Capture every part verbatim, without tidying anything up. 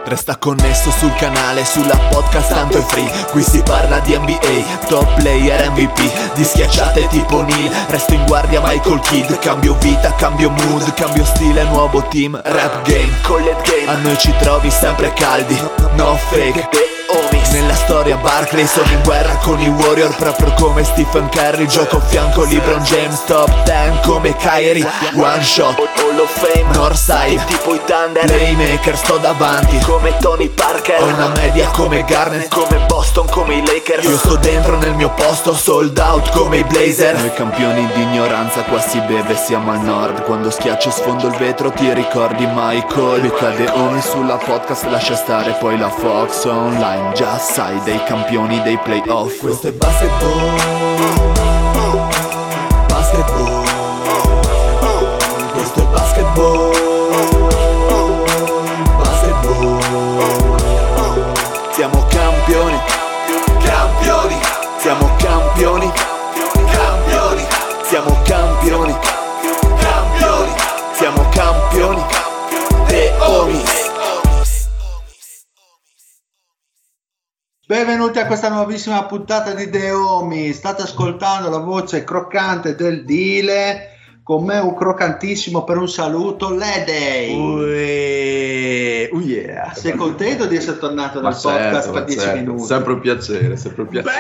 Resta connesso sul canale, sulla podcast tanto è free. Qui si parla di N B A, top player M V P, di schiacciate tipo Neil. Resto in guardia Michael Kidd. Cambio vita, cambio mood, cambio stile, nuovo team. Rap game, collet game, a noi ci trovi sempre caldi. No fake, homies. Nella storia Barkley sono in guerra con i Warrior, proprio come Stephen Curry. Gioco a fianco LeBron James, top dieci come Kyrie. One shot, Hall of Fame, Northside, tipo i Thunder. Playmaker, sto davanti come Tony Parker. Ho una media come Garnett, come Boston, come i Lakers. Io sto dentro nel mio posto, sold out come i Blazer. Noi campioni di ignoranza, qua si beve, siamo al nord. Quando schiaccio sfondo il vetro ti ricordi Michael. Mi cade ogni sulla podcast, lascia stare poi la Fox online. Già sai, dei campioni dei playoff. Questo è basketball, basketball. Questo è basketball, basketball. Siamo campioni, campioni. Siamo campioni, campioni. Siamo campioni, campioni. Siamo campioni, The Homies. Benvenuti a questa nuovissima puntata di The Homies. State ascoltando la voce croccante del Dile. Con me un croccantissimo per un saluto, Ledey. Uè, uh yeah. Sei contento di essere tornato nel certo, podcast per dieci certo. minuti? Sempre un piacere, sempre un piacere.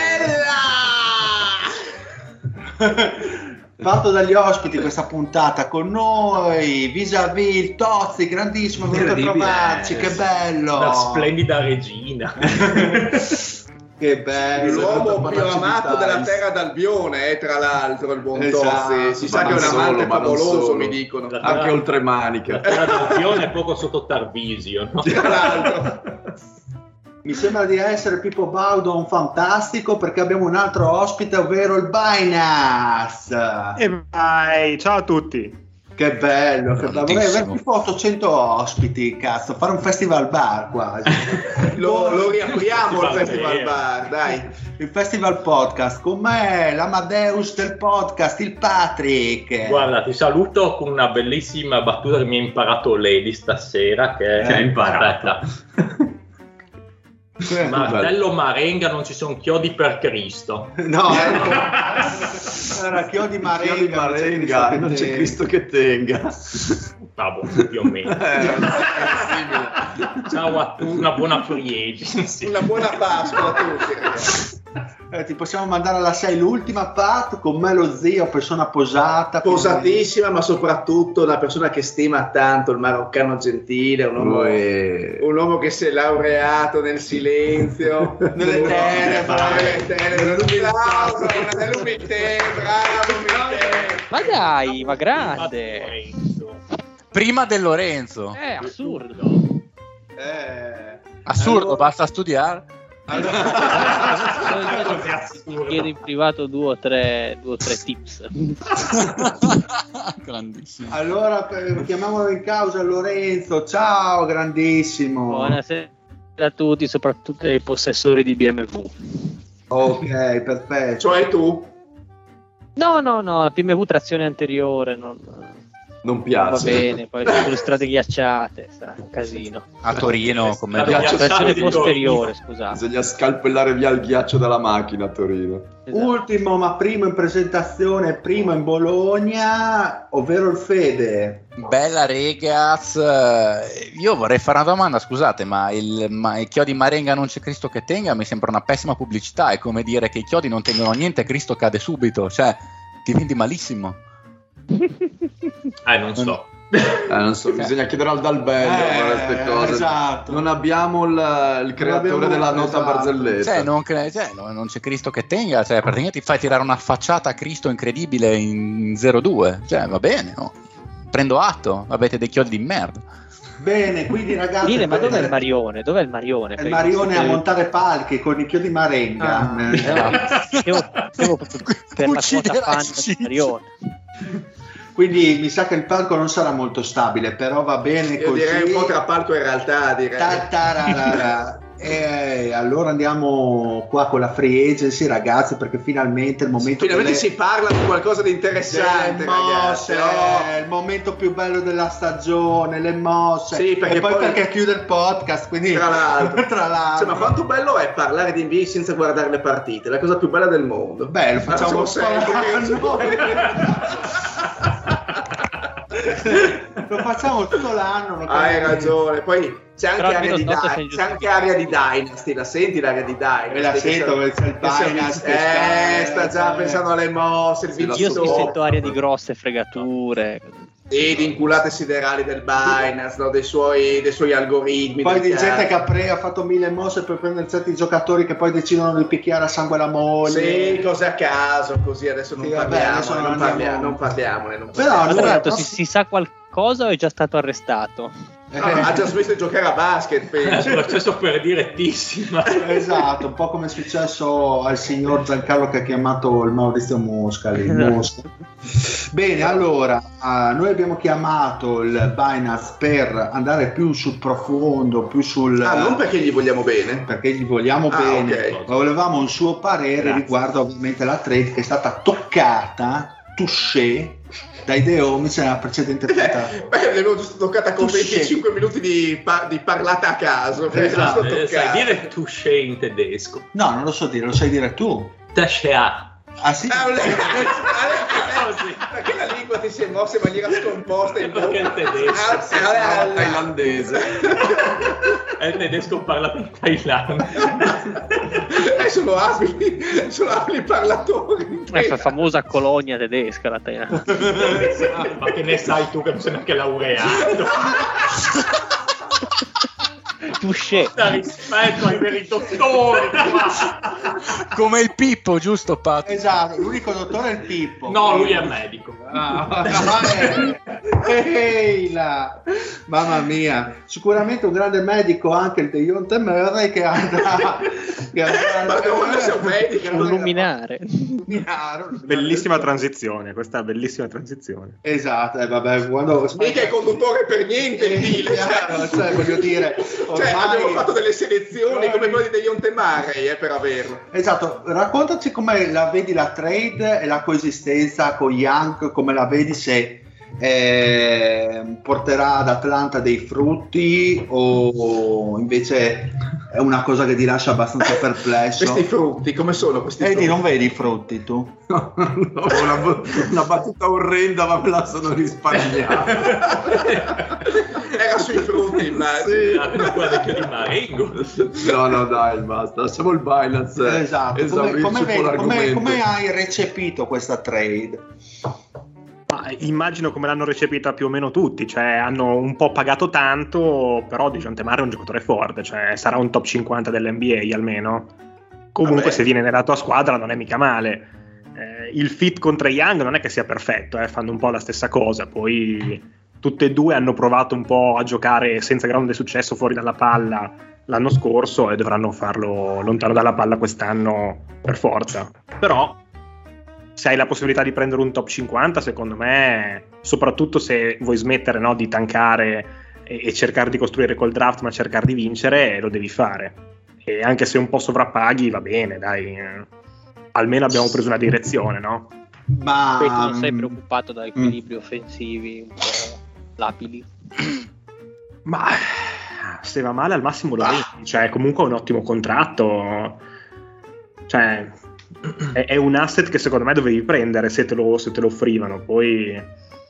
Bella! Fatto dagli ospiti questa puntata con noi, vis-à-vis il Tozzi, grandissimo, è venuto a trovarci, che bello! Una splendida regina. Che bello! L'uomo più amato della terra d'Albione, eh, tra l'altro, il buon Esatto. Tozzi. Si sa Ma che è un non solo, amante ma non favoloso, solo. mi dicono. La Anche oltre manica. La terra d'Albione è poco sotto Tarvisio, no? Tra l'altro. Mi sembra di essere Pippo Baudo un fantastico, perché abbiamo un altro ospite, ovvero il Bainas. E vai, ciao a tutti. Che bello, che bello. Vorrei avere tipo ottocento ospiti, cazzo, fare un festival bar quasi. Lo, lo riapriamo il Festival festival vero. bar, dai. Il festival podcast, con me l'Amadeus del podcast, il Patrick. Guarda, ti saluto con una bellissima battuta che mi ha imparato Lady stasera, che Che hai imparato? Aspetta. Martello Marenga, non ci sono chiodi per Cristo. No, era, era chiodi marenga, Chiodi marenga, non c'è Cristo che tenga. Vabbè, più o meno. Eh, Ciao a tutti, una buona free agency. Una buona Pasqua a tutti, ragazzi. Eh, ti possiamo mandare alla sei l'ultima part, con me lo zio, persona posata. Posatissima, ma soprattutto una persona che stima tanto il maroccano gentile, un uomo, Uè. un uomo che si è laureato nel silenzio, Nelle tenebre, nelle tenebre, nell'umiltà, nell'umiltà, bravo, umiltà. Ma dai, ma grande! Prima del Lorenzo. È assurdo. Eh, Assurdo, allora- basta studiare. Chiedo in privato due o tre, due o tre tips. Grandissimo. allora per- chiamiamolo in causa Lorenzo. Ciao, grandissimo. Buonasera a tutti, soprattutto ai possessori di B M W. Ok, perfetto. Cioè tu? No, no, no, B M W trazione anteriore, non, Non non piace. va bene, poi sulle strade ghiacciate, sarà un casino. A Torino, come Strade detto. Trazione di posteriore, scusate. Bisogna scalpellare via il ghiaccio dalla macchina a Torino. Esatto. Ultimo ma primo in presentazione, primo in Bologna, ovvero il Fede. Bella Regaz. Eh, Io vorrei fare una domanda, scusate, ma il, ma il chiodi Marenga non c'è Cristo che tenga mi sembra una pessima pubblicità. È come dire che i chiodi non tengono niente e Cristo cade subito. Cioè, ti vendi malissimo. Eh, non so. Eh, non so, bisogna chiedere al Dalbello Eh, queste cose. esatto. Non abbiamo il, il creatore abbiamo- della nota esatto. barzelletta. Cioè, non, cre- cioè, no- non c'è Cristo che tenga. Cioè, praticamente ti fai tirare una facciata a Cristo incredibile in zero due. Cioè, va bene, no? Prendo atto, avete dei chiodi di merda. Bene, quindi ragazzi, Dile, ma per- dov'è il Marione? Dov'è il Marione? il Marione a montare palchi con i chiodi marenga. Ah, Eh, Devo, devo per la Uccidere quota fan la del Marione. Quindi mi sa che il palco non sarà molto stabile, però va bene Io così. direi un po' tra palco e realtà, direi. Ta-ta-ra-ra-ra. E allora andiamo qua con la free agency, ragazzi, perché finalmente è il momento. Finalmente delle, si parla di qualcosa di interessante, delle mosse, ragazzi. Oh. è il momento più bello della stagione, le mosse. Sì, perché e poi, poi perché chiude il podcast, quindi tra l'altro, tra l'altro. Cioè, ma quanto bello è parlare di N B A senza guardare le partite, la cosa più bella del mondo. Beh, lo facciamo sempre. Lo facciamo tutto l'anno. Non Hai ragione, poi c'è anche, Però area di, almeno Dy- c'è anche area di Dynasty, la senti l'area di Dynasty? E la Che sento, sta- perché c'è il che sta- Binance che eh, sta- sta già pensando alle mosse, il Sì, la Io vincitore. mi sento aria di grosse fregature. Sì, di inculate siderali del Binance, no? dei, suoi, dei suoi algoritmi. Poi del di gente che cazzo. ha, pre- ha fatto mille mosse per prendere certi giocatori che poi decidono di picchiare a sangue la moglie. Sì, cose a caso, così adesso non Sì, vabbè, parliamo, adesso non non, andiamo- parliamo, non parliamone. Non Però parliamo. Ma allora, tra l'altro però- si, si sa qualcosa o è già stato arrestato? Ah, ha già smesso di giocare a basket, penso. È un processo per direttissima. Esatto, un po' come è successo al signor Giancarlo che ha chiamato il Maurizio Mosca, lì, Mosca. Bene, allora uh, noi abbiamo chiamato il Binance per andare più sul profondo, più sul Ah, non perché gli vogliamo bene. perché gli vogliamo Ah, bene, ok. ma volevamo un suo parere Grazie. riguardo ovviamente la trade che è stata toccata, touché, dai Deomic nella precedente puntata. Beh, l'avevo giusto toccata con Tu sei- venticinque minuti di, pa- di parlata a caso. Esatto, Giusto Eh, sai toccata. dire touché in tedesco? No, non lo so dire, lo sai dire tu. Tasha. Ah sì? Ah, le- perché la lingua ti si è mossa in maniera scomposta in Perché il tedesco Ah, ah, ah, thailandese. È il tedesco parlato in Thailandia. eh, sono abili, sono abili parlatori. È la famosa colonia tedesca, la Thailandia. Ma che ne sai tu che non sei neanche laureato? Touché. Da rispetto ai veri dottori. Come il Pippo, giusto Pat? Esatto, l'unico dottore è il Pippo. No, lui è medico. Ah, ehi là. Mamma mia, sicuramente un grande medico anche il Dejounte Murray che andrà che andrà- Ma non sei un medico, Un luminare. Bellissima transizione, questa bellissima transizione. Esatto, eh, vabbè, quando mica è conduttore per niente il Dile, Chiaro, cioè, voglio dire, cioè, ormai- abbiamo fatto delle selezioni come quelle di Dejounte Murray eh, per averlo. Esatto, raccontaci come la vedi la trade e la coesistenza con Young, come la vedi, se eh, porterà ad Atlanta dei frutti o invece è una cosa che ti lascia abbastanza perplesso. Questi frutti, come sono questi Vedi, frutti? non vedi i frutti tu? No, una, una battuta orrenda, ma me la sono risparmiata. Era sui frutti, immagino. Almeno quella del chiodo di Marengo. No, no, dai, basta. Lasciamo il Binance. Esatto, come, esaurirci come, un po' vedi- come- l'argomento. come hai recepito questa trade? Ma immagino come l'hanno recepita più o meno tutti, cioè hanno un po' pagato tanto, però Dejounte Murray è un giocatore forte, cioè sarà un top cinquanta dell'N B A almeno. Comunque Vabbè. se viene nella tua squadra non è mica male. Eh, il fit con Trae Young non è che sia perfetto, eh, fanno un po' la stessa cosa, poi tutte e due hanno provato un po' a giocare senza grande successo fuori dalla palla l'anno scorso e dovranno farlo lontano dalla palla quest'anno per forza. Però se hai la possibilità di prendere un top cinquanta, secondo me, soprattutto se vuoi smettere, no, di tankare e, e cercare di costruire col draft, ma cercare di vincere, lo devi fare. E anche se un po' sovrappaghi, va bene, dai. eh, Almeno abbiamo preso una direzione, no? Ma Poi tu non sei preoccupato da equilibri offensivi un po' labili. Ma se va male al massimo lo vedi, cioè comunque è un ottimo contratto, cioè è, è un asset che secondo me dovevi prendere se te lo, se te lo offrivano, poi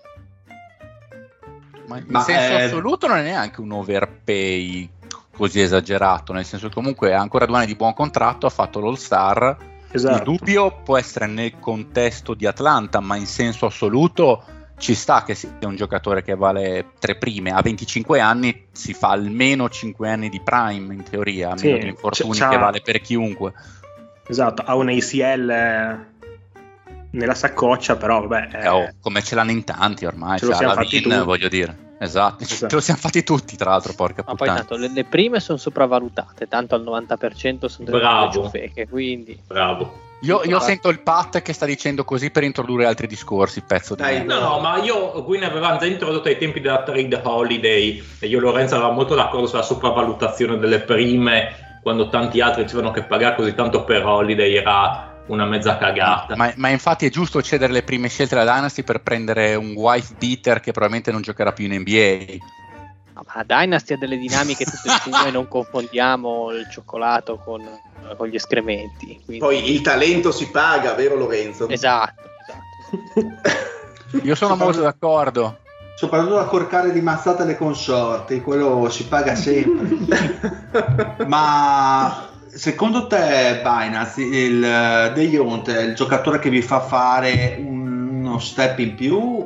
Ma in Ma, senso eh, assoluto non è neanche un overpay così esagerato, nel senso che comunque ha ancora due anni di buon contratto, ha fatto l'All-Star. esatto. Il dubbio può essere nel contesto di Atlanta, ma in senso assoluto ci sta che sia un giocatore che vale tre prime. A venticinque anni si fa almeno cinque anni di prime in teoria, a Sì, meno di infortuni c'ha- che vale per chiunque. Esatto, ha un A C L eh, nella saccoccia, però vabbè, eh, Eh, oh, come ce l'hanno in tanti ormai, ce lo cioè, siamo alla fatti Vin, tutti. voglio dire. Esatto, Esatto. ce lo siamo fatti tutti, tra l'altro, porca Ma poi puttana. tanto le, le prime sono sopravvalutate, tanto al novanta per cento sono delle Bravo. ciofeche, quindi Bravo. Io, io sento il Pat che sta dicendo così per introdurre altri discorsi, pezzo di Dai, merda. No, no, ma io qui ne avevamo già introdotto ai tempi della trade holiday e io e Lorenzo eravamo molto d'accordo sulla sopravvalutazione delle prime quando tanti altri dicevano che pagare così tanto per Holiday era una mezza cagata. Ma, ma infatti è giusto cedere le prime scelte alla Dynasty per prendere un wife beater che probabilmente non giocherà più in N B A. No, ma Dynasty ha delle dinamiche tutte sue, non confondiamo il cioccolato con, con gli escrementi. Quindi... Poi il talento si paga, vero Lorenzo? Esatto, esatto. Io sono molto d'accordo. Soprattutto accorcare di mazzate le consorti, quello si paga sempre. Ma secondo te, Binance, il Dejounte è il giocatore che vi fa fare uno step in più?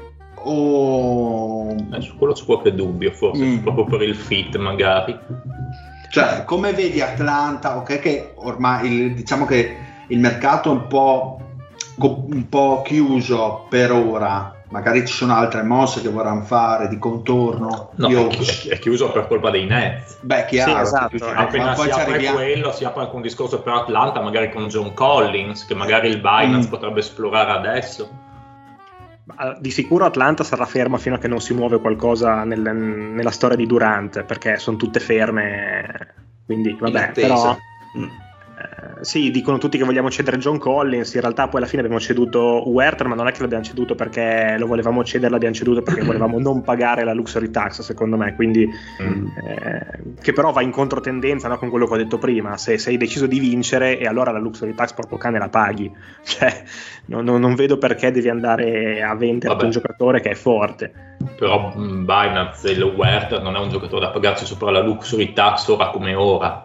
O... Eh, su quello c'è qualche dubbio, forse mm. proprio per il fit magari. Cioè, come vedi Atlanta, ok, che ormai il, diciamo che il mercato è un po', un po' chiuso per ora. Magari ci sono altre mosse che vorranno fare di contorno. No, Io... è chiuso per colpa dei Nets. Beh, chiaro. Sì, esatto. Appena poi si ci apre arriviamo... quello, si apre anche un discorso per Atlanta, magari con John Collins, che magari il Binance mm. potrebbe esplorare adesso. Di sicuro Atlanta sarà ferma fino a che non si muove qualcosa nel, nella storia di Durant, perché sono tutte ferme. Quindi, vabbè, però... Mm. Sì, dicono tutti che vogliamo cedere John Collins, in realtà poi alla fine abbiamo ceduto Huerter, ma non è che l'abbiamo ceduto perché lo volevamo cedere, l'abbiamo ceduto perché volevamo non pagare la luxury tax, secondo me, quindi mm. eh, che però va in controtendenza, no, con quello che ho detto prima. Se sei deciso di vincere, e allora la luxury tax proprio cane la paghi, cioè non, non, non vedo perché devi andare a vendere un giocatore che è forte. Però Binance, il Huerter non è un giocatore da pagarsi sopra la luxury tax ora come ora.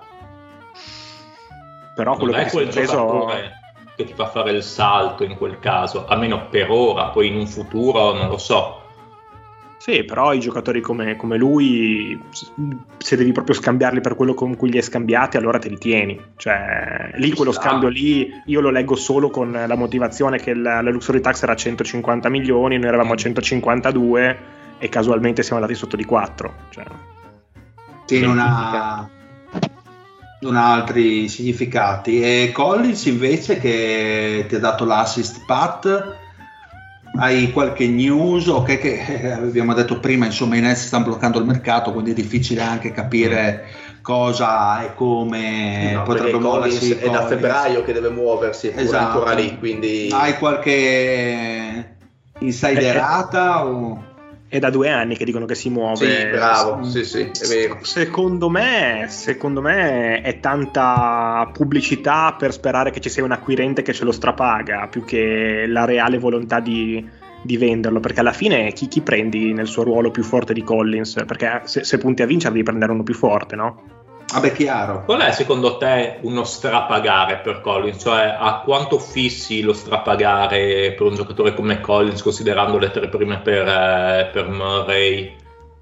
Però quello non che è quel preso... giocatore che ti fa fare il salto in quel caso, almeno per ora, poi in un futuro non lo so. Sì, però i giocatori come, come lui, se devi proprio scambiarli per quello con cui li hai scambiati, allora te li tieni. Cioè, lì quello scambio lì io lo leggo solo con la motivazione che la, la luxury tax era a centocinquanta milioni, noi eravamo a centocinquantadue e casualmente siamo andati sotto di quattro. Cioè, sì, non ha... non ha altri significati. E Collins invece, che ti ha dato l'assist Pat, hai qualche news? Ok, che abbiamo detto prima, insomma i Nets stanno bloccando il mercato, quindi è difficile anche capire cosa e come no, potrebbe muoversi. È da febbraio che deve muoversi, esatto. È ancora lì, quindi... Hai qualche insiderata? o... È da due anni che dicono che si muove. Sì, bravo, sì, sì, è vero. Secondo me, secondo me è tanta pubblicità per sperare che ci sia un acquirente che ce lo strapaga, più che la reale volontà di, di venderlo, perché alla fine chi, chi prendi nel suo ruolo più forte di Collins? Perché se, se punti a vincere devi prendere uno più forte, no? Vabbè, chiaro. Qual è secondo te uno strapagare per Collins? Cioè, a quanto fissi lo strapagare per un giocatore come Collins, considerando le tre prime per, eh, per Murray?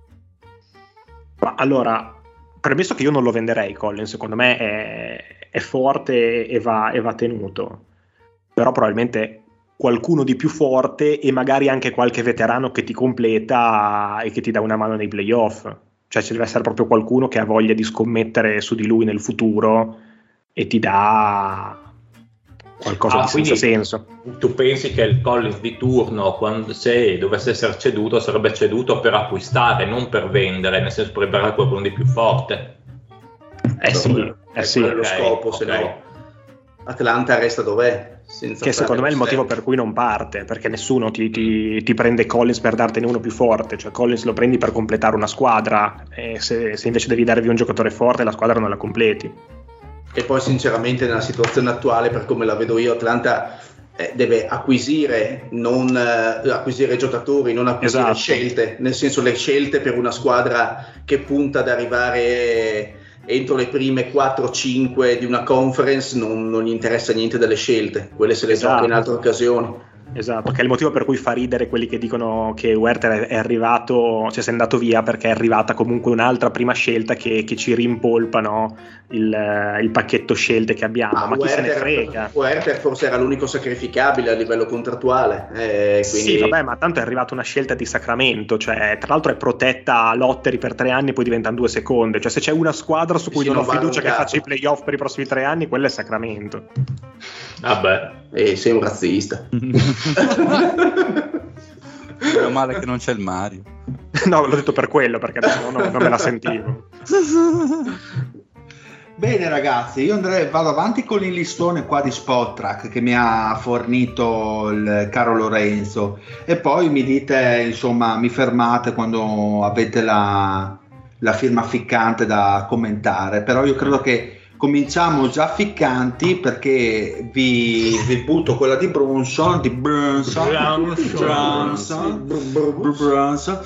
Ma allora, premesso che io non lo venderei Collins, secondo me è, è forte e va, e va tenuto, però probabilmente qualcuno di più forte e magari anche qualche veterano che ti completa e che ti dà una mano nei playoff. Cioè ci deve essere proprio qualcuno che ha voglia di scommettere su di lui nel futuro e ti dà qualcosa ah, di senza senso. Tu pensi che il Collins di turno, quando, se dovesse essere ceduto, sarebbe ceduto per acquistare, non per vendere, nel senso per imparare qualcuno di più forte? Eh sì, eh sì. È lo okay, scopo, okay. se no Atlanta resta dov'è. Senza che secondo me è il motivo per cui non parte, perché nessuno ti, ti, ti prende Collins per dartene uno più forte. Cioè Collins lo prendi per completare una squadra, e se, se invece devi dare via un giocatore forte la squadra non la completi. E poi sinceramente nella situazione attuale, per come la vedo io, Atlanta eh, deve acquisire non eh, acquisire giocatori, non acquisire esatto. scelte, nel senso le scelte per una squadra che punta ad arrivare entro le prime quattro cinque di una conference non, non gli interessa niente delle scelte, quelle se le esatto. gioca in altre occasioni. Esatto, che è il motivo per cui fa ridere quelli che dicono che Huerter è arrivato, cioè si è andato via perché è arrivata comunque un'altra prima scelta che, che ci rimpolpa, no? il, il pacchetto scelte che abbiamo, ma, ma chi Huerter, se ne frega? Huerter forse era l'unico sacrificabile a livello contrattuale. Eh, quindi... Sì, vabbè, ma tanto è arrivata una scelta di Sacramento, cioè tra l'altro è protetta a Lottery per tre anni e poi diventano due seconde, cioè se c'è una squadra su cui sì, non ho non fiducia che caso. faccia i playoff per i prossimi tre anni, quella è Sacramento. Vabbè, eh, sei un razzista. Meno male che non c'è il Mario. No, l'ho detto per quello, perché adesso non, non me la sentivo. Bene ragazzi, io andrei, vado avanti con il listone qua di Spotrac che mi ha fornito il caro Lorenzo, e poi mi dite, insomma, mi fermate quando avete la, la firma ficcante da commentare. Però io credo che cominciamo già ficcanti, perché vi, vi butto quella di Brunson, di Brunson, Brunson, Brunson, Brunson,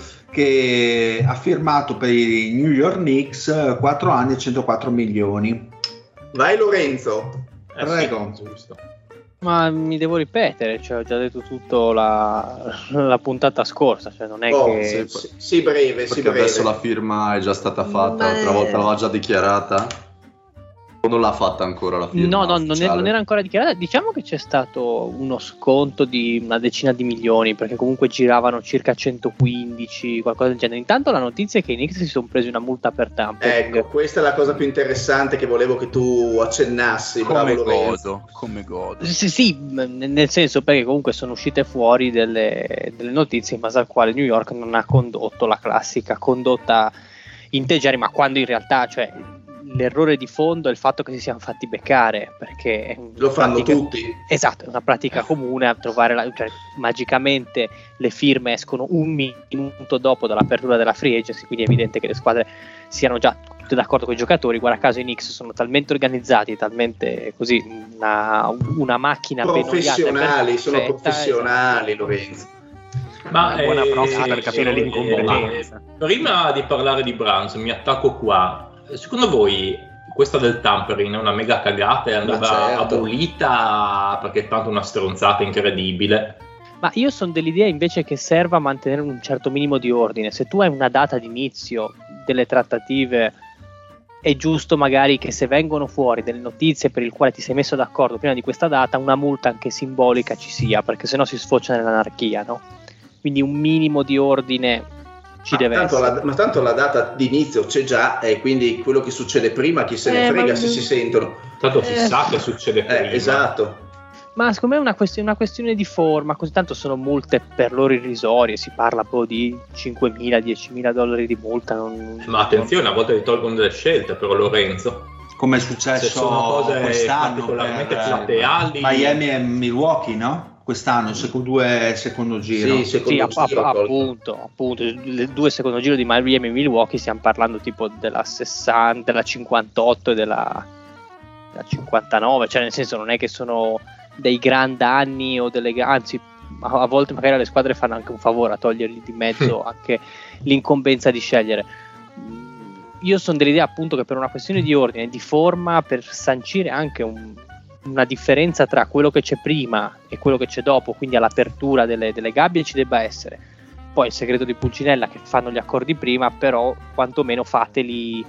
che ha firmato per i New York Knicks quattro anni e centoquattro milioni. Vai Lorenzo. Eh, Prego. sì, giusto. Ma mi devo ripetere, cioè, ho già detto tutto la, la puntata scorsa, cioè non è Oh, che... sì, sì, breve, sì, Perché breve. adesso la firma è già stata fatta, Ma- l'altra volta l'aveva già dichiarata. O non l'ha fatta ancora la firma? No, no, non, è- ufficiale? non era ancora dichiarata. Diciamo che c'è stato uno sconto di una decina di milioni, perché comunque giravano circa centoquindici, qualcosa del genere. Intanto la notizia è che i Knicks si sono presi una multa per tampering. Ecco, questa è la cosa più interessante che volevo che tu accennassi. Bravo Come Lorenzo. godo, come godo. Sì, sì, m- nel senso, perché comunque sono uscite fuori delle, delle notizie in base al quale New York non ha condotto la classica condotta integer, ma quando in realtà, cioè, l'errore di fondo è il fatto che si siano fatti beccare, perché è una Lo fanno pratica- tutti. Esatto, è una pratica comune a trovare la, cioè, magicamente le firme escono un minuto dopo dall'apertura della free agency, quindi è evidente che le squadre siano già tutte d'accordo con i giocatori. Guarda caso i Knicks sono talmente organizzati, talmente così una, una macchina ben oliata e Professionali, sono perfetta, professionali Lorenzo. Ma Una buona eh, prossima per capire sì, l'incompetenza. eh, prima di parlare di Brunson, mi attacco qua. Secondo voi questa del tampering è una mega cagata e andava Ma certo. abolita perché è tanto una stronzata incredibile? Ma io sono dell'idea invece che serva a mantenere un certo minimo di ordine. Se tu hai una data di inizio delle trattative, è giusto magari che se vengono fuori delle notizie per il quale ti sei messo d'accordo prima di questa data, una multa anche simbolica ci sia, perché sennò si sfocia nell'anarchia, no? Quindi un minimo di ordine ci Ma deve tanto, essere. la, ma tanto la data di inizio c'è già, e quindi quello che succede prima chi se ne Eh, frega ma- se si sentono. Tanto si Eh. sa che succede prima. Eh, esatto. Ma secondo me è una questione, una questione di forma, così tanto sono multe per loro irrisorie, si parla poi di cinquemila, diecimila dollari di multa. Non, Ma attenzione, a volte ti tolgono delle scelte, però Lorenzo. Come è Se successo sono cose quest'anno particolarmente per plateali. Miami e Milwaukee, no? Quest'anno, secondo due secondo giro. Sì, Sì, secondo app- giro, app- tolto. appunto, appunto, le due secondo giro di Miami e Milwaukee stiamo parlando tipo della sessanta, della cinquantotto e della, della cinquantanove, cioè nel senso non è che sono dei grandi anni o delle anzi a a volte magari le squadre fanno anche un favore a togliergli di mezzo anche l'incombenza di scegliere. Mm, Io sono dell'idea appunto che per una questione di ordine, di forma, per sancire anche un una differenza tra quello che c'è prima e quello che c'è dopo, quindi all'apertura delle, delle gabbie ci debba essere. Poi il segreto di Pulcinella che fanno gli accordi prima, però quantomeno fateli,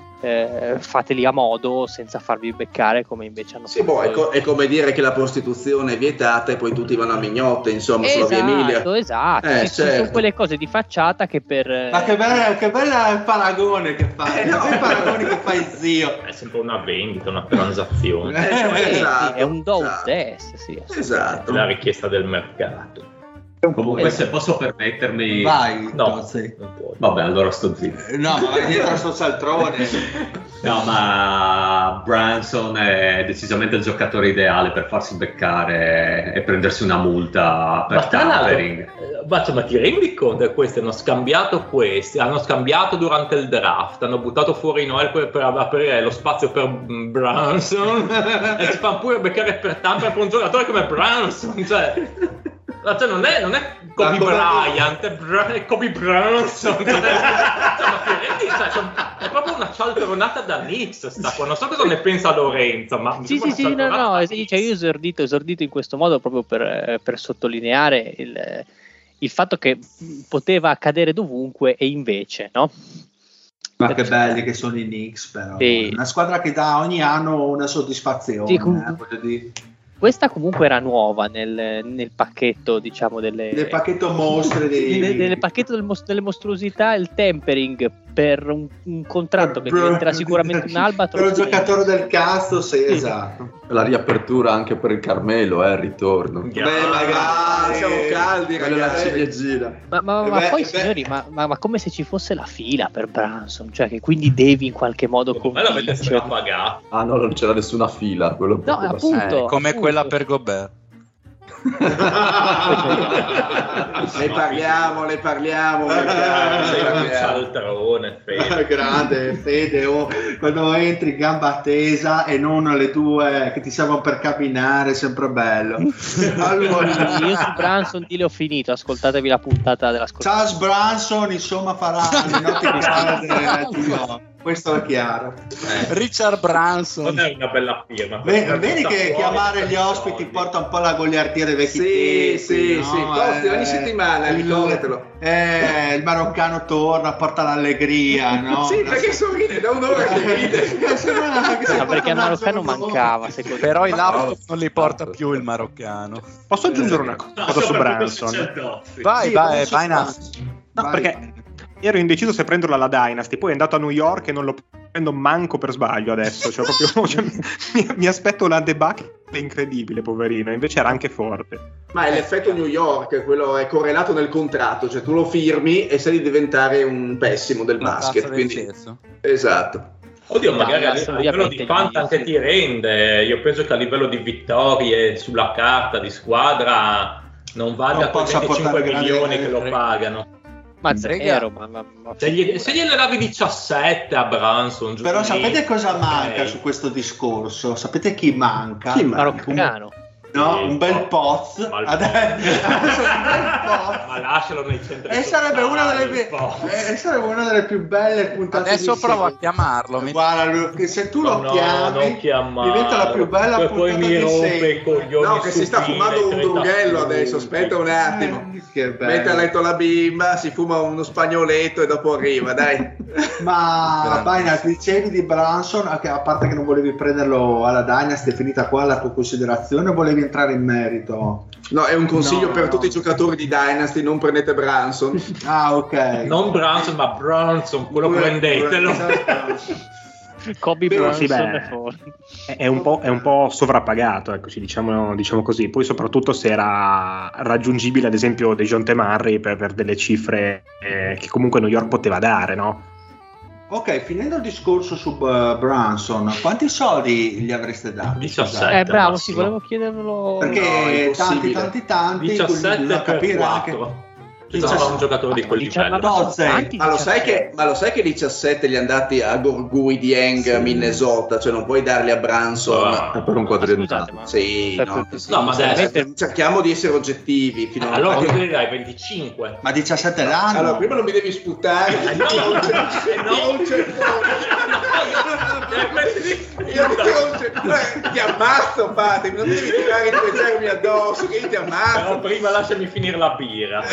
eh, fateli a modo senza farvi beccare come invece hanno Sì, boh, è, co- è come dire che la prostituzione è vietata e poi tutti vanno a mignotte, insomma, sulla via Emilia. Esatto, esatto. Eh, Sì, sono certo. quelle cose di facciata che per... Ma che bella, che bella paragone che fai, Eh, no. che paragone che fai zio. È sempre una vendita, una transazione. Eh, Sì, esatto, sì, è un do esatto. des, sì, Esatto. La richiesta del mercato. Comunque, se posso permettermi, Vai, No, Tozzi. non puoi. vabbè, allora sto zitto. No, ma vai dietro a sto cialtrone. No, ma Brunson è decisamente il giocatore ideale per farsi beccare e prendersi una multa per Ma tra l'altro, tampering. eh, Baccio, ma ti rendi conto che questi hanno scambiato questi, hanno scambiato durante il draft, hanno buttato fuori Noel per, per aprire lo spazio per mm, Brunson e si fanno pure beccare per tampering per un giocatore come Brunson, cioè, cioè non, è, non è Kobe Ma come- Bryant, è, Br- è Kobe Brunson, cioè, cioè, ma ti rendi, cioè, cioè, è proprio una cialtronata da Knicks sta qua, non so cosa ne pensa Lorenzo, ma mi Sì, sembra sì, una sì, no, cialtronata no, da sì, Knicks. cioè io ho esordito, esordito in questo modo proprio per, per sottolineare il, il fatto che poteva accadere dovunque e invece, no? Ma che belli che sono i Knicks, però. Sì. Una squadra che dà ogni anno una soddisfazione. Sì, com- eh, voglio dire. Questa comunque era nuova nel, nel pacchetto, diciamo, delle... Nel pacchetto mostri dei... nel, nel pacchetto del mos- delle mostruosità, il tempering per un, un contratto che diventerà sicuramente un Albatros. Per un giocatore del casto, sì, sì, esatto. La riapertura anche per il Carmelo, eh, il ritorno. Beh, magari siamo caldi, quella è la ragazzi. ciliegina. Ma, ma, ma Beh, poi beh. signori, ma, ma, ma come se ci fosse la fila per Brunson, cioè che quindi devi in qualche modo Ma l'avete convincere. strapagato. Ah no, non c'era nessuna fila. Quello No, proprio appunto. Eh, come appunto. quella per Gobert. Ne parliamo, ne parliamo. ne parliamo, Sei ne un parliamo. cialtrone, Fede. Grande Fede, oh, quando entri gamba tesa e non le due che ti servono per camminare, sempre bello. Allora, Io su Brunson di le ho finito, ascoltatevi la puntata della scorsa. Charles Branson insomma farà le notti chiare del Dio. Questo è chiaro. Richard Branson. Non è una bella firma. Beh, vedi che Fuori, chiamare gli soldi. ospiti porta un po' la goliardia dei vecchi Sì, tempi, sì, no? sì, Tosti, ogni settimana, il- ricordatelo. Eh, il maroccano torna, porta l'allegria, no? Sì, perché sorride da un'ora che ride. Sembra che sia No, perché al portato maroccano una sola mancava, secondo me. Però i laptop non li porta più il maroccano. Posso aggiungere una cosa No, su soprattutto Branson? se c'è Totti. Vai, Sì, vai, posso vai, fare? Naf. No, Vai. perché ero indeciso se prenderlo alla Dynasty, poi è andato a New York e non lo prendo manco per sbaglio adesso. Cioè, proprio, cioè, mi, mi aspetto una debacle incredibile, poverino. Invece era anche forte. Ma è l'effetto New York, quello è correlato nel contratto, cioè tu lo firmi e sai di diventare un pessimo del Una basket. tazza del Quindi... cesso. Esatto. Oddio, magari a Dallas, a livello ovviamente di fanta gli- anche ti rende. Io penso che a livello di vittorie sulla carta di squadra non valga Non quei possa venticinque portare milioni grandi- che lo pagano. Ma Frega. zero, ma, ma, ma- Se, gli, se gliene davi diciassette a Branson, giù Però lì, sapete cosa manca ok. su questo discorso? Sapete chi manca? Chi manca? maroccano. No, Sì, un bel po- Poz. ma il- Adesso un bel Poz. Ma lascialo nei centri E sarebbe una delle, sociali, un po'. eh, sarebbe una delle più belle puntate Adesso di provo a sempre. chiamarlo. mi- Guarda, lui- che se tu lo No, chiami non chiamarlo. diventa la più bella Poi- puntata poi mi di rompe sempre. i coglioni. No, che si sta supine, fumando un trenta drughello punti. adesso, aspetta un attimo. Eh, che bello. Mette a letto la bimba, si fuma uno spagnoletto e dopo arriva, dai. Ma Binance, dicevi di Branson, a a parte che non volevi prenderlo alla Dynasty, è finita qua la tua considerazione o volevi entrare in merito? No, è un consiglio No, per no. tutti i giocatori di Dynasty, non prendete Branson. Ah, ok. Non Branson, ma Branson, quello prendetelo. Esatto. Kobe Però Bryant sì, beh, è forte. È è un po', è un po' sovrappagato, ecco, sì, diciamo, diciamo così. Poi soprattutto se era raggiungibile, ad esempio, DeJounte Murray per, per delle cifre eh, che comunque New York poteva dare, no? Ok, finendo il discorso su uh, Branson, quanti soldi gli avreste dato? diciassette. Eh, bravo, massimo. sì, volevo chiedervelo. Perché No, tanti, impossibile. tanti, tanti, diciassette bisogna per capire anche. quattro. C'era un giocatore di quel Diciamo- livello. No, sei. quanti Ma lo, sai diciassette? che, ma lo sai che diciassette li hanno dati a Gorgui di Eng, Minnesota, cioè non puoi darli a Branson. Ah. È per un quadriennale. Scusate, ma- Sì, per- no, per- sì, No, ma sì, adesso- cerchiamo di essere oggettivi fino a Allora io direi venticinque. Ma diciassette l'anno? Allora, prima non mi devi sputare. Eh no, Non c'è- eh no. non c'è- Io non c'è- eh, ti ammazzo, padre, non devi tirare i tuoi germi addosso, che io ti Però ammazzo. prima lasciami finire la birra.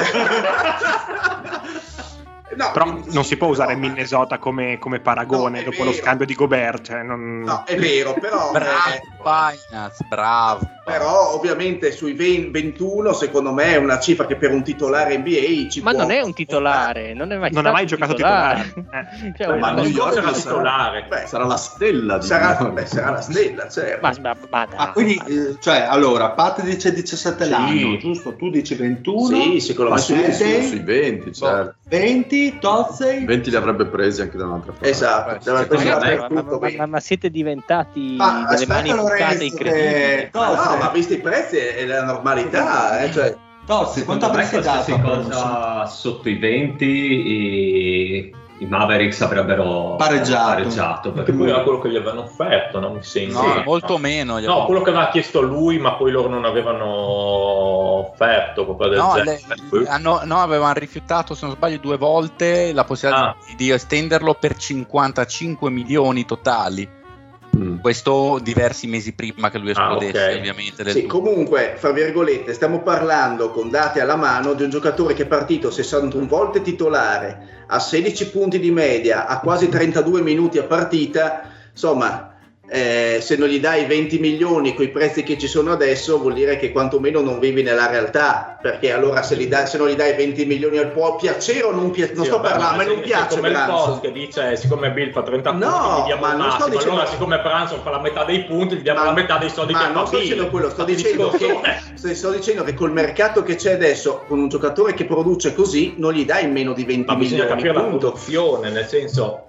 No, Però quindi- non si può usare Minnesota come, come paragone No, è dopo lo vero. scambio di Gobert. Cioè non... No, è vero, però, Bravo, eh, Binance, bravo. però ovviamente sui venti ventuno secondo me è una cifra che per un titolare N B A ci Ma può- non è un titolare, non è mai, Non ha mai stato giocato titolare. Eh. Cioè, Ma una New cosa- York Era sarà- titolare. Beh, Sarà la stella di sarà, New York. beh, sarà la stella, certo. Ma, ma, ma dai. Ah, quindi, eh, cioè, allora, Pat dice diciassette Sì. l'anno, giusto? Tu dici ventuno? Sì, secondo Ma me sì, sì. sì. sono sui venti, certo. venti, Tozzei? venti li avrebbe presi anche da un'altra parte. Esatto, Beh, deve sì, prendere Ragazzi, per ma, tutto ma- bene. ma- ma siete diventati Ma delle mani aspetta, bucate Lorenzo, incredibili. che- Ma no, Tozzei, ma visti i prezzi è la normalità, eh, cioè, Tozzei, quanto Secondo me avresti dato? qualsiasi a Branson? cosa sotto i venti i, i Mavericks avrebbero Pareggiato. pareggiato Perché perché poi era quello che gli avevano offerto, non mi sembra. No, Sì. molto meno. gli No, avevo- quello che aveva chiesto lui, ma poi loro non avevano offerto qualcosa del No, genere. le- hanno- no, avevano rifiutato, se non sbaglio, due volte la possibilità Ah. di, di estenderlo per cinquantacinque milioni totali. Mm. Questo diversi mesi prima che lui esplodesse, Ah, ok. ovviamente. del sì, tutto. comunque, fra virgolette, stiamo parlando con dati alla mano di un giocatore che è partito sessantuno volte titolare, a sedici punti di media, a quasi trentadue minuti a partita, insomma, eh, se non gli dai venti milioni coi prezzi che ci sono adesso, vuol dire che quantomeno non vivi nella realtà, perché allora se, li dai, se non gli dai venti milioni al può piacere o non piace, non sì, sto vabbè, parlando, ma non se, piace come Branson. il post che dice siccome Bill fa trenta punti no, gli diamo ma il non massimo, sto dicendo, allora siccome Branson fa la metà dei punti gli diamo ma, la metà dei soldi ma che non fa sto Bill. dicendo quello, sto Ma dicendo che che sto dicendo che col mercato che c'è adesso, con un giocatore che produce così, non gli dai meno di venti ma bisogna milioni, capire punto. la produzione, nel senso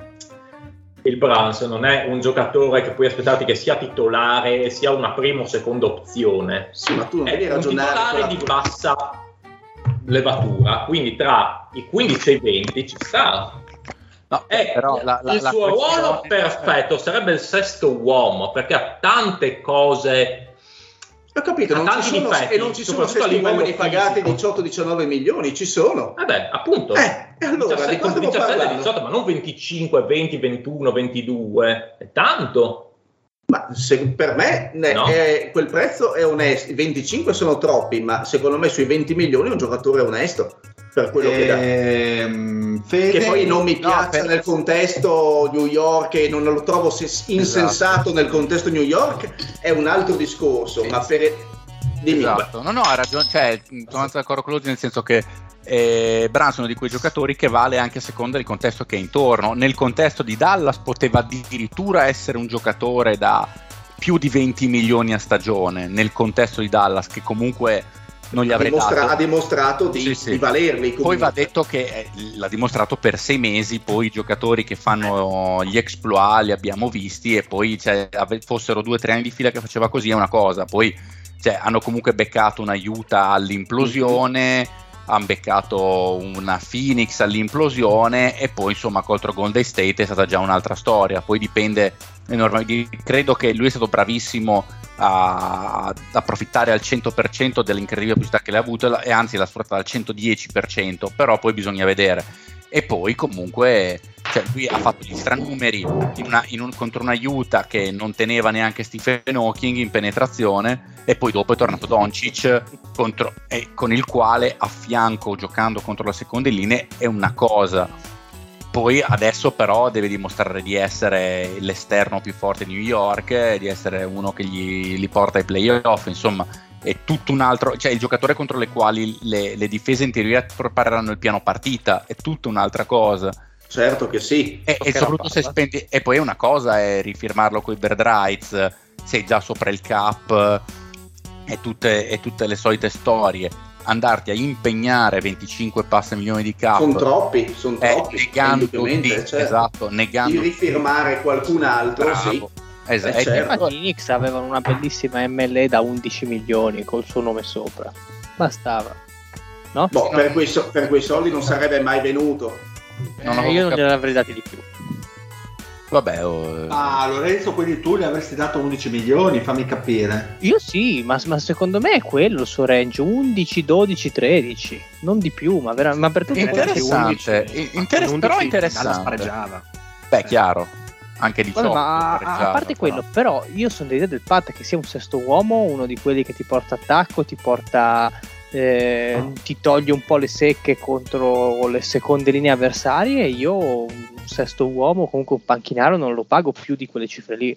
il Branson non è un giocatore che puoi aspettarti che sia titolare, sia una prima o seconda opzione. Sì, ma tu non è devi un ragionare titolare con di la... bassa levatura, quindi tra i quindici e i venti ci sta. No, È però la, la, il la suo questione... ruolo perfetto, sarebbe il sesto uomo, perché ha tante cose. Ho capito, non ci sono, difetti, e non ci sono soprattutto a sesti livello uomini pagati fisico. diciotto diciannove milioni, ci sono. Vabbè, appunto. Eh, e allora, di cosa stiamo diciassette parlando? diciotto, ma non venticinque, venti, ventuno, ventidue. È tanto. Ma se, per me ne- No. è- quel prezzo è onesto. venticinque sono troppi, ma secondo me sui venti milioni è un giocatore onesto per quello che dà. Ehm, Fede, Che poi non mi no, piace per- nel contesto New York e non lo trovo ses- insensato nel contesto New York, è un altro discorso. Ma per dimmi, Esatto, no, no, ha ragione, cioè, sono d'accordo con lui nel senso che eh, Branson è uno di quei giocatori che vale anche a seconda del contesto che è intorno. Nel contesto di Dallas poteva addirittura essere un giocatore da più di venti milioni a stagione, nel contesto di Dallas, che comunque non gli ha, avrei dimostra- dato. ha dimostrato di, Sì, sì. di valerli. Poi comunque. va detto che eh, l'ha dimostrato per sei mesi, poi i giocatori che fanno gli exploit li abbiamo visti e poi cioè, ave- fossero due o tre anni di fila che faceva così è una cosa, poi cioè, hanno comunque beccato un'aiuta all'implosione, hanno beccato una Phoenix all'implosione e poi insomma contro Golden State è stata già un'altra storia, poi dipende enormemente, credo che lui è stato bravissimo a, ad approfittare al cento per cento dell'incredibile pubblicità che l'ha avuto e anzi l'ha sfruttata al centodieci per cento, però poi bisogna vedere. E poi comunque cioè, lui ha fatto gli stranumeri in una, in un, contro una Utah che non teneva neanche Stephen Hawking in penetrazione e poi dopo è tornato Doncic contro, eh, con il quale a fianco giocando contro la seconda linea è una cosa. Poi adesso però deve dimostrare di essere l'esterno più forte di New York, di essere uno che gli, li porta ai playoff, insomma è tutto un altro, cioè il giocatore contro le quali le, le difese interiori prepareranno il piano partita, è tutta un'altra cosa. Certo che sì. E, e soprattutto se spendi, e poi una cosa è rifirmarlo con i bird rights, sei già sopra il cap e tutte, e tutte le solite storie. Andarti a impegnare venticinque passa milioni di cap Sono troppi, sono eh, troppi. negando di, certo. esatto, negando di rifirmare qualcun altro, Bravo. sì. Esatto. Eh, certo. Ma i Knicks avevano una bellissima M L A da undici milioni col suo nome sopra. Bastava. No? Boh, no. per, quei so- per quei soldi non sarebbe mai venuto. Non Eh, avevo io non cap- gliene avrei dati di più. Vabbè, oh, Ah, Lorenzo, quindi tu le avresti dato undici milioni, fammi capire. Io sì, ma, ma secondo me è quello il suo range, undici, dodici, tredici, non di più, ma, vera- ma per tutte quelle interessante, undici, interess- undici però Dallas interessante. pareggiava. Beh, chiaro, anche diciotto. Vabbè, ma a, pareggiava, a parte quello, però io sono dell'idea del fatto che sia un sesto uomo, uno di quelli che ti porta attacco, ti porta eh, ti toglie un po' le secche contro le seconde linee avversarie. Io un sesto uomo, comunque un panchinaro, non lo pago più di quelle cifre lì,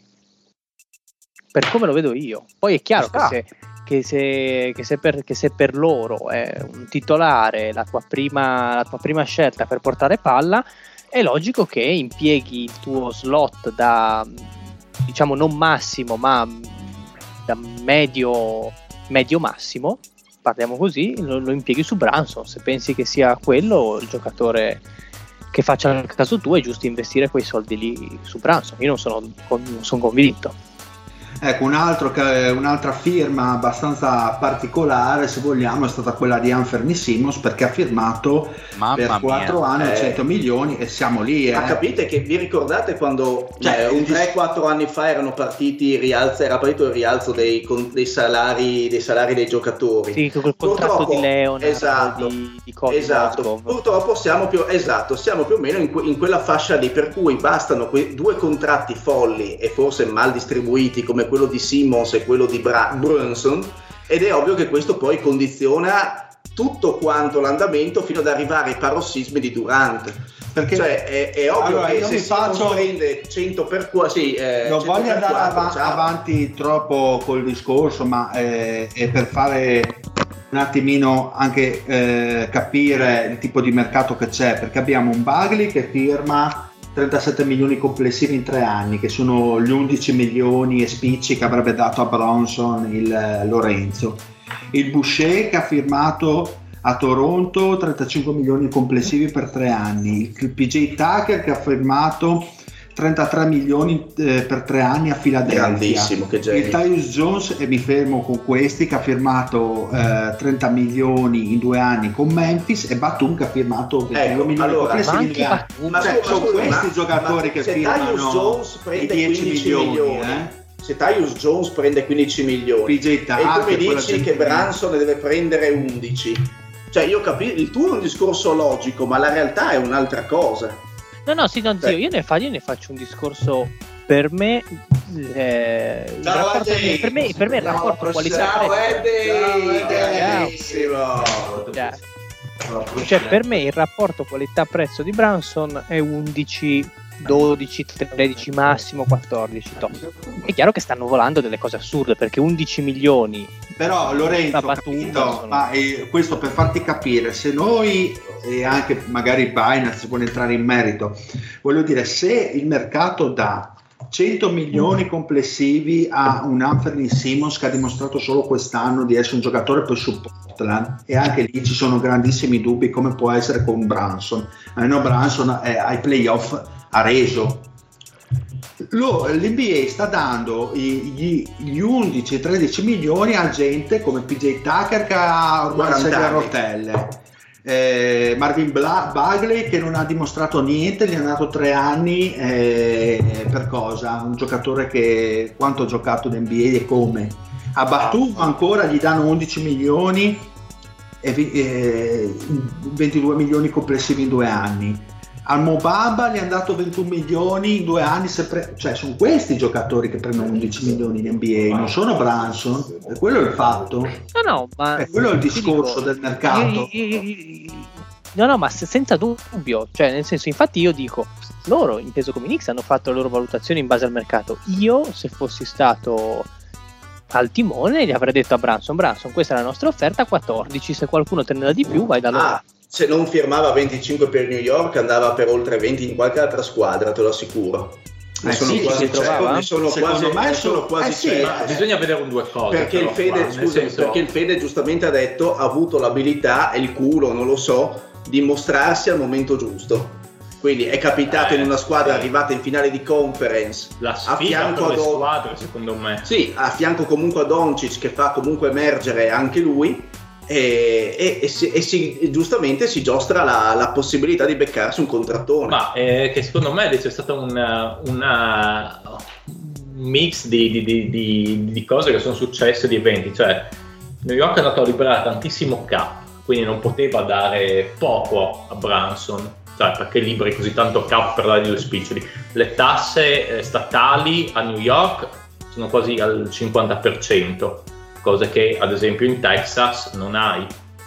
per come lo vedo io. Poi è chiaro che se, che, se, che, se per, che se per loro è un titolare la tua prima, la tua prima scelta per portare palla, è logico che impieghi il tuo slot da, diciamo, non massimo, ma da medio, medio massimo, parliamo così, lo, lo impieghi su Branson. Se pensi che sia quello il giocatore che faccia il caso tuo, è giusto investire quei soldi lì su Branson. Io non sono, non sono convinto. Ecco, un altro, un'altra firma abbastanza particolare, se vogliamo, è stata quella di Anthony Simons, perché ha firmato Mamma per quattro mia. anni Eh. cento milioni e siamo lì. Eh. Ma capite che vi ricordate quando Cioè, eh, un il dis- tre quattro anni fa erano partiti il rialzo, era partito il rialzo dei, con- dei salari dei salari dei giocatori. Sì, col contratto Purtroppo- di Leonard, esatto, di, di Colin esatto. Moscov. Purtroppo siamo più, esatto, siamo più o meno in, que- in quella fascia lì, per cui bastano quei due contratti folli e forse mal distribuiti come quello di Simmons e quello di Bra- Brunson, ed è ovvio che questo poi condiziona tutto quanto l'andamento fino ad arrivare ai parossismi di Durant. Perché cioè è, è ovvio allora, che io se mi si faccio... prende cento per qua, sì, eh, non cento voglio per andare quattro, av- ciao. avanti troppo col discorso, ma eh, è per fare un attimino anche eh, capire il tipo di mercato che c'è, perché abbiamo un Bagley che firma trentasette milioni complessivi in tre anni, che sono gli undici milioni e spicci che avrebbe dato a Bronson il eh, Lorenzo. Il Boucher che ha firmato a Toronto trentacinque milioni complessivi per tre anni, il P J Tucker che ha firmato trentatré milioni eh, per tre anni a Philadelphia, grandissimo, che genio. Il Tyus Jones, e mi fermo con questi, che ha firmato eh, trenta milioni in due anni con Memphis, e Batum che ha firmato ventidue Ecco, milioni allora, complessivi in due anni. ma Cioè, scusa, sono scusa, questi ma- giocatori ma che se firmano Tyus Jones i prende dieci quindici milioni, milioni, eh? se Tyus Jones prende quindici milioni P J e tu Tucker, mi quella dici gente che lì. Branson ne deve prendere undici, cioè io capisco, il tuo è un discorso logico, ma la realtà è un'altra cosa. No, no, sì, no, Beh. zio, io ne, fa, io ne faccio un discorso. Per me, eh, il Ciao, rapporto, Eddie. per me, per me il Ciao, rapporto qualità ciao, prezzo, Eddie. Ciao. Cioè, cioè, per me il rapporto qualità-prezzo di Branson è undici, dodici, tredici, massimo quattordici. Top. È chiaro che stanno volando delle cose assurde, perché undici milioni. Però Lorenzo, da Batum, capito, sono- ma eh, questo per farti capire, se noi, e anche magari Binance vuole entrare in merito, voglio dire, se il mercato dà cento milioni complessivi a un Anthony Simmons che ha dimostrato solo quest'anno di essere un giocatore per su Portland, e anche lì ci sono grandissimi dubbi come può essere con Branson. Ma no, Branson eh, ai playoff ha reso. Lo, L'N B A sta dando i- gli, gli undici tredici milioni a gente come P J Tucker che ha ormai quaranta sei a anni. rotelle, eh, Marvin Bla- Bagley che non ha dimostrato niente, gli hanno dato tre anni, eh, per cosa? Un giocatore che quanto ha giocato in N B A e come? A Batum ancora gli danno undici milioni e vi- eh, ventidue milioni complessivi in due anni. Al Mobamba gli hanno dato ventuno milioni in due anni, sempre, cioè sono questi i giocatori che prendono undici milioni in N B A, non sono Branson, e quello è il fatto, No, no, ma è quello è il ti discorso dico, del mercato. io- io- io- no, no, ma se- senza dubbio, cioè nel senso, infatti io dico, loro inteso come Knicks hanno fatto le loro valutazioni in base al mercato. Io, se fossi stato al timone, gli avrei detto a Branson: Branson, questa è la nostra offerta, quattordici, se qualcuno te ne dà di più vai da loro. Ah, se non firmava venticinque per New York andava per oltre venti in qualche altra squadra, te lo assicuro. Ne Eh sono sì, quasi si trovava? certo, ne sono Secondo quasi, me ne sono sono- quasi eh sì, certo. Ma bisogna vedere un due cose. Perché il però, Fede, qua, nel scusami, senso- perché il Fede giustamente ha detto ha avuto l'abilità e il culo, non lo so, di mostrarsi al momento giusto. Quindi è capitato Eh, in una squadra sì. arrivata in finale di conference, la a sfida fianco per le ad O- squadre, secondo me. sì, a fianco comunque a Doncic che fa comunque emergere anche lui, e, e- e si, e si- e giustamente si giostra la, la possibilità di beccarsi un contrattone. Ma eh, che secondo me c'è stato una, una- un mix di, di- di- di- di cose che sono successe, di eventi. Cioè, New York è andato a liberare tantissimo cap, quindi non poteva dare poco a Branson, cioè perché liberi così tanto cap per dare due spiccioli. Le tasse eh, statali a New York sono quasi al cinquanta per cento, cose che ad esempio in Texas non hai.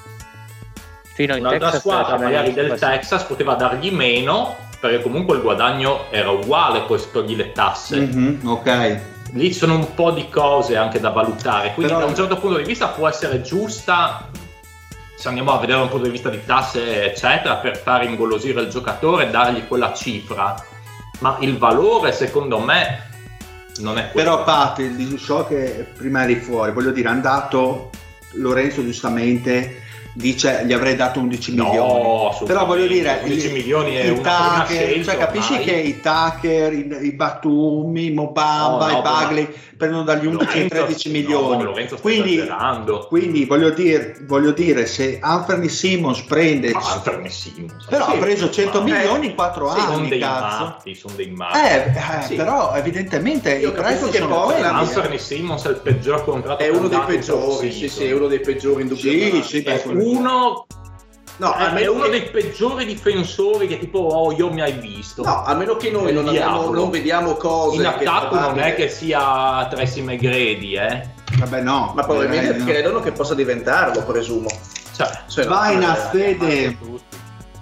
Fino in Un'altra Texas, squadra eh, magari del quasi- Texas poteva dargli meno, perché comunque il guadagno era uguale, poi se togli le tasse. Mhm, ok. Lì ci sono un po' di cose anche da valutare, quindi Però- da un certo punto di vista può essere giusta, se andiamo a vedere da un punto di vista di tasse eccetera, per far ingolosire il giocatore e dargli quella cifra, ma il valore secondo me non è quello. Però Patti, so che prima eri fuori, voglio dire, è andato Lorenzo giustamente dice gli avrei dato undici No, milioni, assolutamente. però voglio dire undici i- milioni è i una prima Tucker, scelta cioè capisci ormai. che i Tucker, i, i Batum, i Mobamba, No, no, i Bagley prendono dagli undici ai Lorenzo- tredici no, milioni, Lorenzo sta quindi, esagerando. quindi voglio dire, voglio dire se Anthony Simmons prende Ma Anthony Simmons, però sì, ha preso cento ma- milioni in quattro sì, sono anni, dei cazzo. matti, sono dei matti. Eh, eh, Sì. però evidentemente Io i capisco prezzi che sono Portland- quelli. Anthony Simmons è il peggior contratto è che uno ha dei dato in peggiori, sì, post-season. sì, è uno dei peggiori indubbiamente. Sì, sì, È beh, uno, No, è, a è meno uno che- dei peggiori difensori che tipo oh io mi hai visto. No, a meno che noi Il non, abbiamo, diavolo. non vediamo cose in che attacco fa non è parte- che sia Tracy McGrady, eh. Vabbè, no, ma probabilmente eh, no. credono che possa diventarlo, presumo. Cioè, Se no, Vai, eh, Nas, Fede.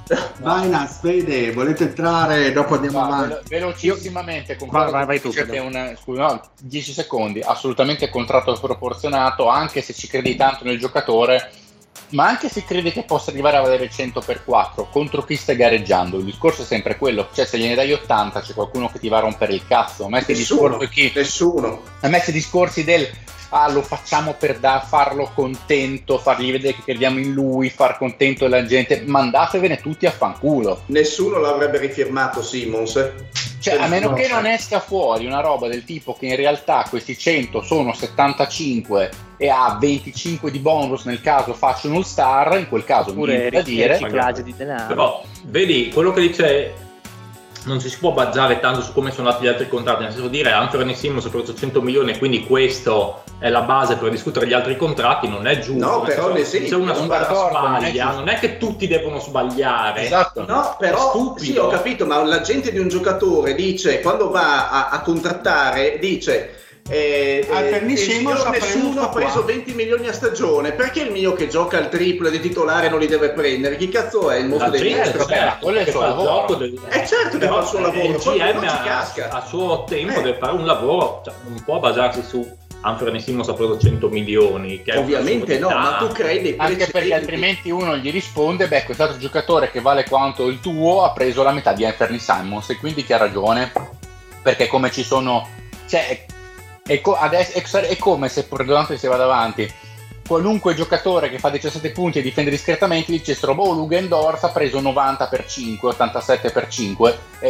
Binance, vede, volete entrare? Dopo andiamo Va, avanti. velo- velocissimamente, Vai, concordo vai, vai con tu, te che è Fede. un, scusa, no, dieci secondi, assolutamente contratto proporzionato, anche se ci credi tanto nel giocatore, ma anche se credi che possa arrivare a valere cento per quattro, contro chi stai gareggiando? Il discorso è sempre quello, cioè se gliene dai ottanta c'è qualcuno che ti va a rompere il cazzo. A me questi Nessuno, discorsi chi? nessuno. A me questi discorsi del ah, lo facciamo per da farlo contento, fargli vedere che crediamo in lui, far contento la gente, mandatevene tutti a fanculo. Nessuno l'avrebbe rifirmato Simmons. eh. Cioè, a meno No. che non esca fuori una roba del tipo che in realtà questi cento sono settantacinque e ha venticinque di bonus nel caso faccia un all star, in quel caso Oppure niente da dire. riciclaggio di denaro. Però vedi quello che dice, non ci si può basare tanto su come sono andati gli altri contratti, nel senso dire Anthony Simmons ha preso cento milioni e quindi questo è la base per discutere gli altri contratti, non è giusto. No, nel però senso, nel senso, se una sono squadra d'accordo, non è sbaglia, giusto. non è che tutti devono sbagliare. Esatto. No, però Stupido. sì, ho capito, ma l'agente di un giocatore dice, quando va a, a contrattare, dice eh, Anthony eh, Simmons signor ha preso nessuno ha qua. preso venti milioni a stagione, perché il mio che gioca al triplo e di titolare non li deve prendere? Chi cazzo è il mostro La dei gente, destro? vabbè, ma quello è il che suo fa lavoro. gioco del- Eh, certo che però fa il suo lavoro, il poi G M non ci a, casca. a suo tempo Eh. deve fare un lavoro, cioè, non può basarsi su Anthony Simmons ha preso cento milioni, che è una Ovviamente no, assurdità. ma tu crei dei Anche precedenti. perché altrimenti uno gli risponde, beh, quest'altro giocatore che vale quanto il tuo ha preso la metà di Anthony Simmons, e quindi chi ha ragione? Perché come ci sono, cioè è, è co- adesso, è, è come se, perdonate se vado avanti, qualunque giocatore che fa diciassette punti e difende discretamente dicessero boh, Lugendorf ha preso novanta per cinque, ottantasette per cinque e,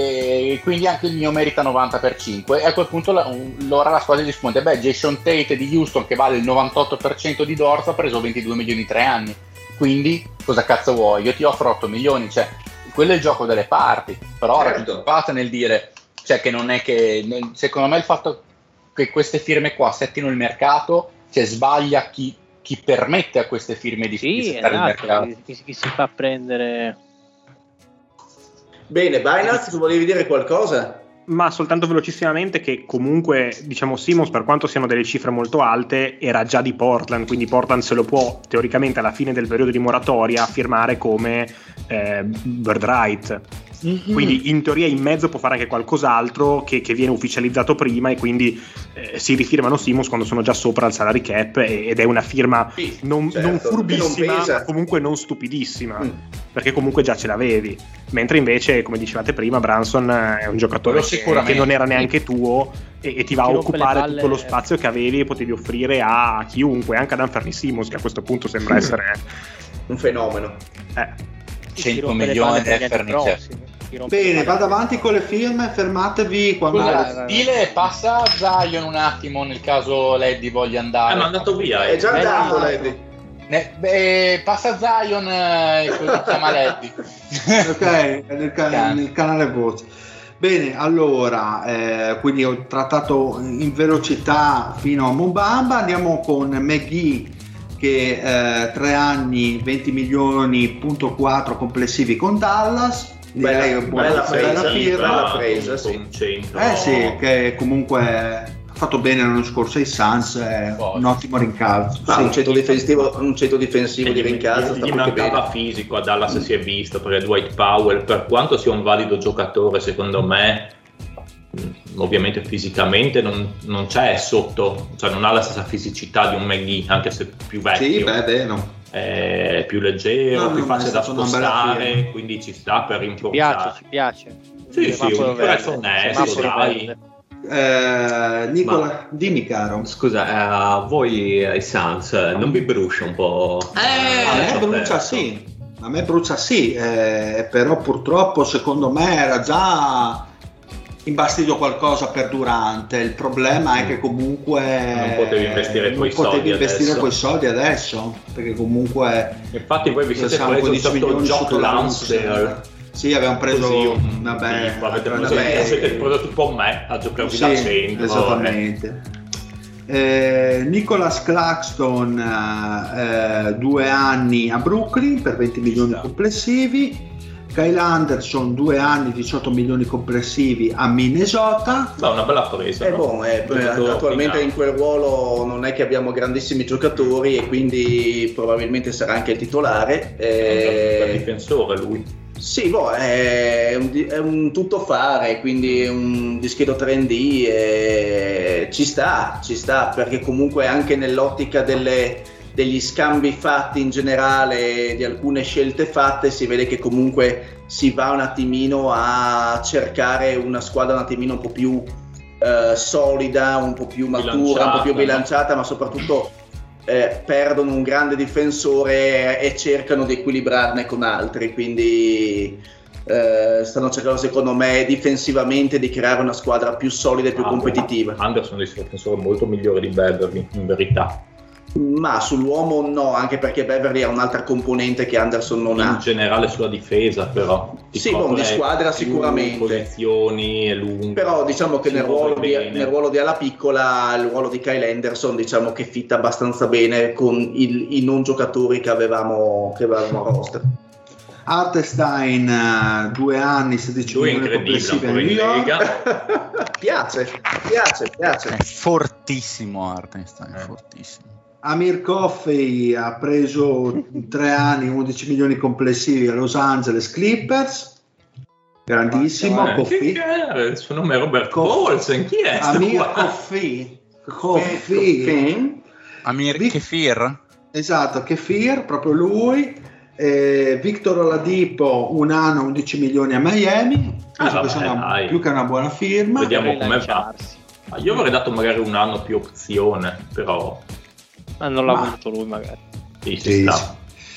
e- e quindi anche il mio merita novanta per cinque, e a quel punto la, un- allora la squadra gli risponde beh, Jason Tate di Houston che vale il novantotto per cento di Dorf ha preso ventidue milioni in tre anni, quindi cosa cazzo vuoi? Io ti offro otto milioni, cioè quello è il gioco delle parti, però Certo. ragionate nel dire, cioè che non è che, nel- secondo me il fatto che queste firme qua settino il mercato, cioè sbaglia chi, chi permette a queste firme di, di Sì, settare il esatto, mercato. chi, chi- chi si fa prendere. Bene, Binance, tu volevi dire qualcosa? Ma soltanto velocissimamente che comunque, diciamo, Simmons, per quanto siano delle cifre molto alte, era già di Portland, quindi Portland se lo può teoricamente alla fine del periodo di moratoria firmare come eh, bird right. Mm-hmm. Quindi in teoria in mezzo può fare anche qualcos'altro che, che viene ufficializzato prima, e quindi eh, si rifirmano Simmons quando sono già sopra il salary cap, e- ed è una firma Sì, non, certo, non che non furbissima, pesa. ma comunque non stupidissima, Mm. perché comunque già ce l'avevi. Mentre invece, come dicevate prima, Branson è un giocatore Quello che, sicuramente. che non era neanche tuo, e, e ti va Ti a rompe le occupare palle. tutto lo spazio che avevi e potevi offrire a chiunque, anche ad Anthony Simmons, che a questo punto sembra essere Un fenomeno. eh, Ti cento rompe le milioni palle per di gli anni furniture. prossimi, ti rompe le Bene, palle. vado avanti con le firme, fermatevi quando... Scusa, dile, passa a Zion un attimo nel caso Leddy voglia andare. Eh, ma è andato via. È già Beh, andato, no. Lady. Ne- beh, passa a Zion, eh, quello che chiama Leddy. Ok, è nel, ca- nel canale voce. Bene, allora, eh, quindi ho trattato in velocità fino a Mobamba. Andiamo con McGee, che eh, tre anni, venti milioni, punto quattro complessivi con Dallas. Direi Bella, che buona- bella presa, firma. bella presa, sì. Un cento. Eh sì, che comunque ha fatto bene l'anno scorso ai Suns, è un ottimo rincalzo. Ah, sì. un centro difensivo, un centro difensivo E di gli, rincalzo gli sta più che mancava bene. fisico, a Dallas si è visto, perché Dwight Powell, per quanto sia un valido giocatore, secondo me mh, ovviamente fisicamente non, non c'è sotto, cioè non ha la stessa fisicità di un McGee, anche se più vecchio. Sì, beh, beh, no. È più leggero, No, più no, facile è da stata una bella spostare, firma. quindi ci sta per Ci piace, rinforzare. ci piace. Sì, sì, Semaforo un prezzo verde, onesto, semaforo dai. verde. Eh, Nicola, dimmi caro. Scusa, eh, a voi eh, i Suns eh, non vi brucia un po'? A me Eh, brucia aperto? sì, a me brucia sì, eh, però purtroppo secondo me era già imbastito qualcosa per Durante. Il problema è che comunque Non potevi investire non quei potevi soldi investire adesso. quei soldi adesso, perché comunque Infatti voi vi siete siamo preso quindici sotto milioni Jock sotto Lansdale. sì, abbiamo preso Così, un vabbè, tipo, avete vabbè, preso, siete preso tipo me a giocarvi sì, da centro. esattamente. Eh, Nicholas Claxton, eh, due anni a Brooklyn per venti milioni complessivi. Kyle Anderson, due anni, diciotto milioni complessivi a Minnesota. Beh, una bella presa. È no? buono, eh, attualmente in quel ruolo non è che abbiamo grandissimi giocatori e quindi probabilmente sarà anche il titolare. È un difensore lui. Sì, boh, è un, è un tuttofare, quindi è un discreto tre and D e ci sta, ci sta, perché comunque anche nell'ottica delle, degli scambi fatti in generale, di alcune scelte fatte, si vede che comunque si va un attimino a cercare una squadra un attimino un po' più eh, solida, un po' più matura, bilanciata, un po' più bilanciata, ma soprattutto Eh, perdono un grande difensore e cercano di equilibrarne con altri, quindi eh, stanno cercando secondo me difensivamente di creare una squadra più solida e più ah, competitiva. Anderson è un difensore molto migliore di Beverly in verità, ma sull'uomo no, anche perché Beverly ha un'altra componente che Anderson non in ha in generale sulla difesa, però sì, bon, di squadra sicuramente, posizioni e lunghe, però diciamo che nel ruolo, di, nel ruolo di ala piccola, il ruolo di Kyle Anderson diciamo che fitta abbastanza bene con il, i non giocatori che avevamo che avevamo a roster. Hartenstein, due anni, sedici milioni complessivi a New York. piace, piace, piace. È fortissimo Hartenstein, è fortissimo. Amir Coffey ha preso tre anni, undici milioni complessivi a Los Angeles Clippers. Grandissimo. Eh, Coffey. Chi è? Il suo nome è Robert Paulsen. Chi è? Amir Coffey. Coffey. Amir Vic- Kefir. Esatto, Kefir, proprio lui. Eh, Victor Oladipo, un anno, undici milioni a Miami. Ah, vabbè, che una, dai. più che una buona firma. Vediamo come va. Ah, io avrei dato magari un anno più opzione, però ma non l'ha Ma... voluto lui magari. Sì, ci sta.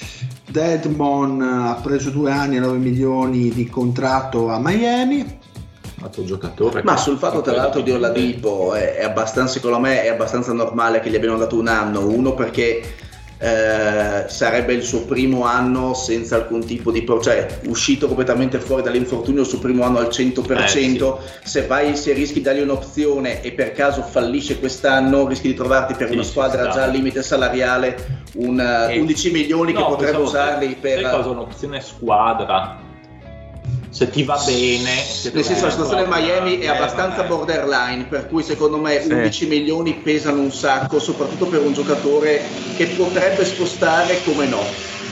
Deadmon ha preso due anni e nove milioni di contratto a Miami. Altro giocatore. Ma sul fatto tra l'altro di Oladipo è, è abbastanza, secondo me è abbastanza normale che gli abbiano dato un anno, uno perché eh, sarebbe il suo primo anno senza alcun tipo di pro- cioè uscito completamente fuori dall'infortunio, il suo primo anno al cento per cento. Eh, sì. Se vai, se rischi di dargli un'opzione e per caso fallisce quest'anno, rischi di trovarti per sì, una squadra già al limite salariale un eh, undici milioni no, che potrebbe usarli per sai cosa, un'opzione squadra. Se ti va bene, nel senso la situazione del Miami è abbastanza borderline, per cui secondo me sì. undici milioni pesano un sacco, soprattutto per un giocatore che potrebbe spostare come no.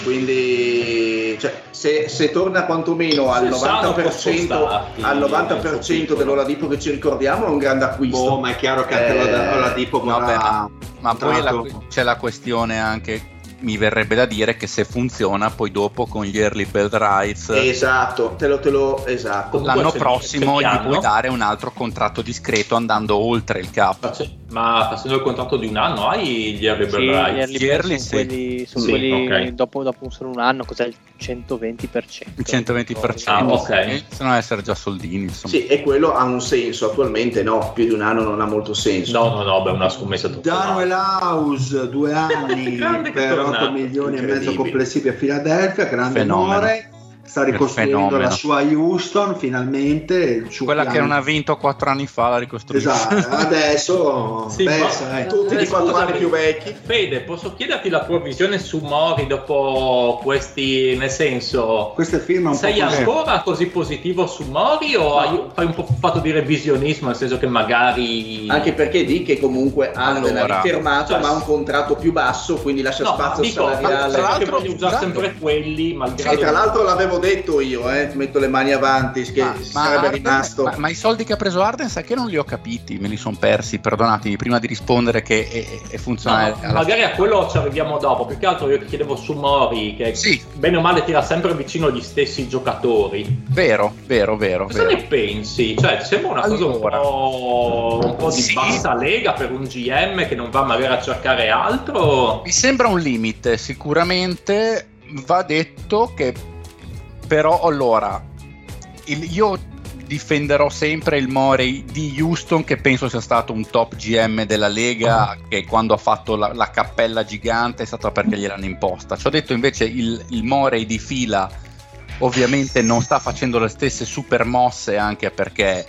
Quindi cioè, se, se torna quantomeno al novanta per cento, al novanta per cento dell'Oladipo che ci ricordiamo, è un grande acquisto. Oh, ma è chiaro che anche eh, l'Oladipo no, ma, ma poi la, c'è la questione anche, mi verrebbe da dire che se funziona poi dopo con gli early bird rights esatto te lo, te lo esatto l'anno prossimo gli puoi dare un altro contratto discreto andando oltre il cap. Ma facendo il contratto di un anno hai gli early bird sì, rights? Gli early gli early, sono sì. quelli, sono sì, quelli okay. dopo, dopo solo un anno, cos'è il centoventi per cento? Il centoventi per cento, ah, ok. Se non essere già soldini, insomma. Sì, e quello ha un senso, attualmente no, più di un anno non ha molto senso. No, no, no, beh, una scommessa totale. Daniel House, due anni per otto milioni e mezzo complessivi a Philadelphia, grande amore. Sta ricostruendo la sua Houston finalmente, il suo quella piano. Che non ha vinto quattro anni fa la ricostruisce. Esatto, adesso sì, beh, ma, sai, tutti di quattro anni più vecchi. Fede, posso chiederti la tua visione su Mori dopo questi, nel senso, questo film è un sei po' ancora così positivo su Mori o no. hai, fai un po' fatto di revisionismo, nel senso che magari anche perché di che comunque hanno allora, rifermato cioè, ma ha un contratto più basso, quindi lascia no, spazio dico, salariale. tra l'altro voglio usare sempre quelli, malgrado... e tra l'altro l'avevo detto io, eh, metto le mani avanti che ma, sarebbe ma Arden, rimasto ma, ma i soldi che ha preso Arden sai che non li ho capiti, me li sono persi, perdonatemi prima di rispondere che è, è funzionale. No, magari a quello ci arriviamo dopo, più che altro io chiedevo su Mori che sì. bene o male tira sempre vicino gli stessi giocatori. Vero, vero, vero. Cosa vero. ne pensi? Cioè sembra una allora, cosa un po', un po' di sì. bassa lega per un G M che non va magari a cercare altro. Mi sembra un limite, sicuramente va detto che però allora il, io difenderò sempre il Morey di Houston, che penso sia stato un top G M della Lega, oh. che quando ha fatto la, la cappella gigante è stata perché gliel'hanno imposta. Ci ho detto invece il, il Morey di fila ovviamente non sta facendo le stesse super mosse, anche perché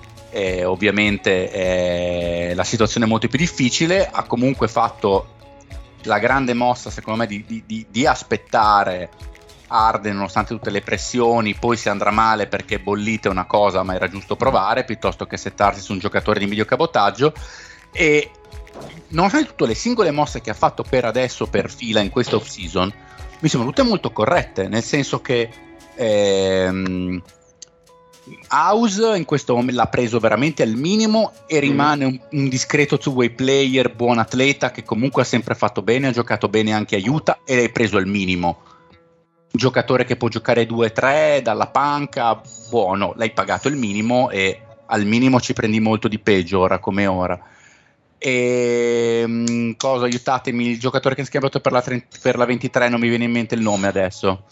eh, ovviamente eh, la situazione è molto più difficile. Ha comunque fatto la grande mossa secondo me di, di, di, di aspettare Harden nonostante tutte le pressioni, poi se andrà male perché bollite è una cosa, ma era giusto provare piuttosto che settarsi su un giocatore di medio cabotaggio. E nonostante tutte le singole mosse che ha fatto per adesso per fila in questa off season mi sembrano tutte molto corrette, nel senso che ehm, House in questo momento l'ha preso veramente al minimo e rimane un, un discreto two-way player, buon atleta che comunque ha sempre fatto bene, ha giocato bene anche a Utah e l'hai preso al minimo. Un giocatore che può giocare due tre dalla panca, buono, l'hai pagato il minimo e al minimo ci prendi molto di peggio ora come ora. E mh, cosa, aiutatemi, il giocatore che si è chiamato per la, trenta, per la ventitré, non mi viene in mente il nome adesso.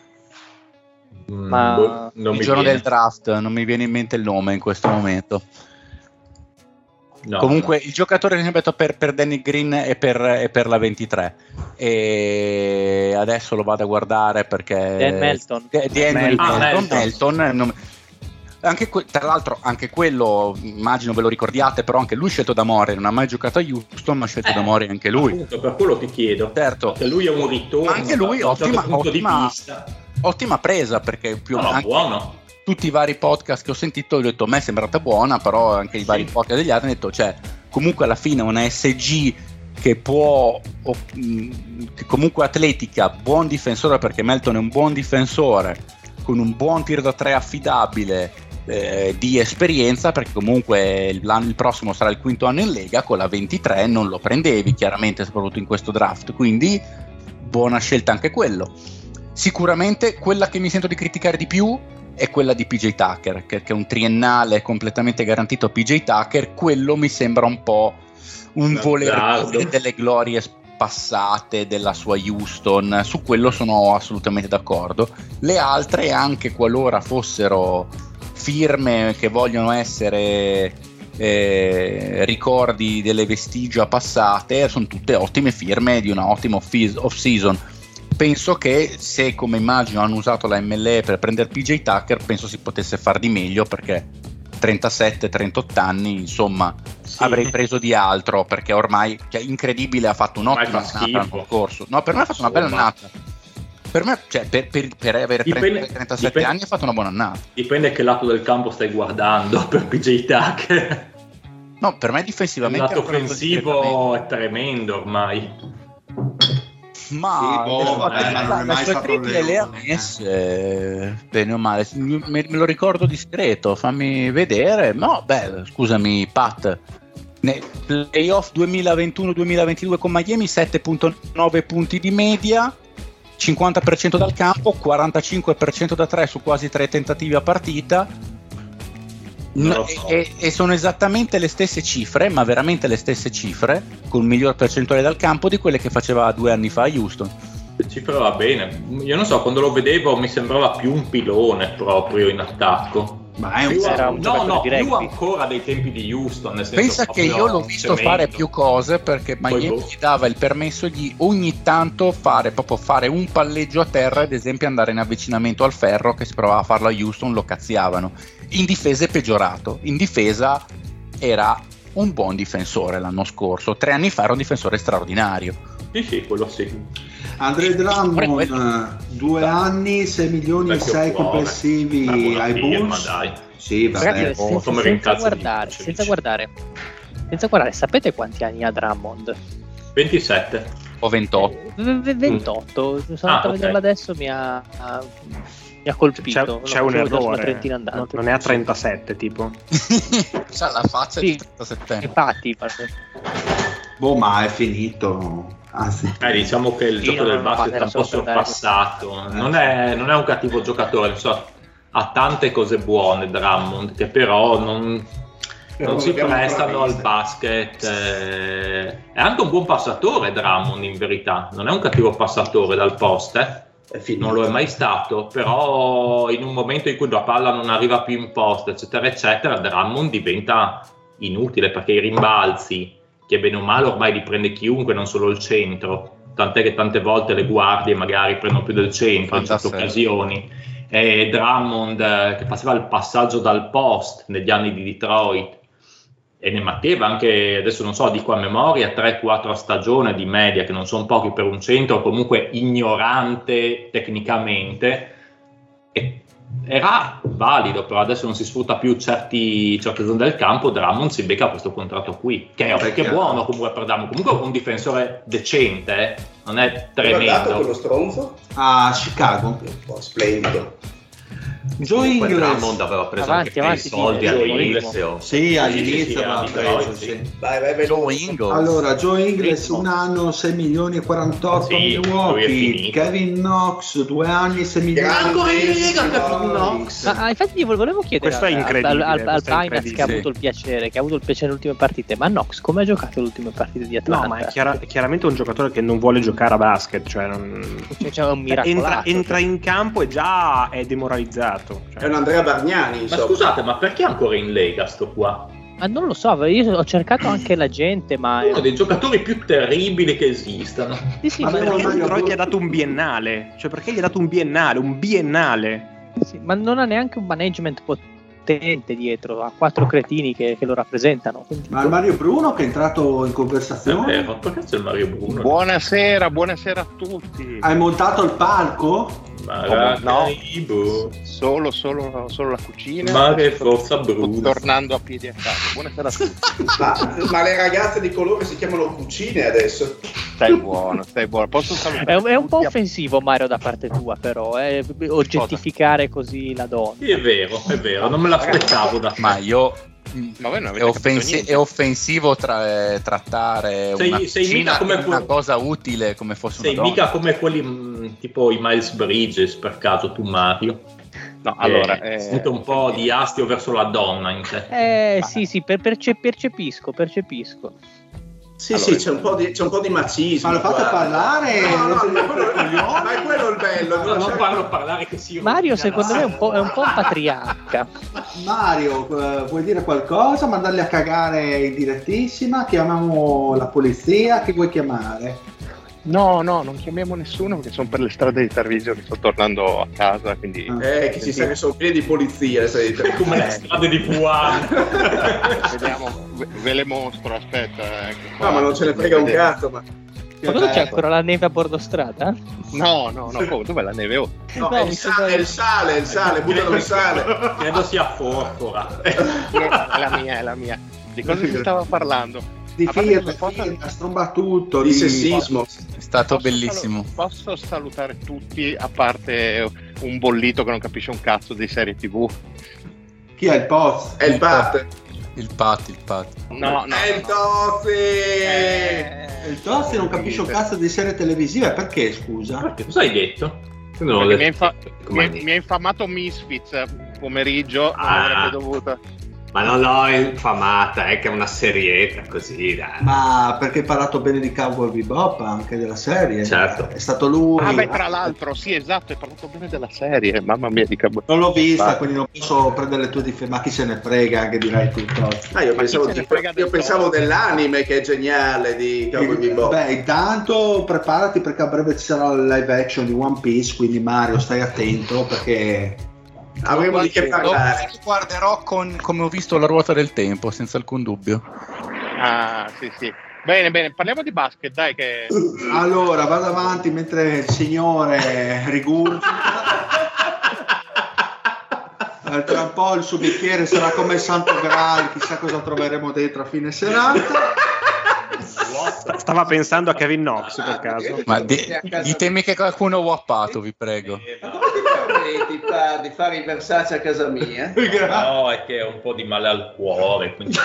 Ma il giorno viene. del draft non mi viene in mente il nome in questo momento. No, comunque no. Il giocatore che si è chiamato per, per Danny Green e per, e per la ventitré, e adesso lo vado a guardare perché Dan Melton, D- D- Melton. Ah, Melton, Melton non, anche que- tra l'altro anche quello immagino ve lo ricordiate, però anche lui scelto da Morey, non ha mai giocato a Houston ma scelto eh, da Morey anche lui, appunto, per quello ti chiedo, certo, che lui è un ritorno, anche lui da un certo ottima, punto ottima, di vista. ottima presa, perché più no, anche buono. Tutti i vari podcast che ho sentito ho detto a me è sembrata buona, però anche i sì. vari podcast degli altri hanno detto cioè comunque alla fine una S G che può o, mh, che comunque atletica, buon difensore, perché Melton è un buon difensore con un buon tiro da tre affidabile, eh, di esperienza, perché comunque l'anno, il prossimo sarà il quinto anno in Lega, con la ventitré non lo prendevi chiaramente, soprattutto in questo draft, quindi buona scelta anche quello. Sicuramente quella che mi sento di criticare di più è quella di P J Tucker, che, che è un triennale completamente garantito a P J Tucker. Quello mi sembra un po' un voler delle glorie passate della sua Houston, su quello sono assolutamente d'accordo. Le altre, anche qualora fossero firme che vogliono essere eh, ricordi delle vestigia passate, sono tutte ottime firme di una ottima off season. Penso che se, come immagino, hanno usato la M L E per prendere P J Tucker, penso si potesse far di meglio, perché trentasette trentotto anni, insomma, sì. avrei preso di altro, perché ormai, cioè, incredibile, ha fatto un'ottima annata l'anno scorso. No, per me ha fatto una bella annata. Per me, cioè, per, per, per avere trenta, trentasette dipende, anni ha fatto una buona annata. Dipende che lato del campo stai guardando per P J Tucker. No, per me difensivamente il lato offensivo è tremendo ormai. Ma, sì, boh, ma eh, la, la sua triple le ha messe bene o male, me, me lo ricordo discreto, fammi vedere. No, beh, scusami Pat, nei playoff duemilaventuno duemilaventidue con Miami sette virgola nove punti di media, cinquanta per cento dal campo, quarantacinque per cento da tre su quasi tre tentativi a partita. No, so. e, e sono esattamente le stesse cifre, ma veramente le stesse cifre, con miglior percentuale dal campo di quelle che faceva due anni fa a Houston. Le cifre va bene, io non so, quando lo vedevo mi sembrava più un pilone proprio in attacco. Ma è un, più, era un no, no, più ancora dei tempi di Houston. Nel senso, pensa che io l'ho visto cemento. fare più cose, perché Miami boh. gli dava il permesso di ogni tanto fare proprio fare un palleggio a terra, ad esempio andare in avvicinamento al ferro, che si provava a farlo a Houston, lo cazziavano. In difesa è peggiorato, in difesa era un buon difensore l'anno scorso, tre anni fa era un difensore straordinario. Sì, sì, quello sì. Andre Drummond, due anni, sei milioni e sei complessivi ai Bulls. Dai. Sì, vabbè. Ragazzi, oh, senza, senza, guardare, senza guardare, senza guardare, sapete quanti anni ha Drummond? ventisette o ventotto. V- ventotto, mm. sono ah, andato a okay. vederlo adesso, mi ha, mi ha colpito. C'è, c'è un errore, non, non è a trentasette tipo. C'ha la faccia sì, di trentasette. Infatti, boh, ma è finito. Anzi. Eh, diciamo che il sì, gioco no, del basket è un po' sorpassato. Non è, non è un cattivo giocatore, non so, ha tante cose buone Drummond, che però non, però non si prestano al basket. Eh. È anche un buon passatore Drummond, in verità. Non è un cattivo passatore dal post, eh. Non lo è mai stato, però in un momento in cui la palla non arriva più in post, eccetera, eccetera, Drummond diventa inutile, perché i rimbalzi, che bene o male ormai li prende chiunque, non solo il centro, tant'è che tante volte le guardie magari prendono più del centro in certe occasioni. E Drummond, eh, che faceva il passaggio dal post negli anni di Detroit, e ne metteva anche, adesso non so, dico a memoria, tre quattro stagioni di media, che non sono pochi per un centro, comunque ignorante tecnicamente, e era valido, però adesso non si sfrutta più certi, certe zone del campo. Drummond si becca questo contratto qui, che è, che è buono comunque per Drummond, comunque un difensore decente, eh? Non è tremendo. Quello stronzo? A Chicago. Oh, splendido. Joe Ingles. Drummond aveva preso Avanti, anche avanti, i soldi Joe all'inizio. Sì, all'inizio sì, sì, aveva all'inizio, preso, sì. sì. Vai, vai, vai. Joe Ingles. Allora, Joe Ingles un anno sei milioni e quarantotto Sì, lui è Milwaukee, finito. Kevin Knox due anni sei milioni. Ancora in Lega, Kevin Knox. Ma ah, infatti io volevo chiedere Questo è al- incredibile, al, al, al questo è Pinas incredibile. che ha avuto il piacere, che ha avuto il piacere nelle ultime partite, ma Knox come ha giocato le ultime partite di Atlanta? No, ma è, chiara- è chiaramente un giocatore che non vuole giocare a basket, cioè non... Cioè, c'è un miracolato. entra, entra in campo e già è demoralizzato. Cioè. È un Andrea Bargnani, Ma insomma. scusate, ma perché è ancora in Lega sto qua? Ma non lo so, io ho cercato anche la gente, ma... Uno dei giocatori più terribili che esistano. Sì, sì, Ma ma, abbiamo- Perché Mario, Detroit tu- gli ha dato un biennale? Cioè perché gli ha dato un biennale? Un biennale? sì, ma non ha neanche un management potente dietro, ha quattro cretini che, che lo rappresentano. Quindi... Ma il Mario Bruno che è entrato in È conversazione. vero, perché c'è il Mario Bruno? Buonasera, buonasera a tutti. Hai montato il palco? Maracaibo. Solo, solo, solo la cucina. Mare forza Sto Bruno. tornando a piedi a casa. Buonasera a tutti. Ma, ma le ragazze di colore si chiamano cucine adesso. Stai buono, stai buono. Posso salutare È, un- è un po' tutti a- offensivo, Mario, da parte tua, però, eh, oggettificare così la donna. Sì, è vero, è vero, non me l'aspettavo da Ma io Ma voi non è, avete offensi- capito niente. è offensivo tra- eh, trattare Sei- una sei cucina mica come come una que- cosa utile come fosse Sei una donna. mica come quelli mh, tipo i Miles Bridges, per caso tu, Mario. No, allora, Eh, eh, sento un po' di astio verso la donna in te. Eh sì, sì, per- perce- percepisco, percepisco. Sì, Allora, sì, c'è un, po' di, c'è un po' di macismo. Ma l'ho fatto qua. parlare? No, no, Non ma ti quello, coglioni? ma è quello il bello. No, non non c'è- parlo parlare che si Mario secondo me è un po', è un po' un patriarca. Mario, eh, vuoi dire qualcosa? Mandarli a cagare in direttissima? Chiamiamo la polizia? Chi vuoi chiamare? no, no, non chiamiamo nessuno perché sono per le strade di Tarvisio che sto tornando a casa, quindi Ah. Eh, che ci sa che sono pieni di polizia. sai, tra- come le strade di Wuhan. vediamo, ve, ve le mostro, aspetta. Ecco qua. No, ma non ce ne frega un Vedete. cazzo. Ma... Ma cosa c'è ancora la neve a bordo strada? No, no, no, oh, dov'è la neve? Oh. No, No, è, mi il sembra- sale, è il sale, è il sale, buttano il sale. Credo sia forfora. È la mia, è la mia. Di cosa si stava parlando? Di A parte firma, che posso- firma, stromba tutto. Di sessismo. È stato Posso bellissimo. salu- posso salutare tutti, a parte un bollito che non capisce un cazzo di serie tivù? Chi è il post? È il pat. Il pat, il pat. No, no. È il no. Tozzi. Eh, Il Tossi non capisce un cazzo di serie televisive, perché scusa? Perché cosa hai detto? Io non l'ho Perché mi ha, detto. infa- Come- mi ha- mi ha infamato Misfits pomeriggio, non Ah. avrebbe dovuto. Ma non l'ho infamata, è che è una serietta così, dai. Ma perché hai parlato bene di Cowboy Bebop anche della serie? Certo. È stato lui. Ah, beh, tra l'altro, sì, esatto, hai parlato bene della serie, mamma mia di cabo. Non l'ho vista, Va. quindi non posso prendere le tue difese. Ma chi se ne frega, anche dirai tu. Tossi. Ah, io Ma pensavo, chi se ne di- frega io del pensavo Tozzi? dell'anime che è geniale di Cowboy Bebop. Beh, intanto preparati perché a breve ci sarà il live action di One Piece, quindi Mario stai attento perché Avremo di che parlare. Lo guarderò con, come ho visto La ruota del tempo, senza alcun dubbio. Ah, sì, sì. Bene, bene, parliamo di basket, dai che... allora vado avanti mentre il signore rigurgita. Eh, tra un po' il suo bicchiere sarà come il Santo Graal, chissà cosa troveremo dentro a fine serata. Stava pensando a Kevin Knox per caso. Ma di- ditemi che qualcuno ha wappato, vi prego. Ma come ti permetti pa- di fare i Versace a casa mia? No, è che ho un po' di male al cuore. Quindi...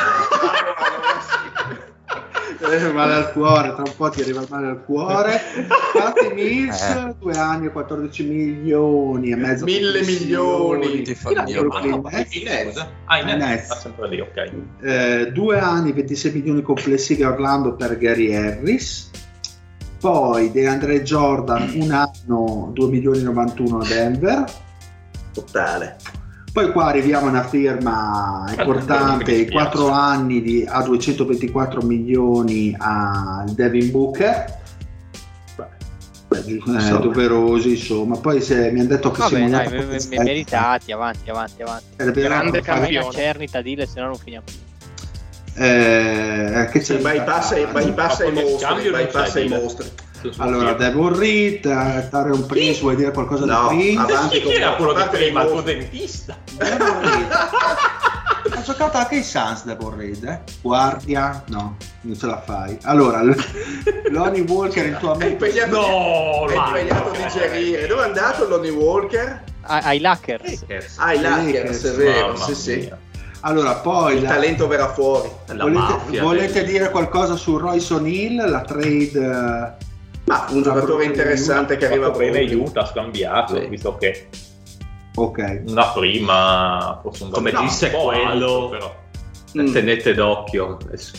Eh, male al cuore, tra un po' ti arriva il male al cuore. Patty Mills, Eh. due anni e quattordici milioni e mezzo. Mille milioni. Ti fa Chi l'ha Dio. Brooklyn Ah, Nets? in Nets? Ah, in In Nets. Nets. Ah, sempre lì, ok. Eh, due anni, ventisei milioni complessivi a Orlando per Gary Harris. Poi DeAndre Jordan, un anno, due milioni e novantuno a Denver. Totale. Poi qua arriviamo a una firma importante, mi i dispiace. quattro anni di, a duecentoventiquattro milioni a Devin Booker. Beh, eh, doverosi insomma. Poi se mi hanno detto che Vabbè, siamo dai, andati a me- me- questa- meritati, avanti, avanti, avanti. è vero, Grande fai- campione. Fai una cernita, dile, se no non finiamo. Eh, che c'è? Bypassa i bypassa i mostri, bypassa i mostri. Allora, Devon Reed, Tarion Prince, vuoi dire qualcosa no, di Prince? Avanti chi era quello di prima, il tuo dentista? Devon Reed. Ha giocato anche i Suns, Devon Reed, eh? Guardia? No, non ce la fai. Allora, Lonnie Walker, il tuo amico. È impegnato, no, è impegnato a digerire. Dove è andato Lonnie Walker? Ai Lakers. Ai Lakers, è vero, sì sì. Allora, poi il la... talento verrà fuori. La volete, mafia, volete dire qualcosa su Royce O'Neal, la trade? Ma un giocatore interessante che arriva bene Utah, scambiato, sì. Visto che ok, una prima forse un come no, disse un quello alto, però. Mm. Tenete d'occhio,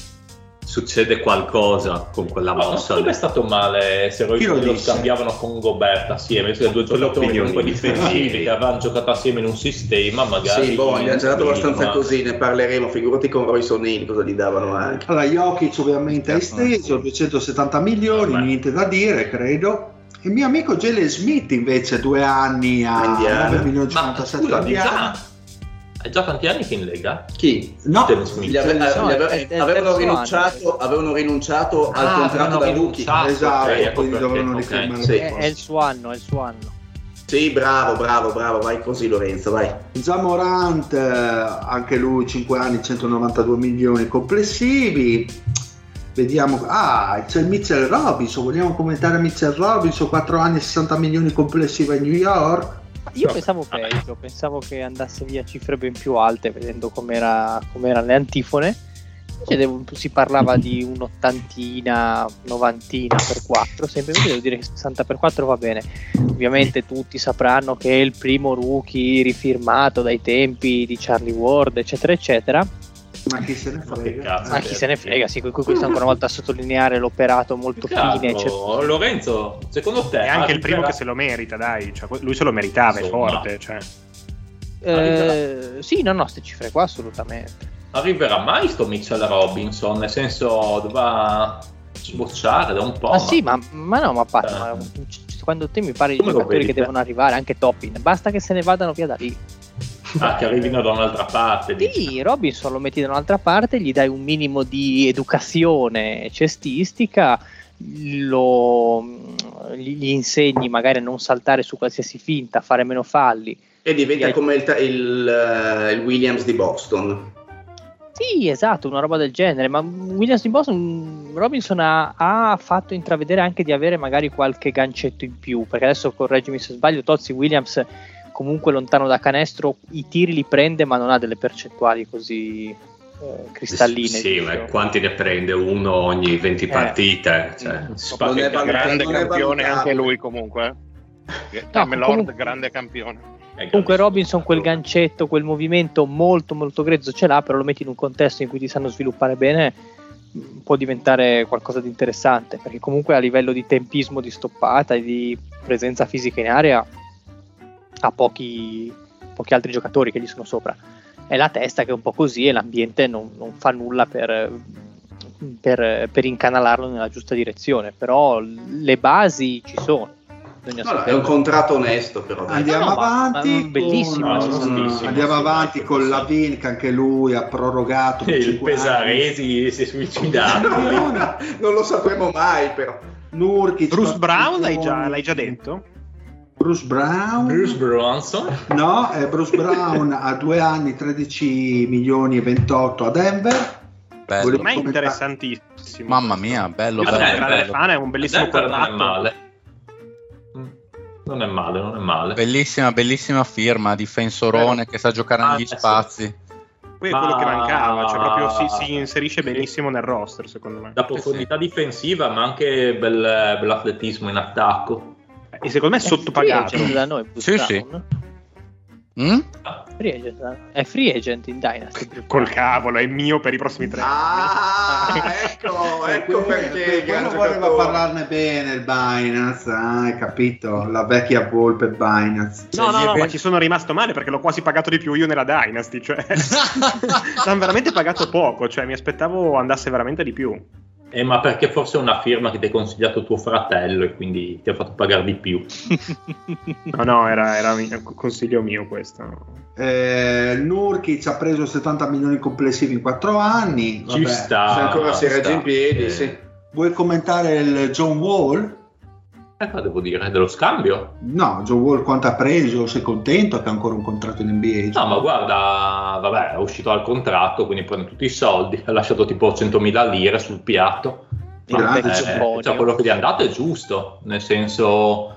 succede qualcosa con quella no, mossa. Non è stato male se Royce lo scambiavano con Gobert assieme, cioè due giocatori comunque difensivi che avevano giocato assieme in un sistema, magari. Sì, boh, gli ha girato abbastanza ma... così, ne parleremo, figurati con Royce O'Neal cosa gli davano anche. Allora, Jokic ovviamente ha esteso, duecentosettanta milioni, Vabbè. niente da dire, credo. Il mio amico Jalen Smith invece due anni a nove milioni e cinquantasette anni. È già tanti anni che in Lega? Chi? No, gli ave- no gli ave- è, è avevano, rinunciato, avevano rinunciato ah, al contratto da rookie. Esatto, okay, quindi dovevano okay. richiamare. Sì. È, è il suo anno, è il suo anno. Sì, bravo, bravo, bravo, vai così Lorenzo, vai. Già Morant, anche lui cinque anni, centonovantadue milioni complessivi. Vediamo, ah, c'è Mitchell Robinson, vogliamo commentare Mitchell Robinson, quattro anni, sessanta milioni complessivi a New York. Io no. pensavo peggio, pensavo che andasse via cifre ben più alte vedendo com'era, com'era le antifone. Invece si parlava di un'ottantina, novantina per quattro, sempre invece devo dire che sessanta per quattro va bene. Ovviamente tutti sapranno che è il primo rookie rifirmato dai tempi di Charlie Ward, eccetera, eccetera. Ma chi se ne frega? Ma chi se ne frega, sì, questo ancora una volta a sottolineare l'operato molto fine. Cioè... Lorenzo, secondo te è anche il primo arriverà... che se lo merita, dai, cioè, lui se lo meritava, è forte, cioè. Eh, sì, no, no, queste cifre qua assolutamente. Arriverà mai sto Mitchell Robinson? Nel senso, dovrà sbocciare da un po'. Ma, ma... sì, ma, ma no, ma, Pat, eh. ma quando te mi parli di giocatori che devono arrivare, anche Toppin, basta che se ne vadano via da lì. Ah, che arrivino da un'altra parte. Sì, dici. Robinson lo metti da un'altra parte, gli dai un minimo di educazione cestistica, lo, gli insegni magari a non saltare su qualsiasi finta, a fare meno falli. E diventa hai... come il, il, il Williams di Boston. Sì, esatto, una roba del genere, ma Williams di Boston, Robinson ha, ha fatto intravedere anche di avere magari qualche gancetto in più, perché adesso, correggimi se sbaglio, Tozzi Williams comunque lontano da canestro i tiri li prende, ma non ha delle percentuali così eh, cristalline. Sì, sì, ma quanti ne prende uno ogni venti eh. partite? Cioè, non è val- grande non campione è anche lui comunque. No, Lord, comunque, grande campione. Comunque Robinson quel gancetto, quel movimento molto molto grezzo ce l'ha, però lo metti in un contesto in cui ti sanno sviluppare bene, può diventare qualcosa di interessante, perché comunque a livello di tempismo di stoppata e di presenza fisica in area ha pochi, pochi altri giocatori che gli sono sopra. È la testa che è un po' così e l'ambiente non, non fa nulla per, per, per incanalarlo nella giusta direzione, però le basi ci sono. No, no, è un contratto onesto, però dai. Andiamo no, no, avanti, ma, ma bellissimo, con, andiamo avanti con Lavin, che anche lui ha prorogato per il Pesaresi si è suicidato. no, no, non lo sapremo mai, però. Nurkic, Bruce Brown l'hai già, l'hai già detto? Bruce Brown Bruce Bronson no, è Bruce Brown a due anni, tredici milioni e ventotto a Denver. Bello. Ma è interessantissimo. Mamma mia, bello, bello, bello, bello. bello. Fan, è un bellissimo contratto. Non è male. Non è male, non è male. Bellissima, bellissima firma, difensorone che sa giocare ah, negli sì. spazi. Poi è quello che mancava, cioè proprio si, si inserisce benissimo nel roster, secondo me. La profondità sì. difensiva, ma anche bel, bell'atletismo in attacco. E secondo me è sottopagato. È da noi, sì, sì. Mm? Free agent, è free agent in Dynasty. Col cavolo, è mio per i prossimi tre ah, anni. Ah, ecco, ecco perché quello voleva parlarne bene il Binance, ah, hai capito? La vecchia volpe Binance. No, no, no, ma ci sono rimasto male perché l'ho quasi pagato di più io nella Dynasty, cioè l'hanno veramente pagato poco, cioè mi aspettavo andasse veramente di più. Eh, ma perché forse è una firma che ti ha consigliato tuo fratello e quindi ti ha fatto pagare di più. No, no, era, era un consiglio mio questo. Eh, Nurkic ha preso settanta milioni complessivi in quattro anni. Ci Vabbè, sta. Se ancora si sta. regge in piedi, Eh. sì. Vuoi commentare il John Wall? Eh, ma devo dire, dello scambio? No, John Wall quanto ha preso? Sei contento che ha ancora un contratto in N B A? No, ma guarda, vabbè, è uscito dal contratto, quindi prende tutti i soldi, ha lasciato tipo centomila lire sul piatto. Grande Eh, cioccolio. cioè, quello che gli è andato è giusto, nel senso,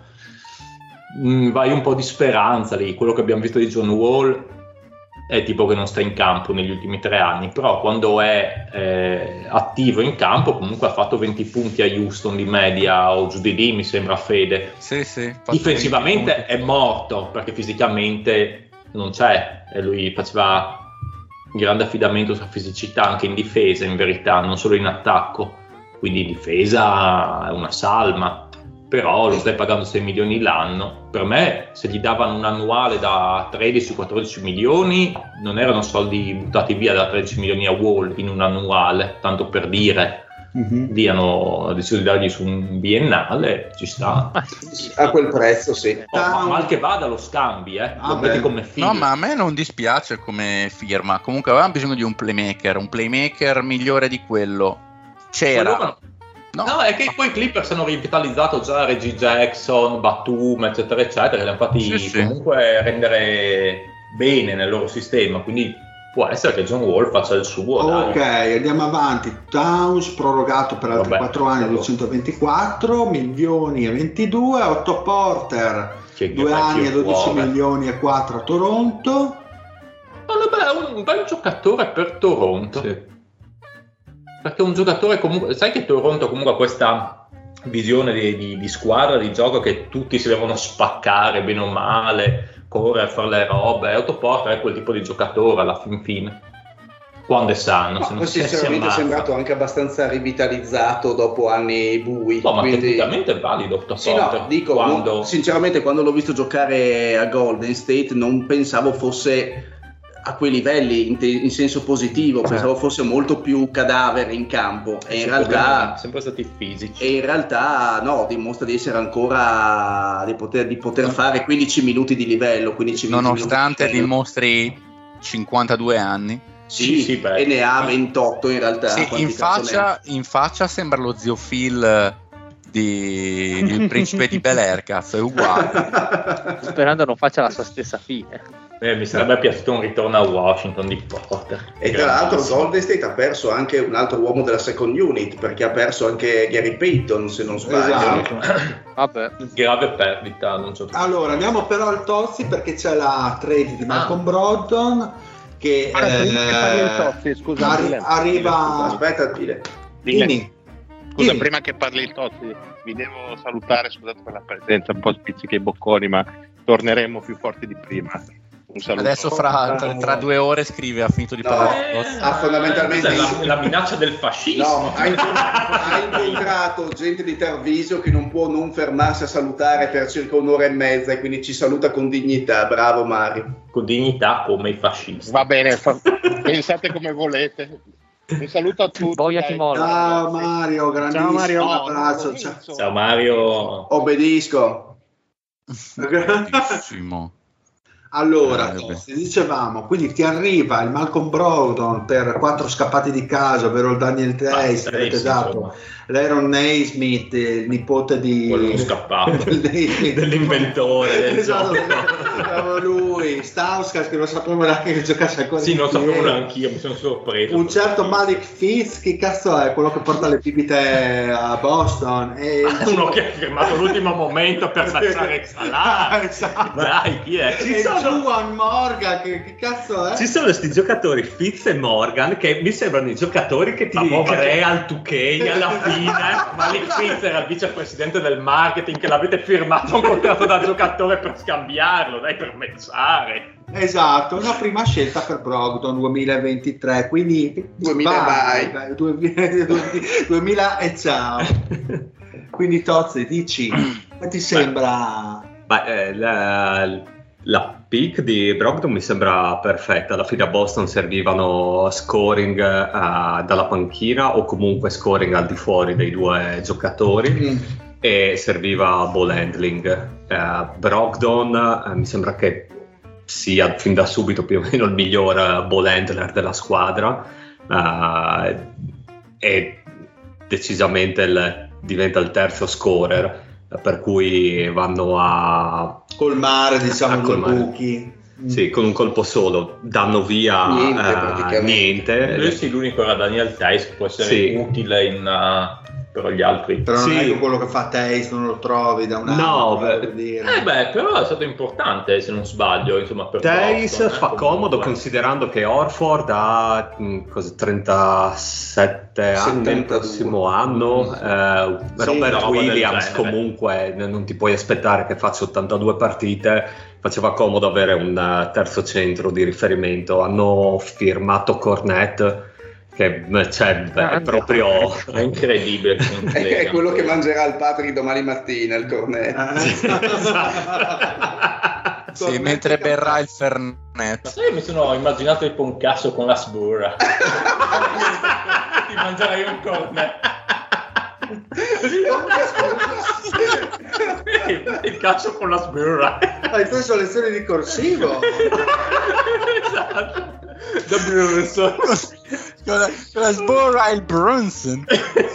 mh, vai un po' di speranza lì. Quello che abbiamo visto di John Wall è tipo che non sta in campo negli ultimi tre anni, però quando è eh, attivo in campo comunque ha fatto venti punti a Houston di media o giù di lì, mi sembra, Fede. Sì, sì. Difensivamente è morto perché fisicamente non c'è e lui faceva grande affidamento sulla fisicità anche in difesa, in verità, non solo in attacco, quindi in difesa è una salma, però lo stai pagando sei milioni l'anno. Per me, se gli davano un annuale da tredici quattordici milioni, non erano soldi buttati via da tredici milioni a Wall in un annuale, tanto per dire. Mhm. Lì hanno deciso di dargli su un biennale, ci sta. A quel prezzo, sì. Oh, ma mal che vada lo scambi, eh? Ah, Lo metti beh. come figlio. No, ma a me non dispiace come firma. Comunque avevamo bisogno di un playmaker, un playmaker migliore di quello. C'era. Quello- No, No, è che poi i Clippers hanno rivitalizzato già Reggie Jackson, Batum, eccetera, eccetera, che li hanno fatti Sì, sì. comunque rendere bene nel loro sistema, quindi può essere che John Wall faccia il suo. Ok, dai. andiamo avanti. Towns prorogato per altri Vabbè, quattro anni, vabbè. duecentoventiquattro milioni e ventidue. Otto Porter, Che due anni e dodici uova. milioni e quattro a Toronto. Ma vabbè, è un bel giocatore per Toronto. Sì. Perché un giocatore comunque, sai che Toronto comunque ha questa visione di, di- di squadra, di gioco, che tutti si devono spaccare bene o male, correre a fare le robe. E Otto Porter è quel tipo di giocatore alla fin fine, quando è sano. Ma se non poi si- si sinceramente è ammazza. sembrato anche abbastanza rivitalizzato dopo anni bui. No, ma quindi... tecnicamente è valido Otto Sì, Porter. no, dico, quando... non- sinceramente quando l'ho visto giocare a Golden State non pensavo fosse a quei livelli in, te- in senso positivo, pensavo fosse molto più cadavere in campo e in Sì, realtà sempre stati fisici. e in realtà no, dimostra di essere ancora di poter, di poter fare quindici minuti di livello, quindici nonostante minuti di livello. dimostri cinquantadue anni. Sì, Sì, sì, beh. e ne ha ventotto in realtà. Sì, quanti in cazzo ne ha? faccia, in faccia sembra lo zio Phil di, di Il Principe di Bel-Air, cazzo, è uguale. Sperando non faccia la sua stessa fine. Eh, mi sarebbe piaciuto un ritorno a Washington di Porter. E tra l'altro Grandissimo. Golden State ha perso anche un altro uomo della second unit, perché ha perso anche Gary Payton, se non sbaglio. Esatto. Vabbè. Grave perdita, non so. Allora, andiamo però al Tozzi perché c'è la trade di Malcolm Ah. Brogdon che Ah, prima che parli il eh, Tozzi, scusa, arri- Dile. arriva. Aspetta, dile. Dile. Dimmi. Scusa, Dimmi. prima che parli il Tozzi, vi devo salutare, scusate per la presenza, un po' spizzica i bocconi, ma torneremo più forti di prima. Un saluto. Adesso fra, tra, tra due ore scrive, ha finito di No, parlare. Eh, ha fondamentalmente cos'è la, la minaccia del fascismo. No, ha incontrato, ha incontrato gente di Tarvisio che non può non fermarsi a salutare per circa un'ora e mezza e quindi ci saluta con dignità. Bravo Mario. Con dignità come i fascisti. Va bene, fa- pensate come volete. Un saluto a tutti. Boia dai. ti molla. Ciao Mario, grandissimo Mario. un No, abbraccio. non Ciao. lo so. Ciao Mario. Obbedisco. Bellissimo. Allora, Eh, vabbè. Tozzi, dicevamo, quindi ti arriva il Malcolm Brogdon per quattro scappati di casa, ovvero il Daniel Trace, Trace, esatto, insomma. l'Aaron Naismith, il nipote di Quello non scappato. del Naismith. dell'inventore del Esatto, gioco. bravo lui, Stauskas che non sapevo neanche che giocasse ancora Sì, in non N B A. sapevo neanch'io, mi sono sorpreso. Un certo Malik Fitz, che cazzo è? Quello che porta le bibite a Boston. E Uno che ha firmato l'ultimo momento per lasciare il salario. Esatto. Dai, chi è? E Juan Morgan, che, che cazzo è? Ci sono questi giocatori Fitz e Morgan che mi sembrano i giocatori che ti Ma boh, crea il due K alla fine. Malik Fitz era il vicepresidente del marketing, che l'avete firmato un contratto da giocatore per scambiarlo, dai, per matchare. Esatto, una prima scelta per Brogdon duemilaventitré, quindi duemila vai, vai. vai, duemila, duemila e ciao. Quindi Tozzi, dici, come ti sembra? Ma, eh, la- La pick di Brogdon mi sembra perfetta. Alla fine a Boston servivano scoring uh, dalla panchina o comunque scoring al di fuori dei due giocatori mm. e serviva ball handling. Uh, Brogdon uh, mi sembra che sia fin da subito più o meno il miglior uh, ball handler della squadra uh, e decisamente il, diventa il terzo scorer, per cui vanno a colmare, diciamo, a colmare. due buchi. Sì, con un colpo solo danno via niente, uh, praticamente. niente. Lui sì, l'unico era Daniel Theis, che può essere Sì. utile in, uh, però gli altri. Però non Sì. è che quello che fa Theis non lo trovi da un anno. No, per beh. dire. Eh beh, però è stato importante, se non sbaglio, insomma, per Theis Boston, fa eh, comodo comunque. considerando che Horford ha mh, cosa, trentasette anni il settantadue. prossimo anno, eh, Sì, Robert una roba Williams del genere. comunque n- non ti puoi aspettare che faccia ottantadue partite, faceva comodo avere un uh, terzo centro di riferimento. Hanno firmato Cornet che cioè, beh, è proprio È incredibile. È quello che mangerà il Patrick domani mattina, il cornetto. Sì, mentre berrà il Ma Fernet. sai, io mi sono immaginato tipo un cazzo con la sburra. Ti mangerai un cornet. Il cazzo con la sburra. Hai preso lezioni di corsivo? Esatto. Da Brunson. Con la, con la sborra il Brunson.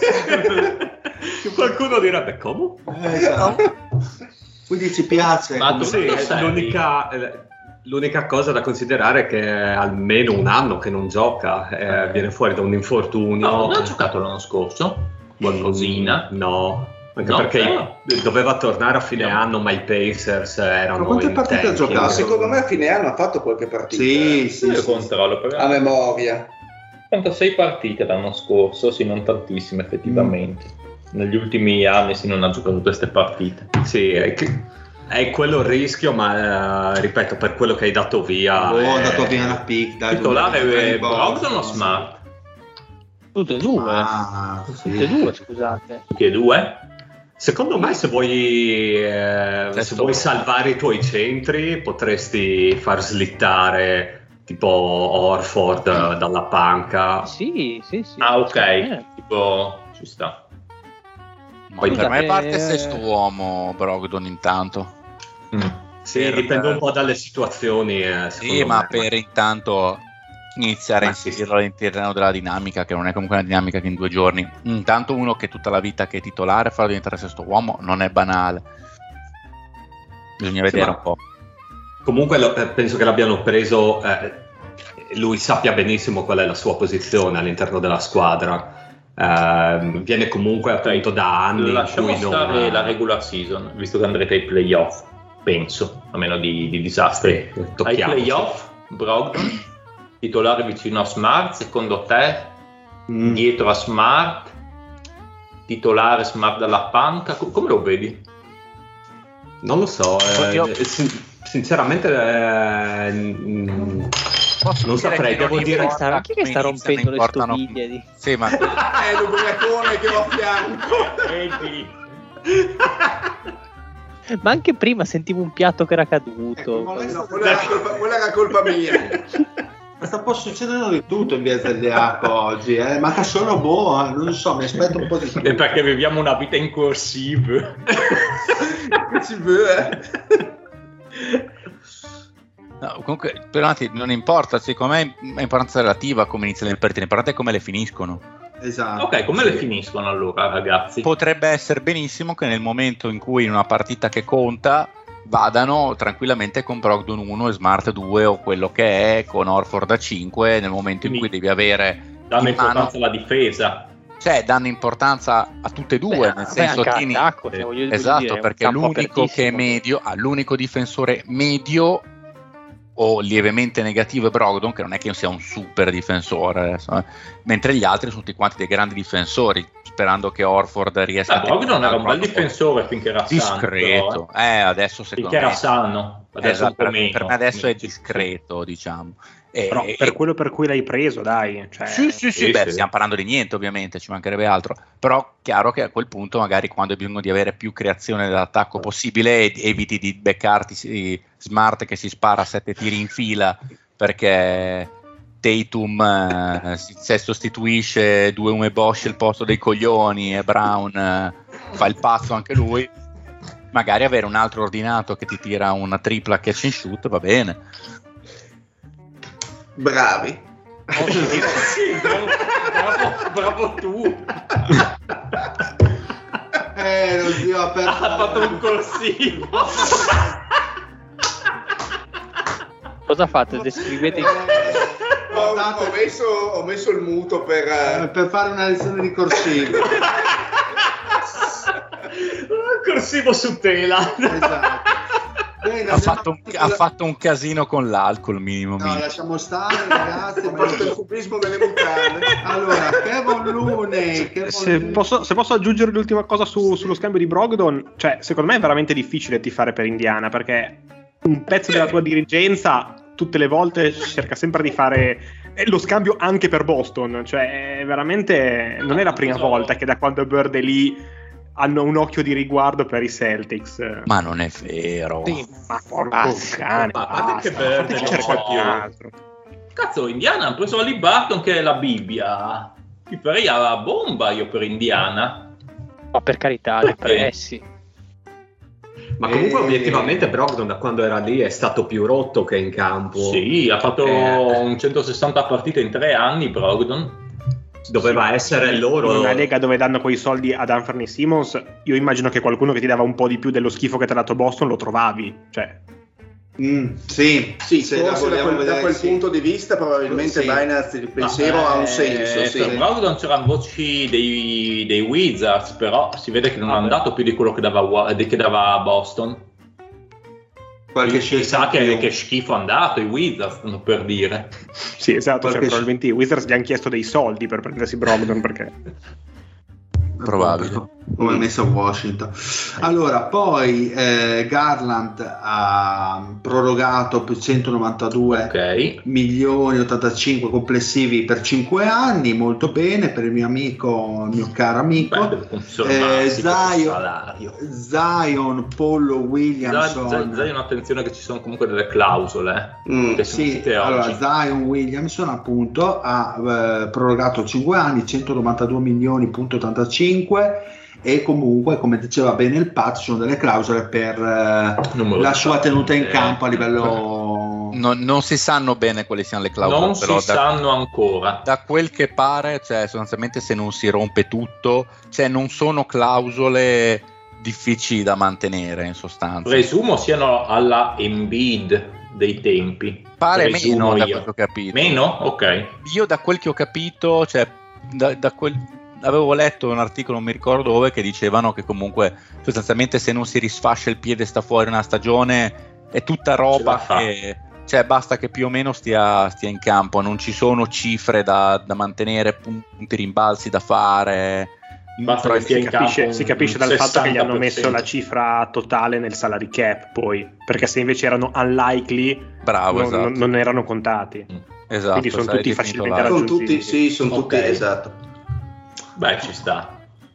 qualcuno direbbe come? Eh, esatto. Quindi ci piace. Ma tu Sì, lo sai? l'unica, eh, l'unica cosa da considerare è che è almeno un anno che non gioca, eh, viene fuori da un infortunio. No, non ha giocato l'anno scorso? Qualcosina? No, anche No, perché però- doveva tornare a fine No. anno, ma i Pacers erano Ma quante in partite ha tanking. giocato? Secondo me a fine anno ha fatto qualche partita. Sì, sì, Io sì. controllo però. A memoria. quarantasei partite l'anno scorso, sì, non tantissime effettivamente. Negli ultimi anni sì, non ha giocato tutte queste partite. Sì, è, che- è quello il rischio, ma eh, ripeto, per quello che hai dato via... Oh, è- è andato via una pick. Dai, Titolare due- è Brogdon o Smart? Tutte e due. Ah, Tutte sì. e due, scusate. Tutti e due? Secondo me se vuoi, eh, se vuoi salvare i tuoi centri potresti far slittare tipo Horford dalla panca. Sì, sì, sì. Ah, ok. Eh, Tipo, ci sta. Poi per me Scusate, parte eh, sesto uomo Brogdon intanto. Sì, Per- dipende un po' dalle situazioni. eh, Sì, secondo ma me. per intanto iniziare a Ma sì, inserirlo all'interno della dinamica, che non è comunque una dinamica che in due giorni. Intanto uno che tutta la vita che è titolare farlo diventare sesto uomo non è banale. Bisogna vedere ma- un po'. Comunque lo- eh, penso che l'abbiano preso, eh, lui sappia benissimo qual è la sua posizione all'interno della squadra. Eh, viene comunque appunto da anni in Lasciamo cui non... stare la regular season, visto che andrete ai playoff, penso, a meno di, di disastri. Sì, Ai tocchiamoci. playoff, Brogdon, titolare vicino a Smart, secondo te, Mm. dietro a Smart, titolare Smart dalla panca, co- come lo vedi? Non lo so, eh, Io- eh, sin- sinceramente eh, mm, Posso non dire saprei, che non devo dire- importa Ma chi è che come sta iniziano, rompendo le importano- stoviglie di- Sì, ma È l'ubriacone che ho a fianco. Ma anche prima sentivo un piatto che era caduto. Ecco, ma lei- No, quella, era colpa, quella era colpa mia. Ma sta un po' succedendo di tutto in via Tagliaco oggi, eh? Manca solo boh, eh, non so, mi aspetto un po' di più. È perché viviamo una vita in corsive. Ci vuole. no, comunque per avanti non importa, secondo me è importanza relativa come iniziano le partite, l'importante è come le finiscono. Esatto. Ok, come le finiscono allora, ragazzi? Potrebbe essere benissimo che nel momento in cui in una partita che conta vadano tranquillamente con Brogdon uno e Smart due o quello che è, con Horford a cinque, nel momento in Quindi cui devi avere Danno in mano, importanza alla difesa. cioè danno importanza a tutte e due, Beh, nel vabbè, senso anche tieni- all'attacco, cioè, voglio- voglio esatto, dire, è un perché campo l'unico che è apertissimo. medio, ah, l'unico difensore medio o lievemente negativo è Brogdon, che non è che sia un super difensore adesso, eh. Mentre gli altri sono tutti quanti dei grandi difensori, sperando che Horford riesca Ah, Brogdon era un bel difensore finché era sano. discreto, però, eh. eh, adesso secondo Finché era me sano. Adesso esatto, un po' per, meno. per me adesso è discreto, diciamo. E, Però per e, quello per cui l'hai preso, dai. Cioè... Sì, sì, sì, sì, beh, sì. stiamo parlando di niente, ovviamente, ci mancherebbe altro. Però chiaro che a quel punto, magari quando hai bisogno di avere più creazione dell'attacco possibile, eviti di beccarti sì, Smart che si spara sette tiri in fila perché Tatum eh, se sostituisce due uno e Bosch al posto dei coglioni e Brown eh, fa il pazzo anche lui. Magari avere un altro ordinato che ti tira una tripla catch and shoot va bene. Bravi. Sì, bravo, bravo, bravo tu. Eh, lo zio ha aperto. Ha fatto un corsivo. Cosa fate? Descrivete. Ho, ho, messo, ho messo il muto per, Eh, per fare una lezione di corsivo. Corsivo su tela. Esatto. Bene, Ha abbiamo- fatto, un, ha fatto un casino con l'alcol, minimo No, minimo. lasciamo stare, ragazzi. ho fatto il cubismo delle mutande. Allora, Kevon Looney, Kevon Se Looney. posso, se posso aggiungere l'ultima cosa su- sullo scambio di Brogdon, cioè secondo me è veramente difficile tifare per Indiana, perché un pezzo della tua dirigenza tutte le volte cerca sempre di fare eh, lo scambio anche per Boston, cioè è veramente non è la prima volta che da quando Bird è lì hanno un occhio di riguardo per i Celtics. Ma non è vero. Sì, ma porco cane, Ma guarda basta, che Bird fateci no. cercare qualcun altro. Cazzo, Indiana hanno preso Ali Barton che è la Bibbia. Ti farei la bomba io per Indiana. Ma per carità, li pressi. Ma comunque Eh, obiettivamente Brogdon da quando era lì è stato più rotto che in campo. Sì, ha fatto Eh. un centosessanta partite in tre anni Brogdon. Doveva essere loro. In una lega dove danno quei soldi ad Anthony Simmons, io immagino che qualcuno che ti dava un po' di più dello schifo che ti ha dato Boston lo trovavi, cioè Mm, sì, Sì, se la forse da vogliamo quel, da vedere, quel sì. punto di vista probabilmente Sì. Binance il pensiero ha un senso. Eh, Sì. Per Brogdon c'erano voci dei, dei Wizards, però si vede che non hanno dato più di quello che dava, Wa- che dava Boston. Qualche Si sa scelta in che, più. che schifo è andato i Wizards, stanno per dire. sì, esatto, cioè, Qualche- probabilmente i Wizards gli hanno chiesto dei soldi per prendersi Brogdon perché Probabile. Come è messo a Washington. Allora, poi eh, Garland ha prorogato per centonovantadue Ok. milioni ottantacinque complessivi per cinque anni, molto bene per il mio amico, il mio caro amico. Beh, deve conservarsi Eh, questo Zion, salario. Zion, Pollo Williamson. Zai- Zai- attenzione che ci sono comunque delle clausole eh, Mm, che sono Sì, uscite allora oggi. Zion Williamson appunto ha eh, prorogato cinque anni, centonovantadue milioni punto ottantacinque, e comunque come diceva bene il patch ci sono delle clausole per eh, Numero la di sua tenuta in partite. campo a livello Non, non si sanno bene quali siano le clausole, Non però si da, sanno ancora. da quel che pare, cioè sostanzialmente se non si rompe tutto, cioè non sono clausole difficili da mantenere in sostanza. Presumo siano alla Embiid dei tempi. Pare Presumo meno da io. quel che ho capito. Meno? Ok. Io da quel che ho capito, cioè da, da quel, avevo letto un articolo, non mi ricordo dove, che dicevano che comunque sostanzialmente se non si risfascia il piede sta fuori una stagione, è tutta Ce la roba fa. che, cioè basta che più o meno stia, stia in campo, non ci sono cifre da, da mantenere, punti rimbalzi da fare. Basta Però che stia si in capisce, campo si capisce un dal fatto che gli hanno sessanta per messo cento. la cifra totale nel salary cap poi, perché se invece erano unlikely Bravo, non, esatto. non- non erano contati. Esatto, quindi sono sarei tutti definito facilmente là. Sono raggiungibili. tutti, sì, sono tutti, Ok. esatto. Beh, ci sta.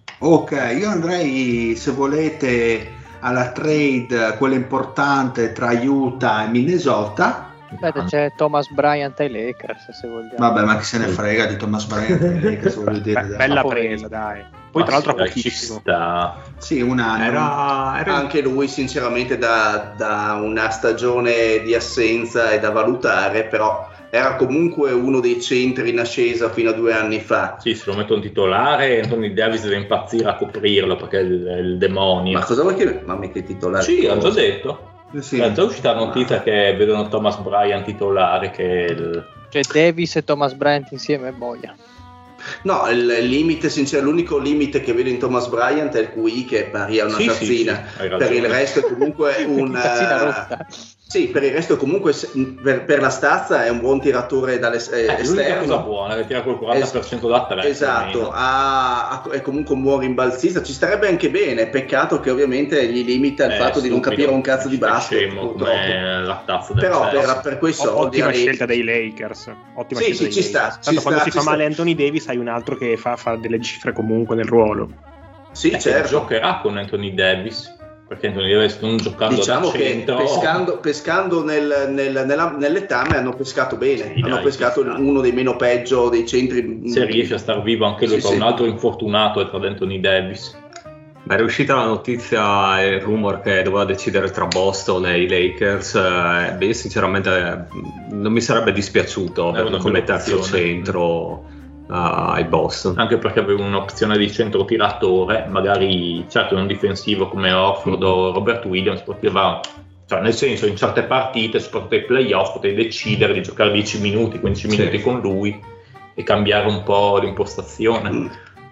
Ok, io andrei, se volete, alla trade, quella importante tra Utah e Minnesota. Aspetta, c'è Thomas Bryant ai Lakers, se vogliamo. Vabbè, ma chi se ne frega di Thomas Bryant, che voglio dire, Beh, dai. bella poverino. presa, dai. Poi Ma tra l'altro sì, a dai, ci pochissimo. sta. Sì, un anno. Era, era Anche lui sinceramente da, da una stagione di assenza è da valutare, però era comunque uno dei centri in ascesa fino a due anni fa. Sì, se lo metto un titolare, Anthony Davis deve impazzire a coprirlo perché è il, è il demonio. Ma cosa vuoi che... Ma mica i titolari? Sì, ho già detto. Eh sì. È già uscita la notizia che vedono Thomas Bryant titolare, che è il... Cioè Davis e Thomas Bryant insieme, boia. No, il limite sincero, l'unico limite che vedo in Thomas Bryant è il Q I, che è pari a una sì, tazzina. Sì, sì, per il resto è comunque un tazzina rotta. Sì, per il resto comunque per, per la stazza è un buon tiratore dall'esterno. È l'unica cosa buona, che tira quel quaranta per cento da tre. Esatto, ha, ha, è comunque un buon rimbalzista, ci starebbe anche bene, peccato che ovviamente gli limita il eh, fatto stupido, di non capire un cazzo di basket, la tazza del però per, per quei soldi ottima scelta dei Lakers, ottima sì, scelta sì, dei ci Lakers. sta, Tanto ci quando sta, si fa ci male sta. Anthony Davis hai un altro che fa, fa delle cifre comunque nel ruolo. Sì, eh, certo. Giocherà con Anthony Davis, perché Anthony Davis non giocando diciamo da che centro, pescando, pescando nel, nel, nella, nell'etame hanno pescato bene, sì, hanno dai, pescato uno dei meno peggio dei centri. Se riesce a star vivo anche lui, sì, con sì. un altro infortunato tra Anthony Davis. Beh, era uscita la notizia e il rumor che doveva decidere tra Boston e i Lakers. Eh, beh, sinceramente eh, non mi sarebbe dispiaciuto averlo come terzo centro uh, ai Boston. Anche perché aveva un'opzione di centro tiratore, magari certo non difensivo come Horford o Robert Williams, poteva, cioè nel senso in certe partite, soprattutto ai playoff, potevi decidere di giocare dieci minuti, quindici minuti sì. con lui e cambiare un po' l'impostazione. Mm.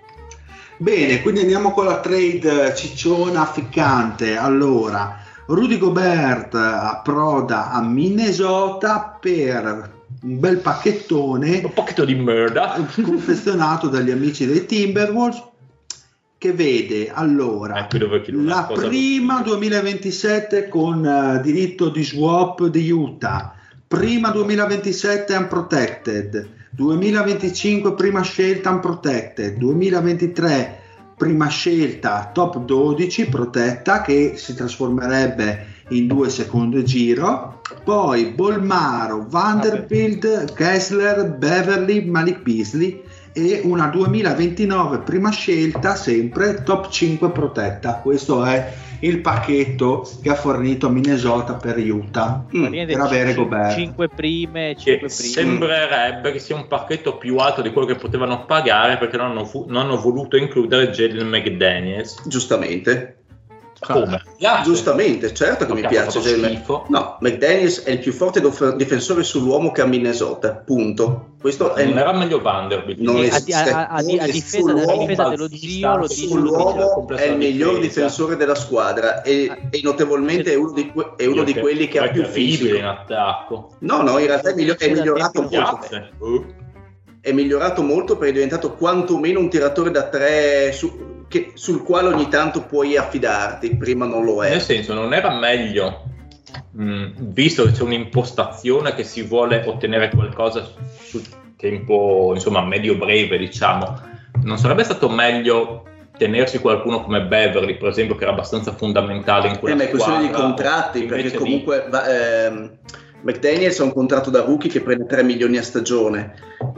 Bene, quindi andiamo con la trade cicciona ficcante. Allora, Rudy Gobert approda a Minnesota per un bel pacchettone, Un pacchetto di merda. confezionato dagli amici dei Timberwolves, che vede allora Eh, qui dove chiudo una la cosa prima duemilaventisette con uh, diritto di swap di Utah, prima duemilaventisette unprotected, duemilaventicinque prima scelta unprotected, duemilaventitré prima scelta top dodici protetta che si trasformerebbe in due secondo giro, poi Bolmaro, Vanderbilt, Kessler, Beverly, Malik Beasley e una duemilaventinove prima scelta sempre top cinque protetta. Questo è il pacchetto che ha fornito Minnesota per Utah Mm. per avere Gobert. cinque prime, Che cinque prime. sembrerebbe che sia un pacchetto più alto di quello che potevano pagare, perché non hanno, fu- non hanno voluto includere Jalen McDaniels. Giustamente. Come? Piace. Giustamente, certo che Perché mi ha piace. fatto Jalen- schifo. No, McDaniels è il più forte dof- difensore sull'uomo che ha Minnesota, punto. Questo è Non era meglio Vanderbilt? non a, esiste. a- a- a Non difesa, sull'uomo- a difesa dello zio lo dice sull'uomo è il miglior difesa. difensore della squadra e, e notevolmente è uno di, que- è uno di quelli che ha più terribile fisico. in attacco. No, no, in realtà è, miglio- è migliorato molto. Piace. Uh. È migliorato molto perché è diventato quantomeno un tiratore da tre su- che- sul quale ogni tanto puoi affidarti, prima non lo Nel è. senso, non era meglio, mh, visto che c'è un'impostazione che si vuole ottenere qualcosa su tempo, insomma, medio breve, diciamo, non sarebbe stato meglio tenersi qualcuno come Beverly, per esempio, che era abbastanza fondamentale in Eh, quella ma è questione di squadra, contratti, invece perché di- comunque va- ehm, McDaniels ha un contratto da rookie che prende tre milioni a stagione,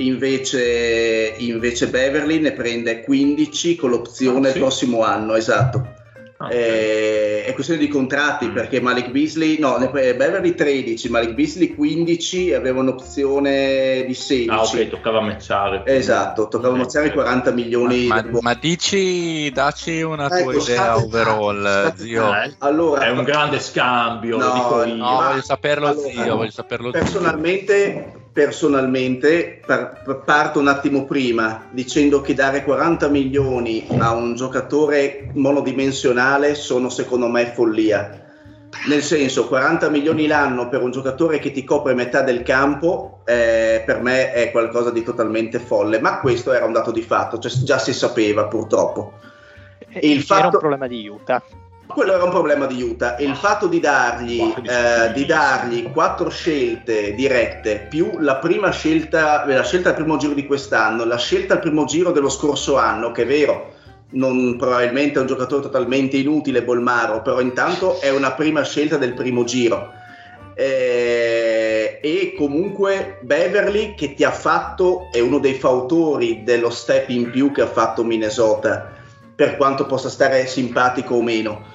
invece, invece Beverly ne prende quindici con l'opzione Ah, sì? il prossimo anno, esatto. Ah, Eh, è questione di contratti perché Malik Beasley, no, ne pre- Beverly tredici, Malik Beasley quindici e aveva un'opzione di sedici. Ah, ok, toccava matchare. Esatto, toccava Ok, matchare ok. quaranta milioni. Ma, del- ma- ma dici, dacci una Ecco, tua idea state- overall, state- zio. Eh, Allora, è un grande scambio, No, lo dico io. No, voglio saperlo Allora, zio, voglio saperlo zio. Personalmente, personalmente par- par- parto un attimo prima dicendo che dare quaranta milioni a un giocatore monodimensionale sono secondo me follia. Nel senso, quaranta milioni l'anno per un giocatore che ti copre metà del campo, eh, per me è qualcosa di totalmente folle, ma questo era un dato di fatto, cioè già si sapeva purtroppo. E il c'era fatto- un problema di Utah. Quello era un problema di Utah e il fatto di dargli, eh, di dargli quattro scelte dirette più la prima scelta, la scelta al primo giro di quest'anno, la scelta al primo giro dello scorso anno, che è vero, non probabilmente è un giocatore totalmente inutile Bolmaro, però intanto è una prima scelta del primo giro. Eh, e comunque Beverly che ti ha fatto, è uno dei fautori dello step in più che ha fatto Minnesota, per quanto possa stare simpatico o meno.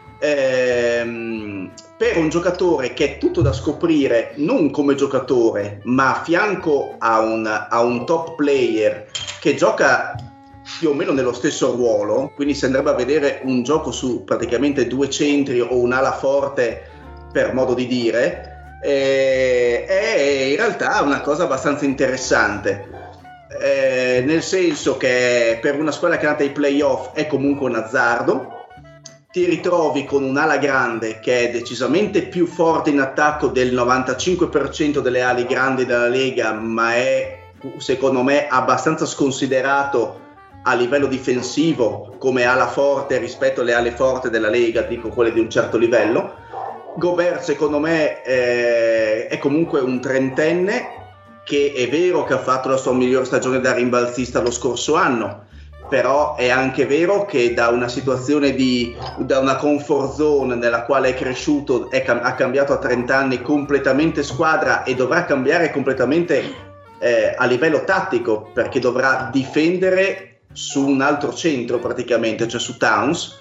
Ehm, per un giocatore che è tutto da scoprire, non come giocatore, ma a fianco a un, a un top player che gioca più o meno nello stesso ruolo, quindi si andrebbe a vedere un gioco su praticamente due centri o un'ala forte, per modo di dire, eh, è in realtà una cosa abbastanza interessante. eh, nel senso che per una squadra che è andata ai playoff è comunque un azzardo. Ti ritrovi con un'ala grande che è decisamente più forte in attacco del novantacinque per cento delle ali grandi della Lega, ma è secondo me abbastanza sconsiderato a livello difensivo come ala forte rispetto alle ale forti della Lega, dico quelle di un certo livello. Gobert secondo me eh, è comunque un trentenne che è vero che ha fatto la sua miglior stagione da rimbalzista lo scorso anno, però è anche vero che da una situazione di da una comfort zone nella quale è cresciuto è, ha cambiato a trenta anni completamente squadra e dovrà cambiare completamente eh, a livello tattico, perché dovrà difendere su un altro centro praticamente, cioè su Towns,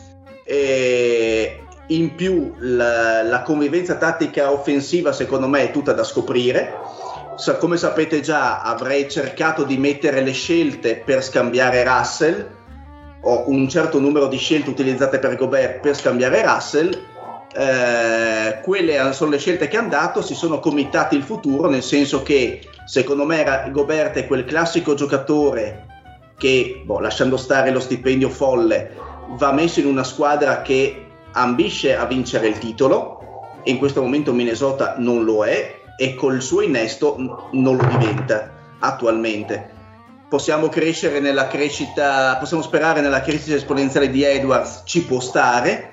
e in più la, la convivenza tattica offensiva secondo me è tutta da scoprire. Come sapete già, avrei cercato di mettere le scelte per scambiare Russell, o un certo numero di scelte utilizzate per Gobert per scambiare Russell. Eh, quelle sono le scelte che hanno dato, si sono committati il futuro, nel senso che secondo me Gobert è quel classico giocatore che, boh, lasciando stare lo stipendio folle, va messo in una squadra che ambisce a vincere il titolo, e in questo momento Minnesota non lo è, e col suo innesto non lo diventa attualmente. Possiamo crescere nella crescita, possiamo sperare nella crescita esponenziale di Edwards, ci può stare.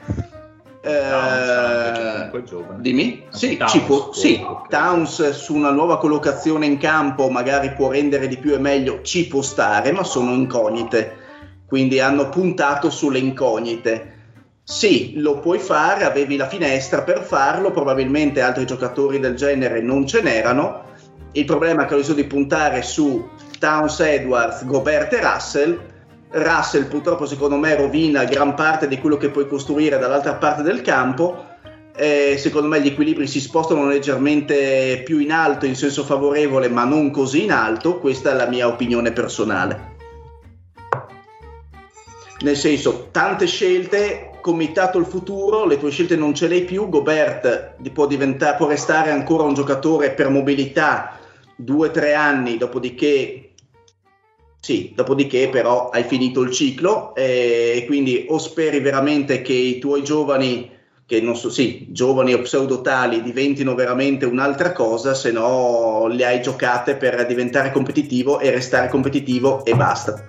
Eh, dimmi? Sì, Towns, ci può, sì, Towns su una nuova collocazione in campo magari può rendere di più e meglio, ci può stare, ma sono incognite, quindi hanno puntato sulle incognite. Sì, lo puoi fare, avevi la finestra per farlo, probabilmente altri giocatori del genere non ce n'erano. Il problema è che ho deciso di puntare su Towns, Edwards, Gobert e Russell. Russell purtroppo secondo me rovina gran parte di quello che puoi costruire dall'altra parte del campo. Eh, secondo me gli equilibri si spostano leggermente più in alto in senso favorevole, ma non così in alto. Questa è la mia opinione personale. Nel senso, tante scelte, committato il futuro, le tue scelte non ce le hai più. Gobert può, diventare, può restare ancora un giocatore per mobilità due o tre anni, dopodiché sì, dopodiché però hai finito il ciclo, e quindi o speri veramente che i tuoi giovani, che non so, sì, giovani o pseudotali diventino veramente un'altra cosa, se no le hai giocate per diventare competitivo e restare competitivo e basta.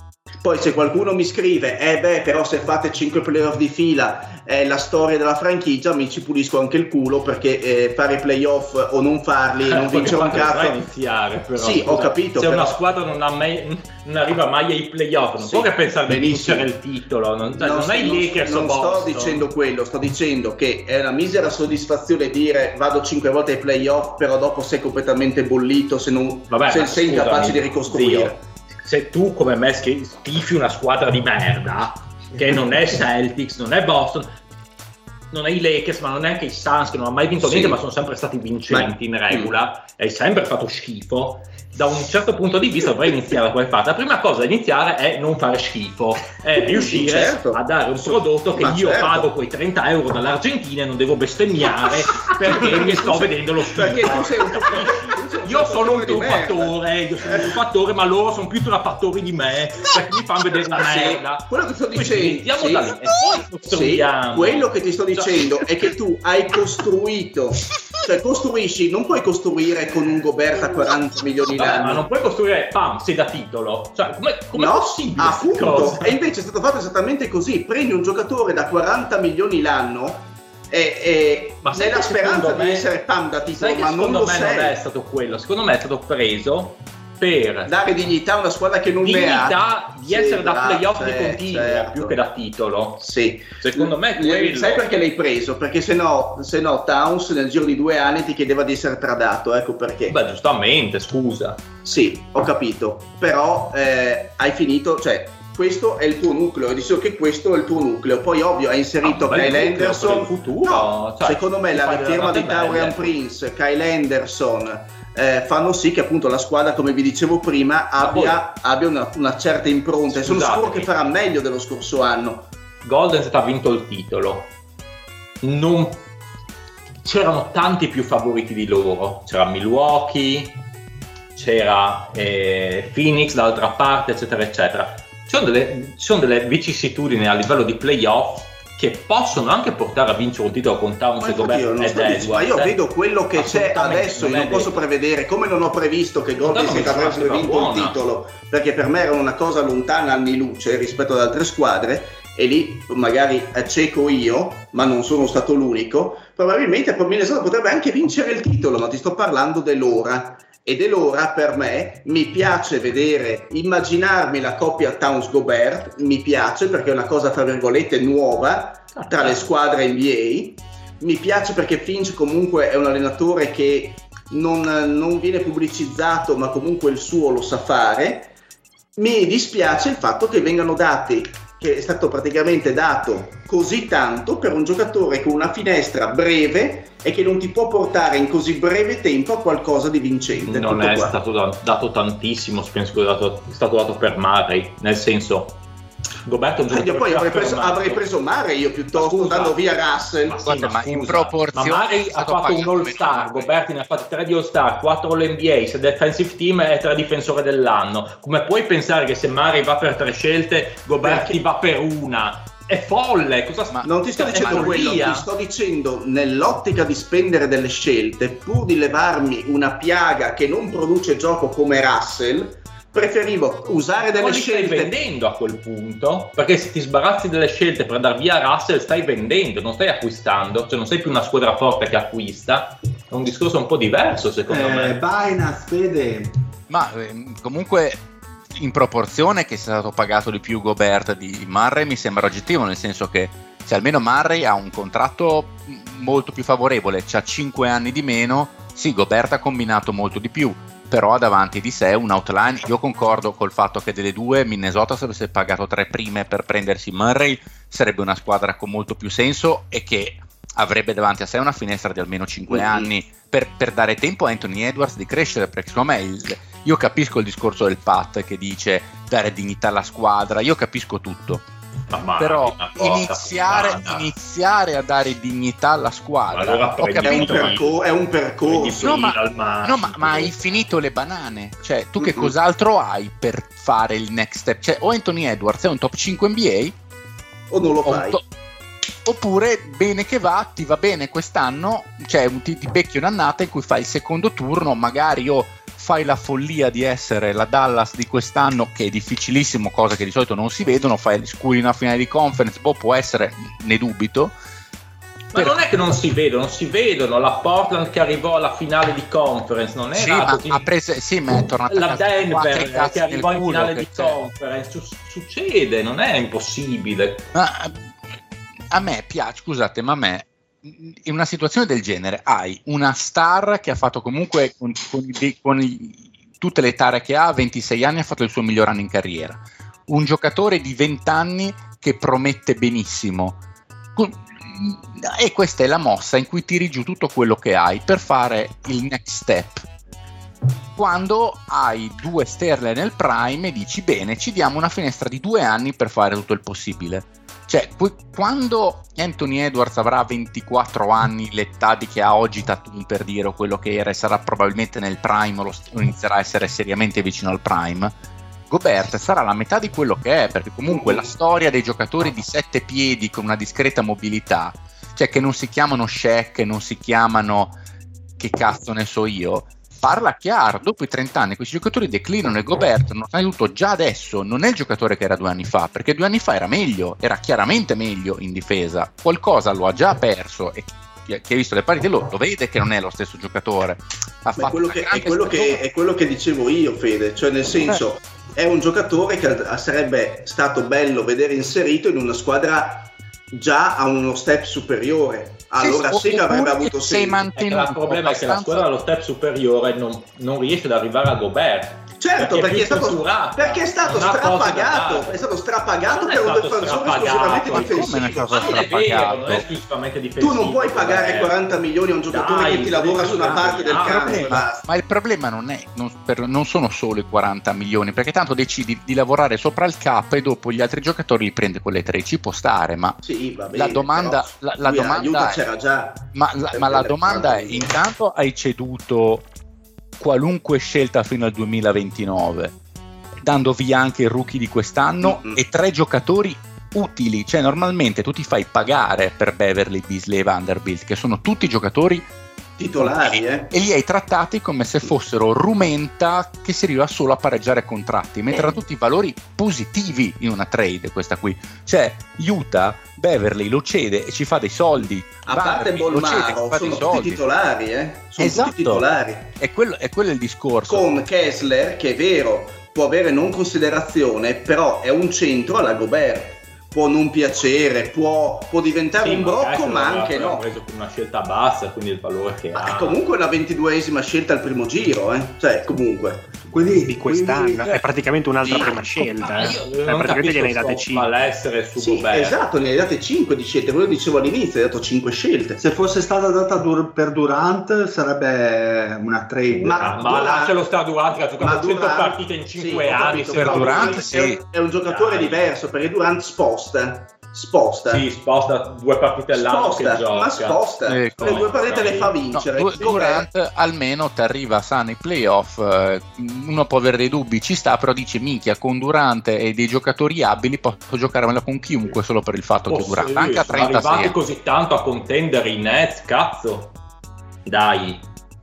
Poi se qualcuno mi scrive, eh beh, però se fate cinque playoff di fila è la storia della franchigia, mi ci pulisco anche il culo, perché eh, fare i playoff o non farli, non vincere un cazzo. Iniziare, però, sì, scusa, ho capito. Se però... una squadra non, ha mai, non arriva mai ai playoff, non sì, può che pensare di vincere il titolo. Non, cioè, non, non è i Lakers o Boston. Non sto dicendo quello, sto dicendo che è una misera soddisfazione dire vado cinque volte ai playoff, però dopo sei completamente bollito, se, non, Vabbè, se sei incapace di ricostruire. Zio. Se tu come me tifi una squadra di merda che non è Celtics, non è Boston, non è i Lakers, ma non è anche i Suns, che non hanno mai vinto sì. niente, ma sono sempre stati vincenti ma... in regola, mm. e hai sempre fatto schifo, da un certo punto di vista dovrei iniziare a quel fatto. La prima cosa da iniziare è non fare schifo, è riuscire certo. a dare un prodotto che ma io certo. pago quei trenta euro dall'Argentina e non devo bestemmiare perché mi sto vedendo lo schifo. Perché tu sei un io sono un truffatore, io sono un truffatore, ma loro sono più truffatori di me, perché mi fanno vedere la merda. Quello che sto dicendo, sì, da lì, e poi costruiamo. Sì, quello che ti sto dicendo è che tu hai costruito, cioè costruisci, non puoi costruire con un Gobert a quaranta milioni l'anno. Ma non puoi costruire, pam, sei da titolo. Cioè, come no, è possibile? Appunto, e invece è stato fatto esattamente così. Prendi un giocatore da quaranta milioni l'anno e, e ma nella speranza di essere pam da titolo, ma non lo sei. Secondo me non è stato quello, secondo me è stato preso per dare dignità a una squadra che non ne ha, dignità di essere sì, da playoff di continuo, certo. più che da titolo. Sì, secondo me è quello. Sai perché l'hai preso? Perché se no, se no Towns nel giro di due anni ti chiedeva di essere tradato, ecco perché. Beh, giustamente, scusa. Sì, ho capito, però eh, hai finito, cioè questo è il tuo nucleo, dicevo che questo è il tuo nucleo, poi ovvio hai inserito ah, Kyle Anderson, futuro, no, cioè, secondo me la riferma di Taurean Prince, Kyle Anderson eh, fanno sì che appunto la squadra, come vi dicevo prima, abbia, poi, abbia una, una certa impronta, e sono sicuro che farà meglio dello scorso anno. Golden State ha vinto il titolo, non c'erano tanti più favoriti di loro, c'era Milwaukee, c'era eh, Phoenix dall'altra parte, eccetera, eccetera. Ci sono delle, ci sono delle vicissitudini a livello di playoff che possono anche portare a vincere un titolo con Towns e Gobert ed Edwards. Ma io vedo quello che c'è adesso, io non posso detto. prevedere, come non ho previsto che Golden State avrebbe vinto il titolo, perché per me era una cosa lontana anni luce rispetto ad altre squadre, e lì magari cieco io, ma non sono stato l'unico. Probabilmente Minnesota potrebbe anche vincere il titolo, ma ti sto parlando dell'ora. E dell'ora per me mi piace vedere, immaginarmi la coppia Towns-Gobert, mi piace perché è una cosa tra virgolette nuova tra le squadre N B A, mi piace perché Finch comunque è un allenatore che non, non viene pubblicizzato, ma comunque il suo lo sa fare. Mi dispiace il fatto che vengano dati, che è stato praticamente dato così tanto per un giocatore con una finestra breve e che non ti può portare in così breve tempo a qualcosa di vincente. Non è qua. stato da- dato tantissimo, penso che è dato, è stato dato per Murray, nel senso Gobert è un Ah, io giocatore poi avrei preso, affermato. avrei preso Murray io piuttosto, Ma scusa, dando via Russell. Ma, sì, Guarda, ma, ma scusa, in proporzione ma Murray è ha stato fatto un pagato All-Star, meno. Gobert ne ha fatti tre di All-Star, quattro All-N B A, sei defensive team e tre difensore dell'anno. Come puoi pensare che se Murray va per tre scelte, Gobert Perché? ti va per una? È folle, cosa Ma non ti sto è dicendo quello, follia. ti sto dicendo nell'ottica di spendere delle scelte, pur di levarmi una piaga che non produce gioco come Russell, preferivo usare delle Ma li stai scelte. vendendo a quel punto, perché se ti sbarazzi delle scelte per dar via Russell stai vendendo, non stai acquistando, cioè non sei più una squadra forte che acquista. È un discorso un po' diverso secondo Eh, me. Binance, Fede. Ma eh, comunque in proporzione che sia stato pagato di più Gobert di Murray mi sembra oggettivo, nel senso che se almeno Murray ha un contratto molto più favorevole, c'ha cinque anni di meno, sì, Gobert ha combinato molto di più, però ha davanti di sé un outline. Io concordo col fatto che delle due Minnesota, se avesse pagato tre prime per prendersi Murray, sarebbe una squadra con molto più senso e che avrebbe davanti a sé una finestra di almeno cinque Mm-hmm. anni per, per dare tempo a Anthony Edwards di crescere, perché secondo me il, io capisco il discorso del Pat che dice dare dignità alla squadra, io capisco tutto, Ma mai, però ma cosa, iniziare, guarda. iniziare a dare dignità alla squadra, Allora ho prendi È un, capito, Prendi- percor- è un percorso. No, ma- al massimo. no, ma, ma hai finito le banane, cioè tu che Mm-mm. cos'altro hai per fare il next step? Cioè o Anthony Edwards è un top cinque N B A O non lo o un fai. to- oppure bene che va, ti va bene quest'anno, cioè un- ti, ti becchi un'annata in cui fai il secondo turno, magari o fai la follia di essere la Dallas di quest'anno, che è difficilissimo, cosa che di solito non si vedono, fai scuri una finale di conference, boh, può essere, ne dubito. Ma non è che non si vedono, si vedono. La Portland che arrivò alla finale di conference non Sì, era ma così. ha preso, sì, ma è tornata La a casa con quattro Denver cazzi che arrivò nel in culo, finale che di c'è. conference, Su- succede, non è impossibile. Ma a me piace, scusate, ma a me in una situazione del genere hai una star che ha fatto comunque con, con, i- con i- tutte le tare che ha, ventisei anni, ha fatto il suo miglior anno in carriera, un giocatore di venti anni che promette benissimo, con- e questa è la mossa in cui tiri giù tutto quello che hai per fare il next step. Quando hai due stelle nel prime e dici bene, ci diamo una finestra di due anni per fare tutto il possibile. Cioè, qu- quando Anthony Edwards avrà ventiquattro anni, l'età di che ha oggi Tatum, per dire, o quello che era, e sarà probabilmente nel prime o, lo st- o inizierà a essere seriamente vicino al prime, Gobert sarà la metà di quello che è, perché comunque la storia dei giocatori di sette piedi con una discreta mobilità, cioè che non si chiamano Shaq, non si chiamano che cazzo ne so io, parla chiaro. Dopo i trenta anni questi giocatori declinano e Gobert, nonostante già adesso non è il giocatore che era due anni fa, perché due anni fa era meglio, era chiaramente meglio in difesa, qualcosa lo ha già perso e chi chi ha visto le partite lo, lo vede che non è lo stesso giocatore. Ha Ma fatto è quello, una che, è, grande quello che, stagione. è quello che dicevo io, Fede, cioè nel senso è un giocatore che sarebbe stato bello vedere inserito in una squadra già a uno step superiore. Allora sì, sì, che avrebbe oppure avuto sei senso. mantenuto Il problema è che la abbastanza- squadra allo step superiore non, non riesce ad arrivare a Gobert. Certo, perché, più è stato, strutturata, perché è stato non ha cose da strapagato, dare. è stato strapagato Non è per un stato difensore strapagato, esclusivamente ma difensivo. come ne è stato Ma non è vero, strapagato? non è esclusivamente difensivo. Tu non puoi pagare Gobert. quaranta milioni a un giocatore Dai, che ti lavora su una dai, parte del dai, campo. dai, e Ma, basta. ma il problema non è non, per- non sono solo i quaranta milioni, perché tanto decidi di lavorare sopra il cap e dopo gli altri giocatori li prende quelle tre, ci può stare, ma Sì, va bene, la domanda, però la, la lui domanda aiuta è, c'era già. ma, la, per ma la prendere domanda è, quaranta milioni. intanto hai ceduto qualunque scelta fino al duemilaventinove, dando via anche il rookie di quest'anno mm-hmm. e tre giocatori utili. Cioè normalmente tu ti fai pagare per Beverly, Beasley e Vanderbilt, che sono tutti giocatori titolari, eh? e li hai trattati come se fossero rumenta che serviva solo a pareggiare contratti, mentre erano tutti valori positivi in una trade questa qui. Cioè Utah Beverly lo cede e ci fa dei soldi, a parte Bolmaro, sono tutti titolari, eh? Sono esatto. tutti titolari. E quello, è quello il discorso. Con Kessler, che è vero, può avere non considerazione, però è un centro alla Gobert. Può non piacere, può, può diventare sì, un brocco, ma anche no. Ha preso una scelta bassa, quindi il valore che ma ha. È comunque la ventiduesima scelta al primo giro, eh? Cioè, comunque. Quindi di quest'anno quindi, è praticamente un'altra sì, prima scelta. Io, eh. io praticamente gliene hai date cinque. Malessere su sì, Gobert. esatto, ne hai date cinque di scelte. Quello dicevo all'inizio, hai dato cinque scelte. Se fosse stata data dur- per Durant sarebbe una trade. Ma, ma Durant, lascialo sta Durant che ha giocato cento partite in cinque sì, anni. Capito, per Durant sì. è, è un giocatore Dai. diverso, perché Durant sposta. Sposta, sì, sposta due partite all'anno sposta, che gioca. ma sposta, ecco. le due partite le fa vincere. No, Durant almeno ti arriva sano ai playoff. Uno può avere dei dubbi, ci sta, però dice minchia, con Durant e dei giocatori abili posso giocarmela con chiunque solo per il fatto oh, che Durant sì, anche a trentasei sono arrivati così tanto a contendere i Nets, cazzo, dai.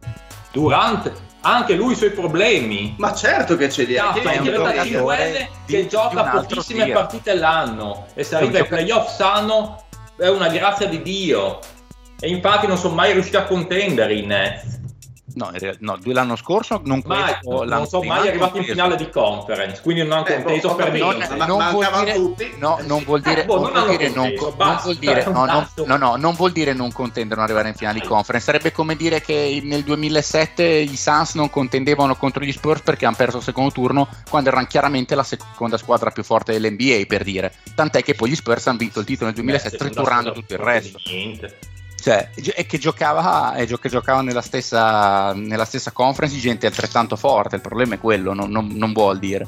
Durant anche lui i suoi problemi, ma certo che ce li ha, è un giocatore che gioca pochissime tier. partite l'anno e se arriva ai playoff sano è una grazia di Dio, e infatti non sono mai riusciti a contendere i Nets. No, no, due l'anno scorso non mai, questo, non sono mai arrivati in finale di conference, quindi non hanno conteso eh, per niente. Non, non vuol dire, tutti. No, non vuol dire, eh, boh, non, non, vuol dire non, non vuol dire no, no, no, no, non vuol dire non contendere, non arrivare in finale di conference. Sarebbe come dire che nel duemilasette i Suns non contendevano contro gli Spurs perché hanno perso il secondo turno quando erano chiaramente la seconda squadra più forte dell'N B A, per dire. Tant'è che poi gli Spurs hanno vinto il titolo nel duemilasette triturando tutto il resto. Niente. Cioè, è che giocava, è che giocava nella stessa, nella stessa conference di gente altrettanto forte. Il problema è quello, non, non, non vuol dire.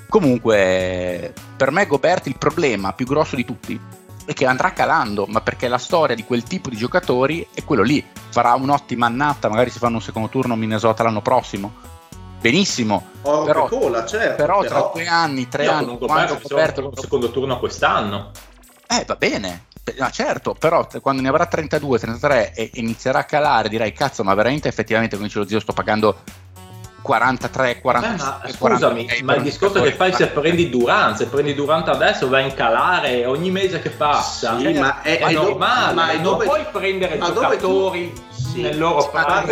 Comunque, per me Gobert il problema più grosso di tutti è che andrà calando, ma perché la storia di quel tipo di giocatori è quello lì. Farà un'ottima annata, magari si fanno un secondo turno a Minnesota l'anno prossimo. Benissimo, oh, però, cola, certo, però, però tra due anni, tre anni, quando Gobert il secondo turno quest'anno, eh va bene. Ma certo, però quando ne avrà trentadue, trentatré e inizierà a calare, dirai cazzo, ma veramente effettivamente, come dice lo zio, sto pagando quarantatré, quaranta. Eh, ma scusami, ma il discorso che fai se prendi Durant, se prendi Durant adesso va in calare ogni mese che passa. Sì, cioè, ma è, è è normale, ma non dove, puoi prendere giocatori tu, sì, nel loro ma, ma,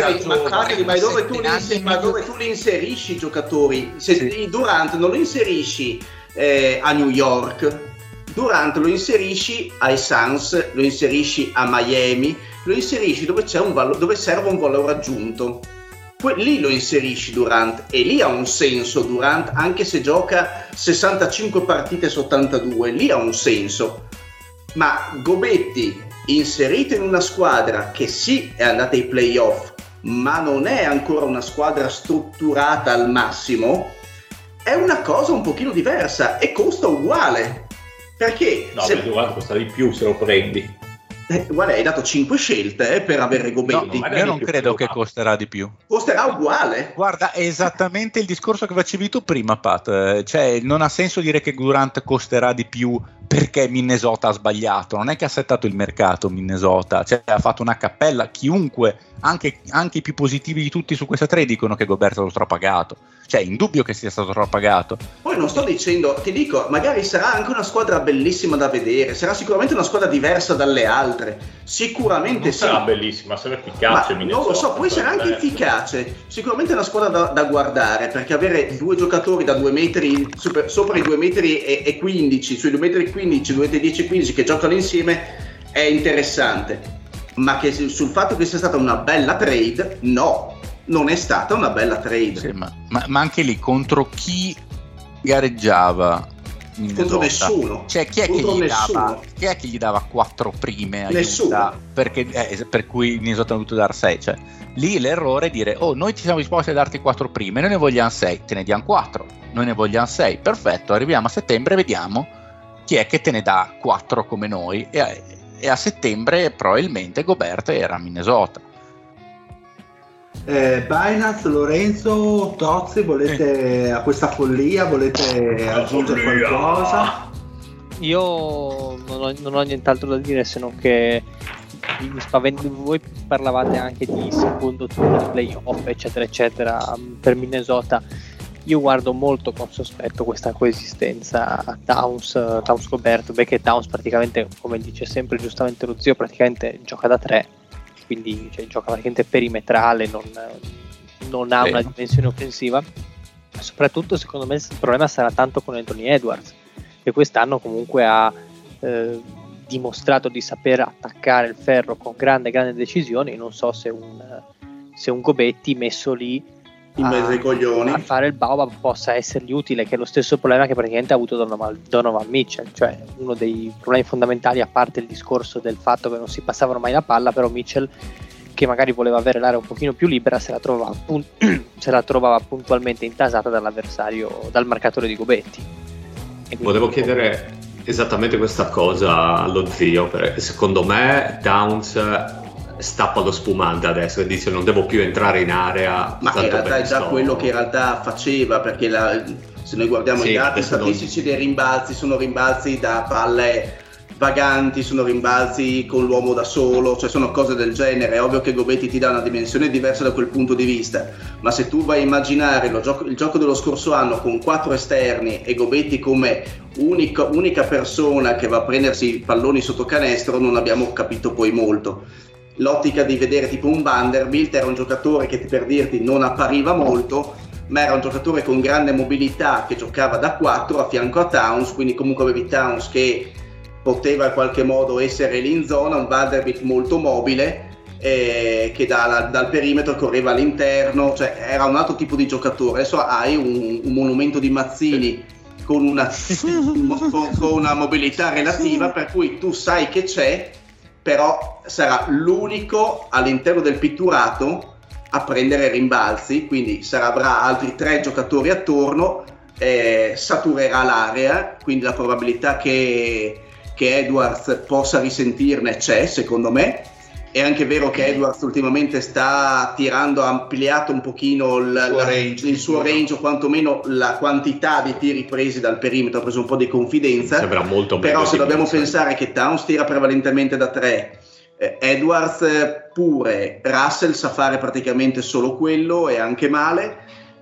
ma dove tu li, ma dove tu li inserisci i giocatori? Se sì. Durant non lo inserisci eh, a New York, Durant lo inserisci ai Suns, lo inserisci a Miami, lo inserisci dove c'è un valore, dove serve un valore aggiunto. Que- lì lo inserisci Durant e lì ha un senso Durant, anche se gioca sessantacinque partite su ottantadue, lì ha un senso. Ma Gobetti inserito in una squadra che sì è andata ai playoff, ma non è ancora una squadra strutturata al massimo, è una cosa un pochino diversa e costa uguale. Perché no, se Durant costa di più se lo prendi. Eh, guarda, hai dato cinque scelte eh, per avere Gobetti. No, io non credo che costerà di più. Costerà uguale. Guarda, è esattamente il discorso che facevi tu prima, Pat. Cioè, non ha senso dire che Durant costerà di più perché Minnesota ha sbagliato. Non è che ha settato il mercato Minnesota, cioè ha fatto una cappella. Chiunque, anche, anche i più positivi di tutti su questa trade dicono che Gobert è stato strapagato. Cioè, è indubbio che sia stato strapagato. Poi non sto dicendo, ti dico, magari sarà anche una squadra bellissima da vedere, sarà sicuramente una squadra diversa dalle altre, sicuramente non sì. Sarà bellissima, sarà efficace. Ma non lo so, poi sarà anche efficace, sicuramente è una squadra da, da guardare, perché avere due giocatori da due metri, super, sopra i due metri e, e quindici, sui due metri e quindici, due metri e dieci e quindici che giocano insieme è interessante, ma che sul fatto che sia stata una bella trade, no. Non è stata una bella trade. Sì, ma, ma, ma anche lì contro chi gareggiava? Contro nessuno. Cioè chi è, che gli dava, chi è che gli dava quattro prime a nessuno Utah, perché, eh, per cui Minnesota ha dovuto dar sei. Cioè, lì l'errore è dire oh noi ci siamo disposti a darti quattro prime, noi ne vogliamo sei, te ne diamo quattro, noi ne vogliamo sei, perfetto, arriviamo a settembre e vediamo chi è che te ne dà quattro come noi e, e a settembre probabilmente Gobert era a Minnesota. Eh, Binance, Lorenzo, Tozzi, volete a questa follia volete aggiungere qualcosa? Io non ho, non ho nient'altro da dire se non che mi spavento. Voi parlavate anche di secondo turno di playoff eccetera eccetera per Minnesota. Io guardo molto con sospetto questa coesistenza Towns, Towns Gobert, perché Towns praticamente, come dice sempre giustamente lo zio, praticamente gioca da tre, quindi cioè, gioca praticamente perimetrale, non, non ha una dimensione offensiva. Soprattutto secondo me il problema sarà tanto con Anthony Edwards, che quest'anno comunque ha eh, dimostrato di saper attaccare il ferro con grande grande decisione. Non so se un, se un Gobetti messo lì in mezzo ai coglioni a fare il baobab possa essergli utile, che è lo stesso problema che praticamente ha avuto Donovan, Donovan Mitchell. Cioè uno dei problemi fondamentali, a parte il discorso del fatto che non si passavano mai la palla, però Mitchell, che magari voleva avere l'area un pochino più libera, se la trovava, se la trovava puntualmente intasata dall'avversario, dal marcatore di Gobetti. Volevo chiedere esattamente questa cosa allo zio, perché secondo me Towns stappa lo spumante adesso e dice non devo più entrare in area, ma in realtà è già sto... quello che in realtà faceva, perché la, se noi guardiamo sì, i dati statistici non... dei rimbalzi, sono rimbalzi da palle vaganti, sono rimbalzi con l'uomo da solo, cioè sono cose del genere. È ovvio che Gobetti ti dà una dimensione diversa da quel punto di vista, ma se tu vai a immaginare lo gioco, il gioco dello scorso anno con quattro esterni e Gobetti come unica, unica persona che va a prendersi i palloni sotto canestro, non abbiamo capito poi molto. L'ottica di vedere tipo un Vanderbilt era un giocatore che, per dirti, non appariva molto, ma era un giocatore con grande mobilità che giocava da quattro a fianco a Towns, quindi comunque avevi Towns che poteva in qualche modo essere lì in zona, un Vanderbilt molto mobile eh, che da, dal perimetro correva all'interno, cioè era un altro tipo di giocatore. Adesso hai un, un monumento di Mazzini con una, con, con una mobilità relativa, per cui tu sai che c'è, però sarà l'unico all'interno del pitturato a prendere rimbalzi, quindi sarà, avrà altri tre giocatori attorno, eh, saturerà l'area, quindi la probabilità che, che Edwards possa risentirne c'è, secondo me. È anche vero che Edwards ultimamente sta tirando, ha ampliato un pochino il, il suo la, range, il suo range o quantomeno la quantità di tiri presi dal perimetro, ha preso un po' di confidenza. Sembra molto però se dobbiamo pensa. pensare che Towns tira prevalentemente da tre, eh, Edwards pure, Russell sa fare praticamente solo quello e anche male,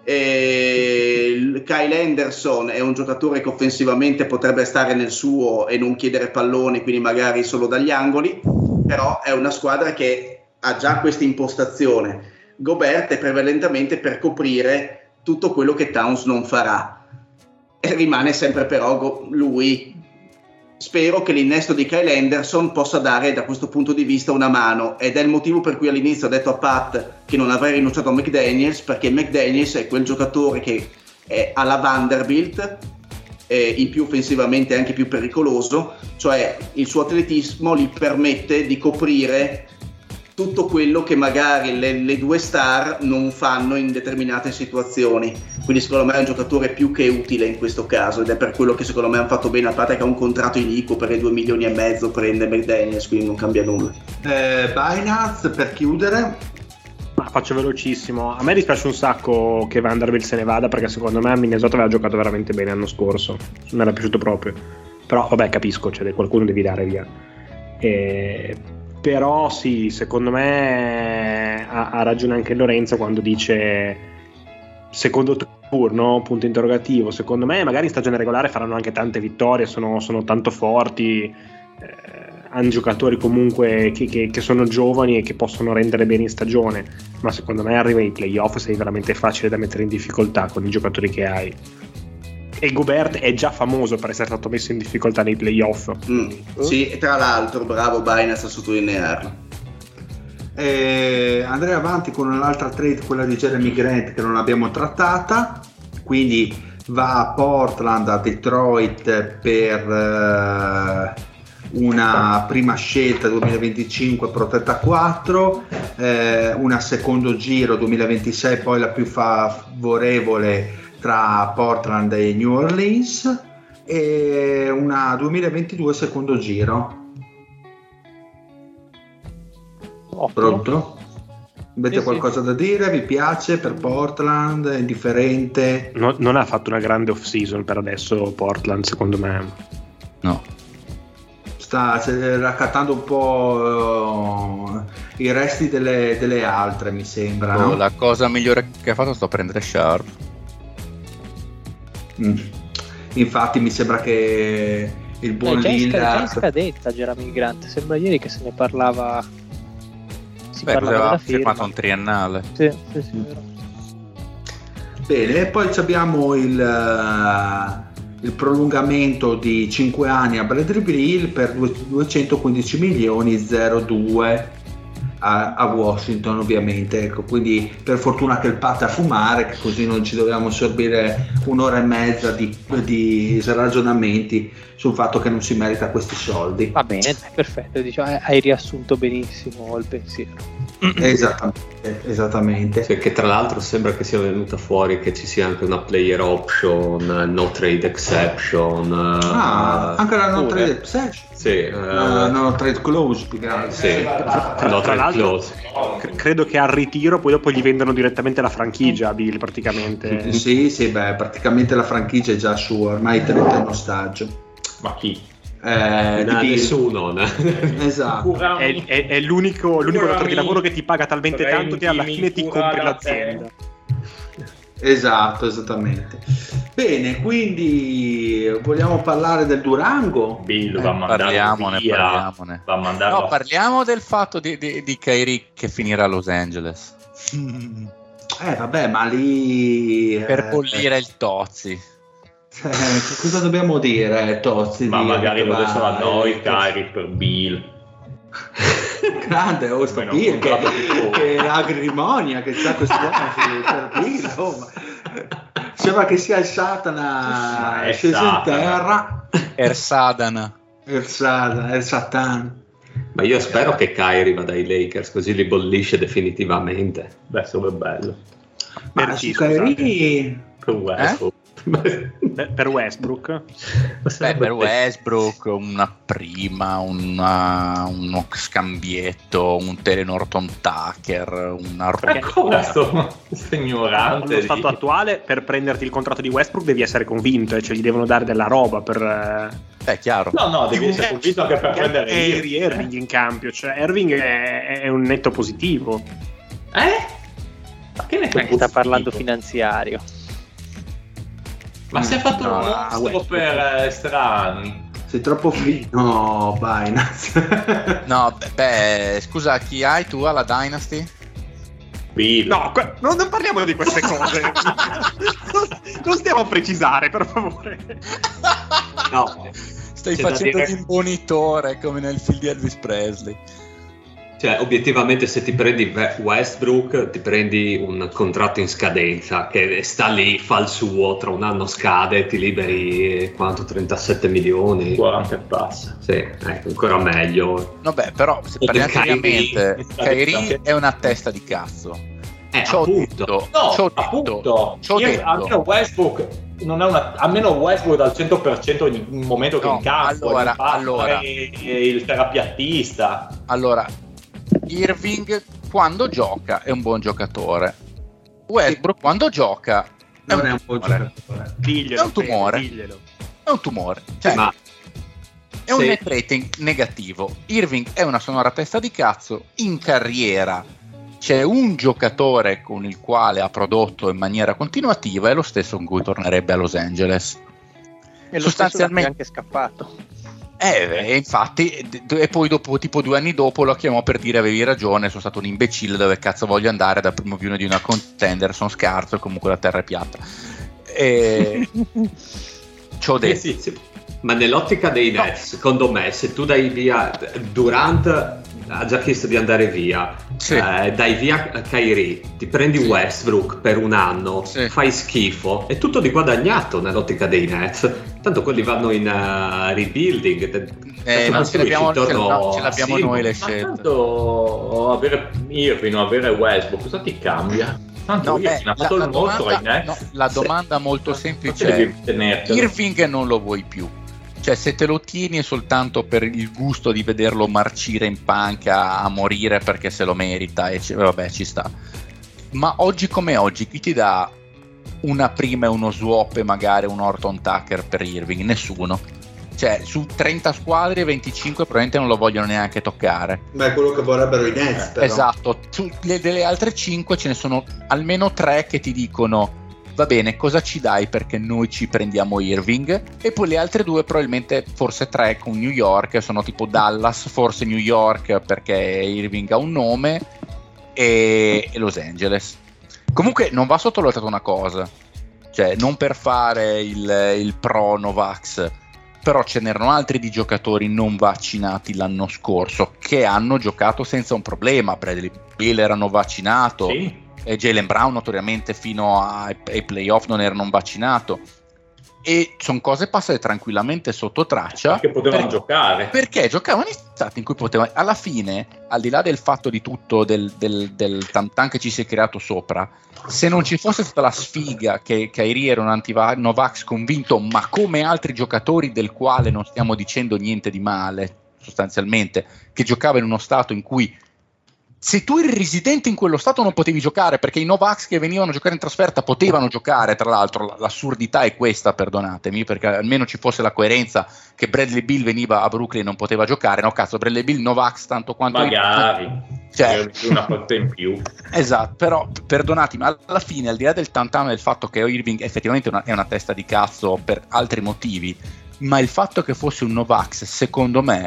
e Kyle Anderson è un giocatore che offensivamente potrebbe stare nel suo e non chiedere palloni, quindi magari solo dagli angoli, però è una squadra che ha già questa impostazione. Gobert è prevalentemente per coprire tutto quello che Towns non farà, e rimane sempre però lui. Spero che l'innesto di Kyle Anderson possa dare da questo punto di vista una mano, ed è il motivo per cui all'inizio ho detto a Pat che non avrei rinunciato a McDaniels, perché McDaniels è quel giocatore che è alla Vanderbilt, eh, in più offensivamente anche più pericoloso, cioè il suo atletismo gli permette di coprire tutto quello che magari le, le due star non fanno in determinate situazioni. Quindi secondo me è un giocatore più che utile in questo caso, ed è per quello che secondo me hanno fatto bene, a parte che ha un contratto iniquo per i due milioni e mezzo prende McDaniels, quindi non cambia nulla. eh, Binance per chiudere. Ma faccio velocissimo. A me dispiace un sacco che Vanderbilt se ne vada, perché secondo me a Minnesota aveva giocato veramente bene l'anno scorso, mi era piaciuto proprio. Però vabbè, capisco, cioè qualcuno devi dare via. E... però sì, secondo me ha, ha ragione anche Lorenzo quando dice secondo turno, punto interrogativo. Secondo me magari in stagione regolare faranno anche tante vittorie, sono, sono tanto forti, eh, hanno giocatori comunque che, che, che sono giovani e che possono rendere bene in stagione, ma secondo me arriva ai playoff sei veramente facile da mettere in difficoltà con i giocatori che hai. E Gobert è già famoso per essere stato messo in difficoltà nei playoff. Mm, sì, e tra l'altro, bravo Binance a sottolinearlo. Eh, andrei avanti con un'altra trade, quella di Jeremy Grant, che non abbiamo trattata. Quindi va a Portland, a Detroit per uh, una prima scelta duemilaventicinque protetta quattro, eh, una secondo giro duemilaventisei, poi la più favorevole tra Portland e New Orleans, e una duemilaventidue secondo giro. Ottimo. Pronto? Avete Sì, qualcosa da dire? Vi piace per Portland? È indifferente? No- non ha fatto una grande off-season per adesso Portland, secondo me. No. Sta se- raccattando un po' eh, i resti delle, delle altre, mi sembra, no? Oh, la cosa migliore che ha fatto sto a prendere Sharp. Mm. Infatti mi sembra che il Eh, buon già, in sca- già in Lillard scadenza Jeremy Grant, sembra ieri che se ne parlava. Si Beh, parlava aveva della firma. firmato un triennale. Sì, sì, sì, vero. Bene, e poi abbiamo il, eh, il prolungamento di cinque anni a Bradley Beal per due- duecentoquindici milioni zero due a, a Washington, ovviamente. Ecco, quindi per fortuna che il patto a fumare, che così non ci dobbiamo assorbire un'ora e mezza di, di ragionamenti sul fatto che non si merita questi soldi. Va bene, dai, perfetto, diciamo, hai riassunto benissimo il pensiero. Esattamente, esattamente. Cioè, che tra l'altro sembra che sia venuta fuori che ci sia anche una player option, no trade exception. Ah, eh, anche la non pure. trade exception. Sì, eh, Uh, no trade close, più che altro. sì. Tra, No tra trade l'altro, clause. cre- credo che al ritiro poi dopo gli vendono direttamente la franchigia a Bill, praticamente. Sì, sì, beh, praticamente la franchigia è già sua, ormai è trentenne ostaggio. Ma chi? Eh, No, di Bill. nessuno. Esatto. È, è- è l'unico, l'unico datore di lavoro che ti paga talmente tanto che alla fine ti compri l'azienda. Esatto, esattamente. Bene, quindi vogliamo parlare del Durango? Bill va a mandarlo Parliamone, via. parliamone. Va a mandarlo No, a- parliamo del fatto di, di, di Kyrie che finirà a Los Angeles. Eh, vabbè, ma lì... Per eh, bollire il Tozzi. eh, che cosa dobbiamo dire, Tozzi? Ma di- magari lo va- adesso a noi, Kyrie per Bill. Grande, oh, sto Poi non Bill, che, contratto più. che acrimonia che c'ha quest'uomo su- per Bill, oh, ma- sembra che sia il Satana Ma è sceso in Satana. terra. Ersadana. Il Satana, il Satan. Ma io spero che Kyrie vada ai Lakers, così li bollisce definitivamente. Beh, sarebbe bello. Ma Per su chi, scusate? Kyrie... Per Westbrook. Beh, per Westbrook. Beh, per Westbrook una prima, una- uno scambietto, un Telenorton Tucker, una roba. Ecco questo questo ignorante. Allo stato di- attuale, per prenderti il contratto di Westbrook devi essere convinto, e cioè gli devono dare della roba per... eh, È chiaro. No, no, devi essere convinto anche per prendere Kyrie Irving in cambio, cioè Irving è, è un netto positivo. Eh? Ma che ne Eh, sta parlando finanziario. Ma si è fatto No, un ah, mostro Westbrook. per eh, strani. Sei troppo fino, no, Binance. No, beh, beh, scusa, chi hai tu alla Dynasty? Bill. No, que- non, non parliamo di queste cose. non, non stiamo a precisare, per favore. No, Stai C'è da facendo dire- l'imbonitore come nel film di Elvis Presley. cioè obiettivamente se ti prendi Westbrook ti prendi un contratto in scadenza che sta lì, fa il suo, tra un anno scade, ti liberi quanto? trentasette milioni? quaranta e passa. Sì, ecco, ancora meglio. Vabbè, però se E parliamo Kyrie- seriamente, Kyrie è una testa di cazzo. Eh, C'ho appunto. detto, No, c'ho detto, appunto, c'ho io- detto. almeno Westbrook non è una, almeno Westbrook dal cento per cento ogni momento che No, incazzo, allora, gli fa allora. fare il terapiattista. Allora, Irving quando gioca è un buon giocatore. Westbrook quando gioca è Non un è un buon tumore. giocatore. Diglielo, È un tumore. Fede, diglielo. È un tumore. Cioè, Ma è un se- net rating negativo. Irving è una sonora testa di cazzo. In carriera c'è un giocatore con il quale ha prodotto in maniera continuativa, è lo stesso con cui tornerebbe a Los Angeles. E lo Sostanzialmente- stesso è anche scappato. Eh, e infatti, d- e poi dopo, tipo due anni dopo, lo chiamò per dire avevi ragione, sono stato un imbecille, dove cazzo voglio andare dal primo view di una contender, sono scarso e comunque la terra è piatta. E... C'ho Sì, detto. sì, sì. Ma nell'ottica dei Nets, secondo me, se tu dai via Durant, ha già chiesto di andare via, Sì. eh, dai via Kyrie, ti prendi Sì. Westbrook per un anno, Sì. fai schifo, è tutto di guadagnato nell'ottica dei Nets. Tanto quelli vanno in uh, rebuilding. Eh, Tanto ma ce l'abbiamo, ce intorno l'abbiamo- ce a l'abbiamo Simmons. noi le Ma scelte. tanto avere Irving o avere Westbrook, cosa ti cambia? Tanto No, Irving beh, ha fatto la, il la mostro ai domanda, Nets. no, la Se- domanda molto Perché semplice è: devi tenertelo? Irving non lo vuoi più, Cioè, se te lo tieni è soltanto per il gusto di vederlo marcire in panca a morire perché se lo merita, e c- vabbè, ci sta. Ma oggi come oggi, chi ti dà una prima e uno swap e magari un Orton Tucker per Irving? Nessuno. Cioè, su trenta squadre, venticinque probabilmente non lo vogliono neanche toccare. Beh, è quello che vorrebbero i Nets, però. Esatto. Su, le, delle altre cinque ce ne sono almeno tre che ti dicono: va bene, cosa ci dai perché noi ci prendiamo Irving? E poi le altre due probabilmente, forse tre con New York, sono tipo Dallas, forse New York perché Irving ha un nome, e, e Los Angeles. Comunque non va sottovalutata una cosa, cioè non per fare il, il pro Novax, però ce n'erano altri di giocatori non vaccinati l'anno scorso che hanno giocato senza un problema. Bradley Beal era non vaccinato, sì. E Jaylen Brown notoriamente fino ai, ai playoff non era non vaccinato, e sono cose passate tranquillamente sotto traccia perché potevano per, giocare perché giocavano in stati in cui potevano. Alla fine, al di là del fatto di tutto del, del, del tantan che ci si è creato sopra, se non ci fosse stata la sfiga che Kyrie era un anti-Novax convinto, ma come altri giocatori del quale non stiamo dicendo niente di male sostanzialmente, che giocava in uno stato in cui se tu eri residente in quello stato non potevi giocare, perché i Novax che venivano a giocare in trasferta potevano giocare. Tra l'altro l'assurdità è questa, perdonatemi, perché almeno ci fosse la coerenza che Bradley Beal veniva a Brooklyn e non poteva giocare. No, cazzo, Bradley Beal Novax tanto quanto magari io, cioè, una volta in più. Esatto, però perdonatemi, alla fine, al di là del tantano del fatto che Irving effettivamente una, è una testa di cazzo per altri motivi, ma il fatto che fosse un Novax, secondo me,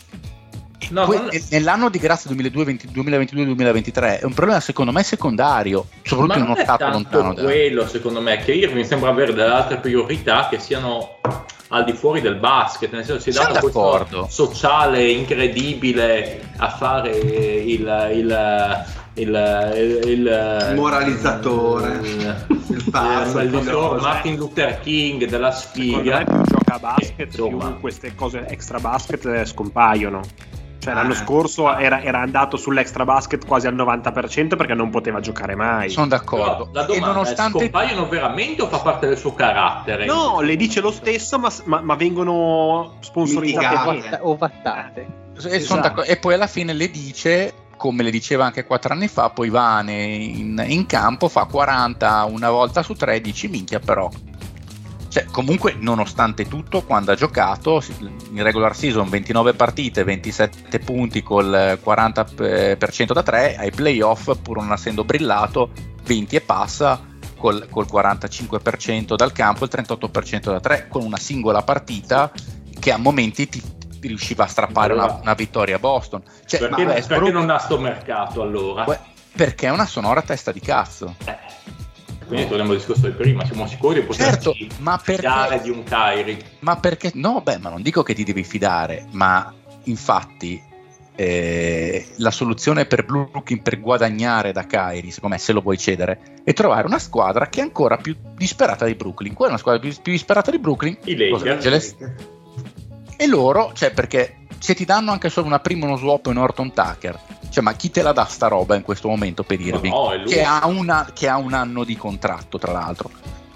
no, que- non... nell'anno di grazia duemilaventidue duemilaventitré è un problema secondo me secondario, soprattutto in uno stato lontano da quello. Secondo me che Irving sembra avere delle altre priorità che siano al di fuori del basket, nel senso si è dato questo sociale incredibile a fare il, il Il, il, il, il moralizzatore, il, il, pazzo, il, il, il Martin Luther King della sfiga. Più gioca a basket, eh, più queste cose extra basket scompaiono. Cioè, l'anno scorso era, era andato sull'extra basket quasi al novanta per cento perché non poteva giocare mai. Sono d'accordo. Però la domanda e nonostante... è: scompaiono veramente o fa parte del suo carattere? No, le dice lo stesso, ma, ma, ma vengono sponsorizzate o vattate. E, esatto. E poi alla fine le dice, come le diceva anche quattro anni fa, poi va in, in campo, fa quaranta una volta su tre, dici minchia però. Cioè, comunque, nonostante tutto, quando ha giocato in regular season ventinove partite, ventisette punti col quaranta per cento da tre, ai playoff, pur non essendo brillato, venti e passa col, col quarantacinque per cento dal campo, il trentotto per cento da tre, con una singola partita che a momenti ti riusciva a strappare allora, una, una vittoria a Boston. Cioè, perché, ma perché non ha sto mercato allora? Perché è una sonora testa di cazzo. Eh. Quindi torniamo al discorso di prima, siamo sicuri di poterci certo, ma fidare perché, di un Kyrie? Ma perché? No, beh, ma non dico che ti devi fidare, ma infatti eh, la soluzione per Brooklyn per guadagnare da Kyrie, secondo me, se lo vuoi cedere, è trovare una squadra che è ancora più disperata di Brooklyn. Qual è una squadra più, più disperata di Brooklyn? I Lakers. E loro, cioè, perché se ti danno anche solo una prima, uno swap e un Orton Tucker, cioè, ma chi te la dà sta roba in questo momento per Irving? No, che, ha una, che ha un anno di contratto, tra l'altro.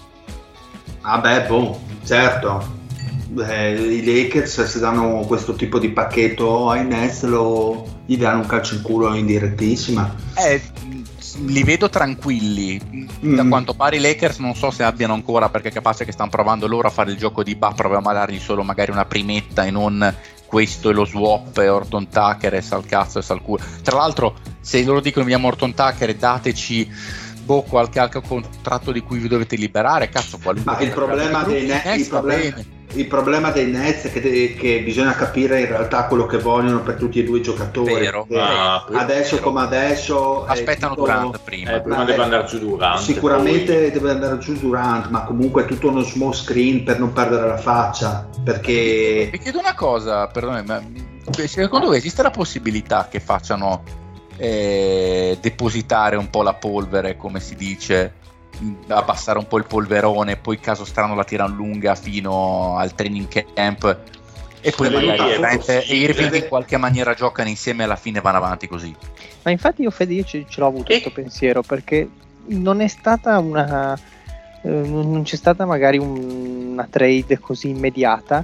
Ah beh, boh, certo. Eh, i Lakers se danno questo tipo di pacchetto ai Nets lo, gli danno un calcio in culo indirettissima. Eh, li vedo tranquilli. Mm. Da quanto pare i Lakers non so se abbiano ancora, perché è capace che stanno provando loro a fare il gioco di bah, proviamo a dargli solo magari una primetta e non questo è lo swap e Orton Tucker e sal cazzo e sal culo. Tra l'altro, se loro dicono vediamo Orton Tucker e dateci boh, qualche altro contratto di cui vi dovete liberare, cazzo, qualunque. Ma il problema dei Nets, il problema, il problema dei Nets è che, che bisogna capire in realtà quello che vogliono per tutti e due i giocatori. Vero, ah, adesso vero. Come adesso aspettano tutto, Durant prima, eh, prima deve andare giù Durant, sicuramente poi. deve andare giù Durant, ma comunque è tutto uno small screen per non perdere la faccia, perché vi chiedo una cosa, perdone, ma secondo voi esiste la possibilità che facciano eh, depositare un po' la polvere, come si dice, abbassare un po' il polverone, poi caso strano la tirano lunga fino al training camp e poi magari Durant e Irving in qualche maniera giocano insieme e alla fine vanno avanti così? Ma infatti io Fede io ce, ce l'ho avuto questo pensiero, perché non è stata una eh, non c'è stata magari un, una trade così immediata,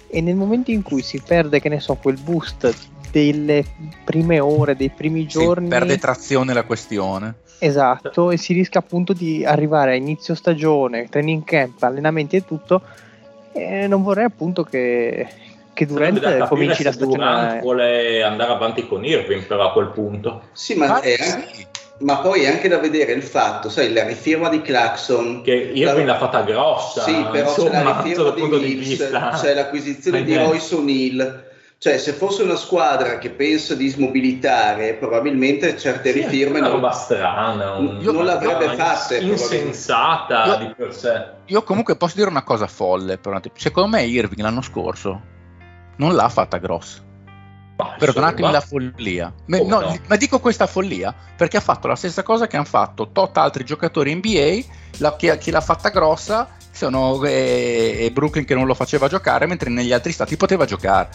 e nel momento in cui si perde, che ne so, quel boost delle prime ore, dei primi giorni, sì, perde trazione la questione. Esatto, e si rischia appunto di arrivare a inizio stagione, training camp, allenamenti e tutto, e non vorrei appunto che, che Durant cominci la stagione. Durant vuole andare avanti con Irving però a quel punto. Sì, ma, ah, è sì. Anche, ma poi è anche da vedere il fatto, sai, la rifirma di Clarkson, che Irving la... l'ha fatta grossa, sì, però insomma, c'è la rifirma punto di Mills, c'è l'acquisizione di Royce O'Neal. Cioè, se fosse una squadra che pensa di smobilitare, probabilmente certe sì, rifirme una non, roba strana, un... non l'avrebbe fatta, insensata io, di per sé. Io comunque posso dire una cosa folle, però. Secondo me Irving l'anno scorso non l'ha fatta grossa. Bah, Perdonatemi la follia, ma, no, no. ma dico questa follia perché ha fatto la stessa cosa che hanno fatto tot altri giocatori N B A, la, chi, chi l'ha fatta grossa sono e, e Brooklyn che non lo faceva giocare, mentre negli altri stati poteva giocare.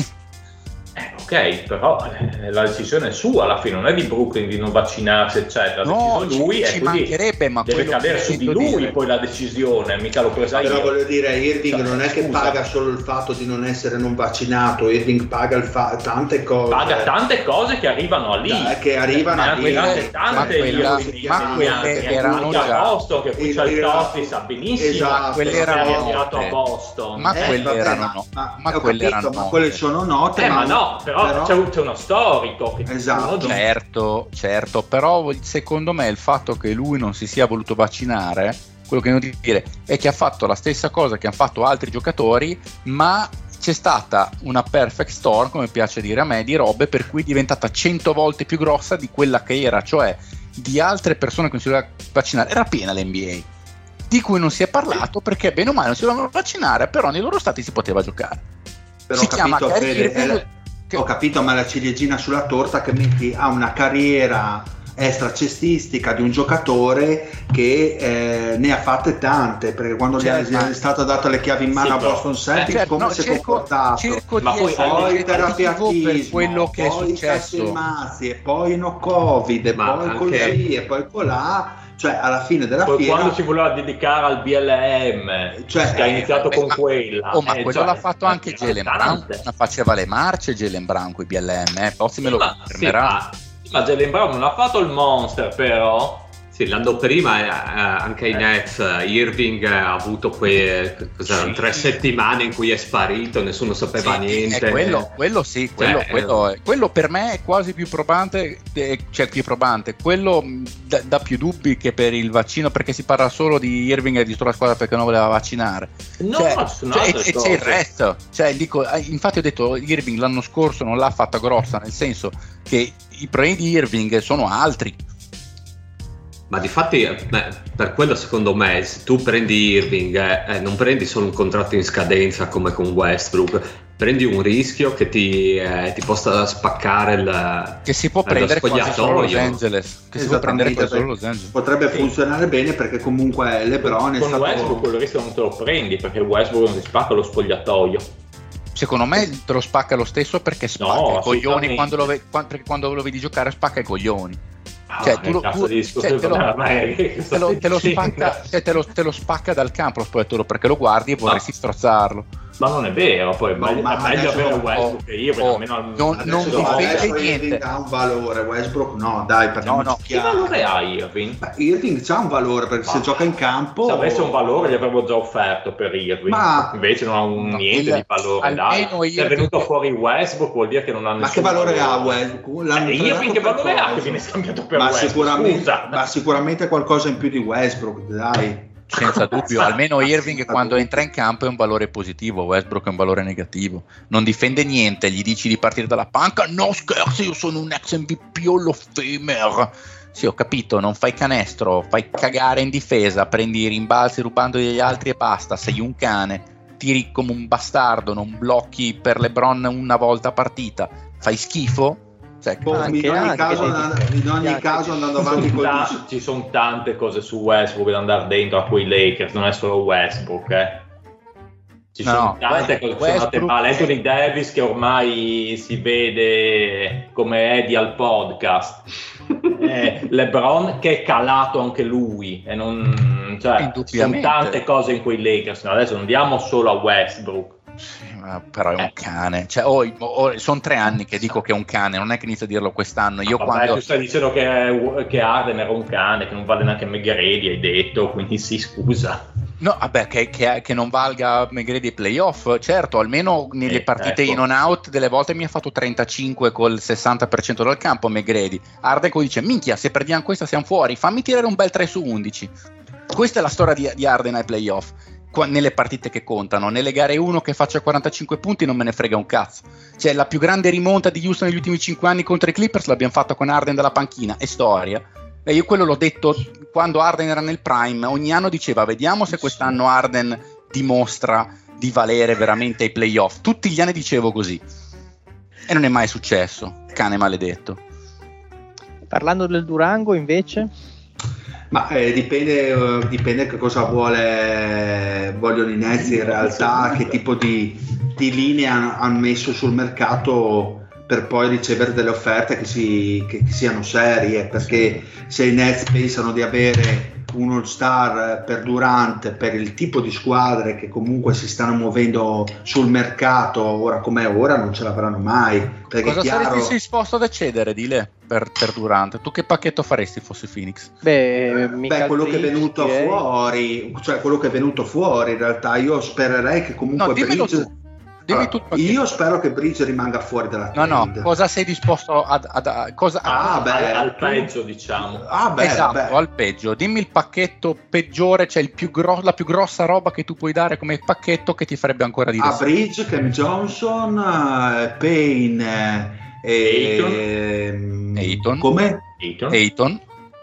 Eh, ok, però eh, la decisione è sua alla fine, non è di Brooklyn di non vaccinarsi, eccetera. La no, decisione lui ci, è ci così, mancherebbe, ma deve cadere su di lui dire. Poi la decisione, mica l'ho presa io. Però voglio dire, Irving cioè, non è che scusa. paga solo il fatto di non essere non vaccinato, Irving paga il fa- tante cose. Paga tante cose che arrivano a lì. Cioè, che arrivano a lì. Tante, tante, ma quella, ma quelle erano già a Boston, che qui c'è il Totti, sa benissimo. Esatto, quelle erano note. A Boston. Ma eh, quelle vabbè, erano no. Ma, ma ma quelle capito, erano ma note. quelle sono note. Eh, ma, ma no, però, però... C'è, c'è uno storico. Che esatto. Certo, certo, però secondo me il fatto che lui non si sia voluto vaccinare, quello che devo dire è che ha fatto la stessa cosa che hanno fatto altri giocatori, ma c'è stata una perfect storm, come piace dire a me, di robe per cui è diventata cento volte più grossa di quella che era, cioè di altre persone che non si doveva vaccinare. Era piena l'N B A, di cui non si è parlato perché bene o male non si dovevano vaccinare, però nei loro stati si poteva giocare. Però si ho capito, chiama Fede, Kyrie, la, che... ho capito, ma la ciliegina sulla torta che metti a una carriera extracestistica di un giocatore che eh, ne ha fatte tante, perché quando certo, gli è stata data le chiavi in mano sì, a Boston Celtics, certo, come no, si è cerco, comportato, cerco ma poi, poi terapiatismo per quello che poi è successo, mazzi, e poi no Covid, e ma poi anche... così, e poi colà. Cioè alla fine della poi fiera, quando si voleva dedicare al B L M, cioè, che ha iniziato eh, con ma, quella oh, ma eh, quello cioè, l'ha fatto anche Jaylen Brown, faceva le marce Jaylen Brown con i B L M, eh. poi sì, me lo confermerà. Sì, ma, ma Jaylen Brown non ha fatto il monster, però sì, l'anno prima eh, anche ai Nets Irving ha avuto quei sì. tre settimane in cui è sparito, nessuno sapeva sì, niente. Quello, quello sì, quello, cioè, quello, eh, quello per me è quasi più probante, eh, cioè più probante, quello da, da più dubbi che per il vaccino, perché si parla solo di Irving e di tutta la squadra perché non voleva vaccinare. No, cioè, no, cioè, e, e c'è il resto. Cioè, dico, infatti ho detto Irving l'anno scorso non l'ha fatta grossa, nel senso che i problemi di Irving sono altri. Ma difatti beh, per quello secondo me se tu prendi Irving eh, non prendi solo un contratto in scadenza come con Westbrook, prendi un rischio che ti, eh, ti possa spaccare il che si può prendere quasi solo Los Angeles, che si può prendere quasi solo Los Angeles. Potrebbe sì. funzionare bene perché comunque LeBron è con stato... Westbrook quello rischio non te lo prendi perché Westbrook non ti spacca lo spogliatoio. Secondo me te lo spacca lo stesso perché spacca no, i coglioni quando lo, ve- perché quando lo vedi giocare spacca i coglioni. Cioè, ah, tu lo, tu, cioè, te, lo, te, lo, te, lo spacca, cioè, te, lo, te lo spacca dal campo lo spogliatore perché lo guardi e vorresti no. strozzarlo. Ma non è vero, poi no, meglio, ma è meglio avere oh, Westbrook che io, oh, almeno al, non, non difende niente. Ha un valore, Westbrook no, dai, parliamo no, no. Che valore ha Irving? Beh, Irving c'ha un valore perché ma se gioca in campo... Se avesse un valore gli avevo già offerto per Irving, ma... invece non ha un, no, niente il, di valore, dai. Irving... Se è venuto fuori Westbrook vuol dire che non ha nessun Ma che valore, valore. ha Westbrook? Eh, Irving che valore ha che viene scambiato per ma Westbrook? Sicuramente, Scusa. ma sicuramente qualcosa in più di Westbrook, dai. Senza dubbio, almeno Irving quando entra in campo è un valore positivo, Westbrook è un valore negativo, non difende niente, gli dici di partire dalla panca, no scherzi, io sono un ex M V P Hall of Famer. Sì, ho capito, non fai canestro, fai cagare in difesa, prendi i rimbalzi rubando degli altri e basta, sei un cane, tiri come un bastardo, non blocchi per LeBron una volta a partita, fai schifo. Cioè, anche, in ogni anche, caso, andando, in ogni anche, caso andando avanti con ta- ci sono tante cose su Westbrook da andare dentro a quei Lakers, non è solo Westbrook, eh. Ci no, sono tante cose che sono andate male. Anthony Davis che ormai si vede come Eddie al podcast, eh, LeBron che è calato anche lui e non, cioè, ci sono tante cose in quei Lakers. Adesso non andiamo solo a Westbrook. Sì, ma però è un cane, cioè, oh, oh, sono tre anni che dico che è un cane, non è che inizio a dirlo quest'anno. Io Vabbè, quando... tu stai dicendo che, che Harden era un cane, che non vale neanche McGrady, hai detto, quindi sì, scusa. No, vabbè, che, che, che non valga McGrady ai playoff, certo, almeno nelle Eh, partite ecco. in on out delle volte mi ha fatto trentacinque col sessanta per cento dal campo McGrady. Harden dice, minchia, se perdiamo questa siamo fuori, fammi tirare un bel tre su undici. Questa è la storia di, di Harden ai playoff, qua, nelle partite che contano. Nelle gare uno che faccia quarantacinque punti non me ne frega un cazzo. Cioè, la più grande rimonta di Houston negli ultimi cinque anni contro i Clippers l'abbiamo fatta con Harden dalla panchina, è storia. E io quello l'ho detto quando Harden era nel prime, ogni anno diceva vediamo se quest'anno Harden dimostra di valere veramente ai playoff. Tutti gli anni dicevo così e non è mai successo, cane maledetto. Parlando del Durango invece, ma eh, dipende, uh, dipende che cosa vuole vogliono i Nets in realtà, che tipo di, di linea hanno messo sul mercato per poi ricevere delle offerte che, si, che, che siano serie, perché se i Nets pensano di avere un all-star per Durant, per il tipo di squadre che comunque si stanno muovendo sul mercato ora come ora, non ce l'avranno mai. Perché Cosa chiaro... saresti disposto ad accedere, Dile, per, per Durant? Tu che pacchetto faresti fossi Phoenix? beh, Beh, quello che è venuto Bridges, fuori, cioè quello che è venuto fuori in realtà, io spererei che comunque No, dimmelo Bridges... tu. Dimmi Allora, tu il pacchetto. io spero che Bridge rimanga fuori dalla No, no, trade. cosa sei disposto ad... ad, a cosa, Ah, a- beh, al, al tu- peggio, diciamo. Ah, beh, esatto, beh. al peggio. Dimmi il pacchetto peggiore, cioè il più gro- la più grossa roba che tu puoi dare come pacchetto che ti farebbe ancora dire A sì. Bridge, Cam Johnson, eh, Payne eh, e Ayton. come? Ayton. Ayton.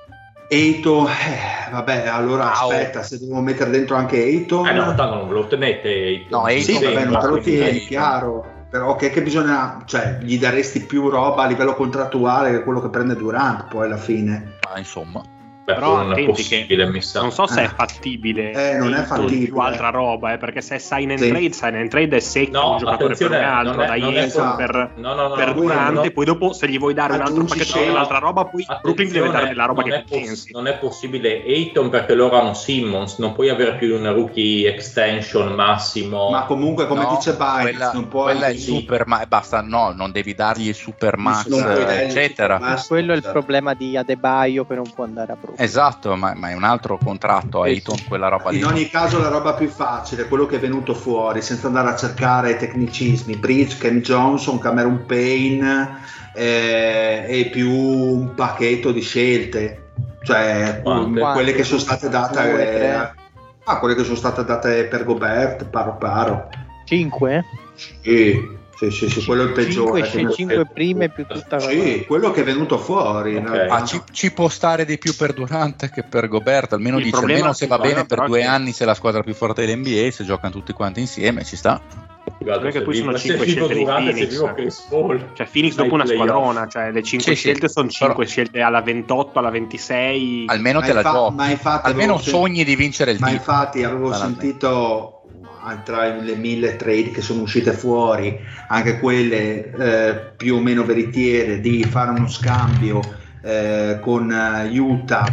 Ayton, eh, vabbè, allora Wow. aspetta, se devo mettere dentro anche Ayton. Eh no, tanto non lo tenete Ayton. No, Ayton, sì, vabbè, Ayton, non te lo quindi tieni, Ayton. chiaro. Però ok, che bisogna, cioè, gli daresti più roba a livello contrattuale che quello che prende Durant poi alla fine. Ma insomma, Beh, Però non è attenti che possibile, mi sa. non so se Eh. è fattibile, Eh, non è Ayton fattibile. più altra roba, eh, perché se è sign and Sì. trade, sign and trade è secco No, un giocatore per un attenzione, altro, non è- da non è Ayton esatto. per, No, no, no, per no, Durant, no. e poi dopo se gli vuoi dare un altro Aggiungi pacchetto solo- dell'altra roba, poi Brooklyn deve dare della roba non che è tu poss- pensi. non è possibile Ayton perché loro hanno Simmons, non puoi avere più una rookie extension massimo. Ma comunque, come no, dice Biles, quella, non puoi. quella è il sì. super ma- basta, no, non devi dargli il super max, Non puoi dargli il eccetera. super max. quello è il Esatto. problema di Adebayo che non può andare a Brooklyn. Esatto, ma, ma è un altro contratto Ayton, quella roba lì. In ogni caso la roba più facile, quello che è venuto fuori, senza andare a cercare tecnicismi, Bridge, Cam Johnson, Cameron Payne eh, e più un pacchetto di scelte, cioè Quante? um, quelle che sono state date Due, eh, tre. ah, quelle che sono state date per Gobert, paro paro. cinque? Sì, sì, sì, sì, quello è il peggiore. cinque, cinque prime più tutta la Sì, quello che è venuto fuori. in Ok. realtà. Ah, ci, ci può stare di più per Durant che per Gobert, almeno Il dice problema- almeno se va il problema bene per però due è che- anni, se è la squadra più forte dell'N B A, se giocano tutti quanti insieme, ci sta. Guarda, Perché se poi sono vivo- cinque se vivo scelte di Durant, se Phoenix. vivo Chris Paul. Cioè Phoenix Ai dopo una playoff. squadrona, cioè le cinque Sì, sì, scelte sono cinque però- scelte alla ventotto, alla ventisei. Almeno Ma te la infa- giochi, ma infatti almeno avevo sen- sogni di vincere il Ma titolo. infatti avevo Banalmente. sentito ah, tra le mille trade che sono uscite fuori, anche quelle eh, più o meno veritiere, di fare uno scambio eh, con eh, Utah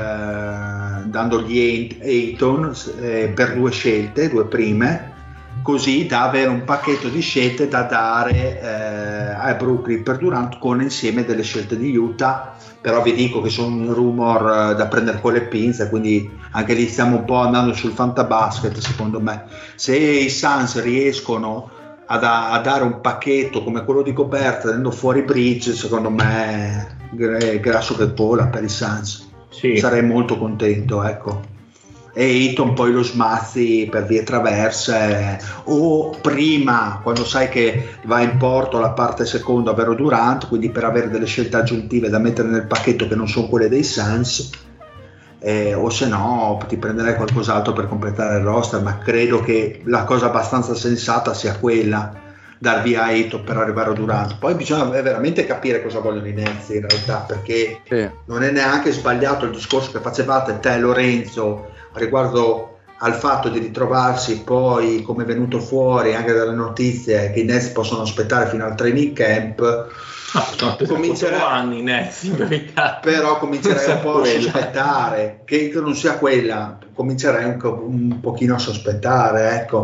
per, eh, dandogli Ayton eh, per due scelte, due prime, così da avere un pacchetto di scelte da dare eh, a Brooklyn per Durant con insieme delle scelte di Utah. Però vi dico che sono un rumor eh, da prendere con le pinze, quindi anche lì stiamo un po' andando sul fantabasket secondo me. Se i Suns riescono a, da- a dare un pacchetto come quello di Gobert tenendo fuori Bridge, secondo me è grasso che vola per i Suns. Sì. Sarei molto contento, ecco. E Ayton poi lo smazzi per vie traverse, o prima, quando sai che va in porto la parte seconda, ovvero Durant, quindi per avere delle scelte aggiuntive da mettere nel pacchetto che non sono quelle dei Suns, eh, o se no ti prenderei qualcos'altro per completare il roster, ma credo che la cosa abbastanza sensata sia quella, dar via Ayton per arrivare a Durant. Poi bisogna veramente capire cosa vogliono i Nets in realtà, perché Sì. non è neanche sbagliato il discorso che facevate te, Lorenzo, riguardo al fatto di ritrovarsi poi, come è venuto fuori anche dalle notizie, che i Nets possono aspettare fino al training camp. Ah, no, Comincerei- anni Nets in verità. Però comincerei Non un po' a quella. sospettare che non sia quella, comincerei un, co- un pochino a sospettare, ecco.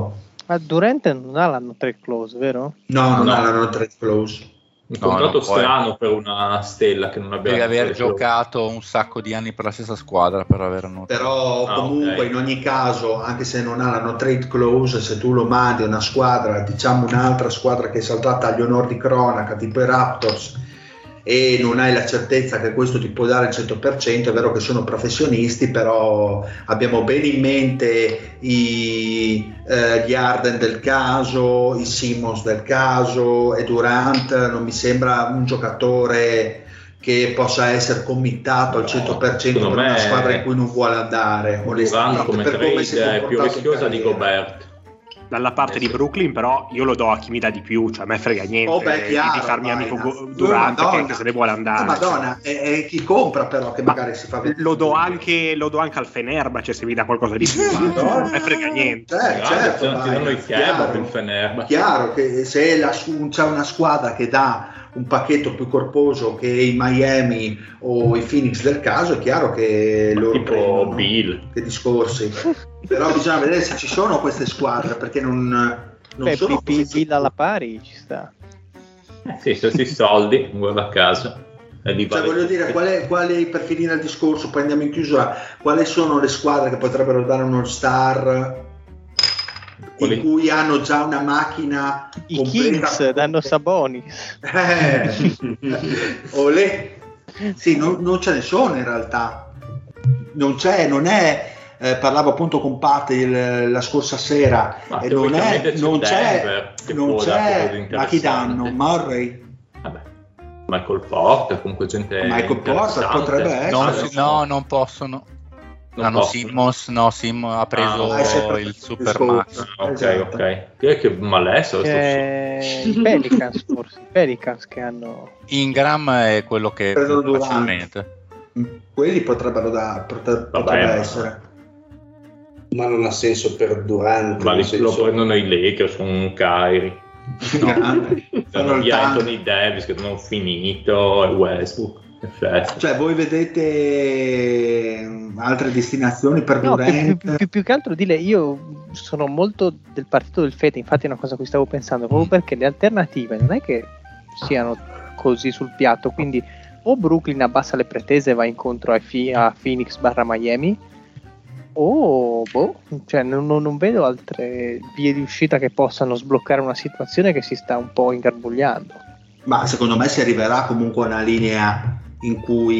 Ma Durant non ha l'hanno trade clause, vero? No, non No. ha la trade clause. Un No, contratto non puoi. strano per una stella che non abbiamo. Devi aver giocato un sacco di anni per la stessa squadra per avere un Però Ah, comunque ok. in ogni caso, anche se non ha la no trade clause, se tu lo mandi a una squadra, diciamo un'altra squadra che è saltata agli onori di cronaca, tipo i Raptors, e non hai la certezza che questo ti può dare il cento per cento, è vero che sono professionisti, però abbiamo bene in mente i, eh, gli Harden del caso, i Simmons del caso, e Durant non mi sembra un giocatore che possa essere committato al cento per cento per secondo una me squadra in cui non vuole andare, Durant onestamente, come per come si è trade è più comportato in rischiosa di carriera. Gobert. Dalla parte di Brooklyn, però, io lo do a chi mi dà di più, cioè a me frega niente Oh, beh, di- chiaro, di farmi vai, amico no. Go- Durant Oh, che, Madonna. che se ne vuole andare. Ah, Madonna, è, è chi compra però che Ma magari si fa vedere. lo do anche lo do anche al Fenerbahce se mi dà qualcosa di più. Madonna. Non me frega niente. Eh, Grande, certo, ti vai, danno i chiaro. kebab in Fenerbahce. Chiaro che se la, c'è una squadra che dà un pacchetto più corposo che i Miami o i Phoenix del caso, è chiaro che loro Tipo prendono, Bill. che discorsi. Però bisogna vedere se ci sono queste squadre, perché non, non Beh, sono P P Bill alla pari ci sta. Eh, sì, se questi soldi, guarda a caso. E li Cioè, vale voglio dire, tutti. quali, quali, per finire il discorso, poi andiamo in chiusura, quali sono le squadre che potrebbero dare un all-star Quelli- in cui hanno già una macchina I completa? Kings danno Sabonis. Eh, olè. Sì, non, non ce ne sono in realtà. Non c'è, non è. Eh, parlavo appunto con Pat il- la scorsa sera Ma e non, è, teoricamente c'è non c'è, Denver, che non può dare c'è, cose ma chi danno? interessanti. Murray? Vabbè. Michael Porter, comunque gente Michael Porter interessante. potrebbe essere. No, Eh, si- no, non possono. Non Hanno possono. Simmons, no, Sim ha preso Ah, è sempre il il Super scopo. Max. Ah, ok, Esatto. ok. Che, che malessere sto- C'è i Pelicans forse, i Pelicans che hanno Ingram è quello che Prendono più Durant. facilmente. Quelli potrebbero da, potre- potrebbe ma- essere. Ma non ha senso per Durant. Ma nel li, lo senso- prendono i Lakers con un Kyrie. Grande. Fanno Hanno il via tanto. Anthony Davis che non ho finito e Westbrook. Che festa. Cioè, voi vedete eh, altre destinazioni per No, più, Durant? più- più- più che altro dile, io sono molto del partito del Fete, infatti è una cosa a cui stavo pensando, proprio perché le alternative non è che siano così sul piatto, quindi o Brooklyn abbassa le pretese e va incontro a, Fi- a Phoenix barra Miami, o boh, cioè non, non- non vedo altre vie di uscita che possano sbloccare una situazione che si sta un po' ingarbugliando. Ma secondo me si arriverà comunque a una linea in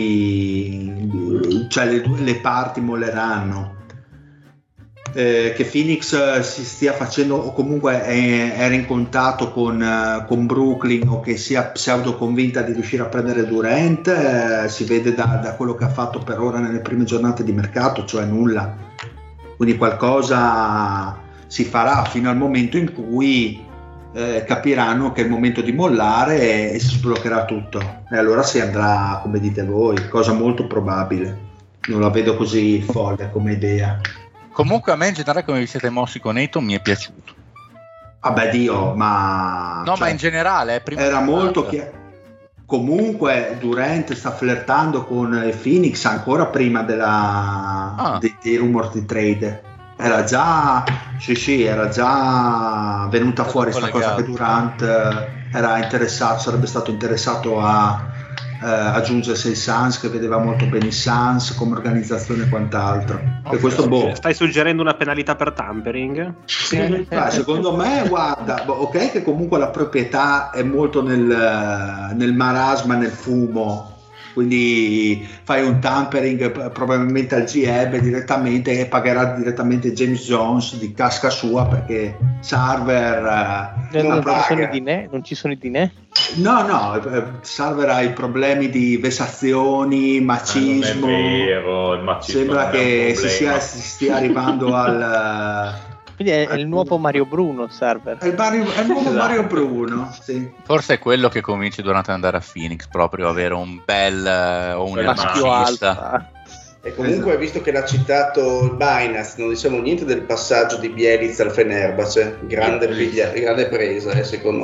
cui cioè, le, due- le parti molleranno. Eh, che Phoenix eh, si stia facendo o comunque è- era in contatto con, eh, con Brooklyn o che sia pseudo convinta di riuscire a prendere Durant, eh, si vede da, da quello che ha fatto per ora nelle prime giornate di mercato, cioè nulla. Quindi qualcosa si farà fino al momento in cui eh, capiranno che è il momento di mollare e, e si sbloccherà tutto, e allora si andrà come dite voi, cosa molto probabile. Non la vedo così folle come idea. Comunque a me in generale come vi siete mossi con Ayton mi è piaciuto. Vabbè Dio, ma No, cioè, ma in generale, eh, prima era di molto tutto- chiaro. Comunque Durant sta flirtando con il Phoenix ancora prima della, Ah. dei, dei rumor di trade. Era già sì sì, era già venuta Stato fuori questa cosa collegato. che Durant eh, era interessato, sarebbe stato interessato a eh, aggiungersi ai Suns, che vedeva molto bene i Suns come organizzazione e quant'altro. E questo boh. Stai suggerendo una penalità per tampering? Sì, beh, secondo me, guarda, boh, ok che comunque la proprietà è molto nel, nel marasma, nel fumo, quindi fai un tampering p- probabilmente al G M direttamente e pagherà direttamente James Jones di casca sua, perché Sarver eh, Non, la non ci sono paga. i dinè, non ci sono i dinè. No, no, eh, Sarver ha i problemi di vessazioni, macismo. Non è vero, il macismo Sembra non è un che si, problema. sia, si stia arrivando al Quindi è, è il nuovo Mario Bruno, server. È il, Mario, è il nuovo Esatto. Mario Bruno, sì. Forse è quello che convince durante ad andare a Phoenix, proprio avere un bel eh, o un Quel Maschio narcisista. alfa. E comunque, Esatto. visto che l'ha citato il Binance, non diciamo niente del passaggio di Bielitz al Fenerbahce. Grande, piglia- grande presa, eh, secondo me.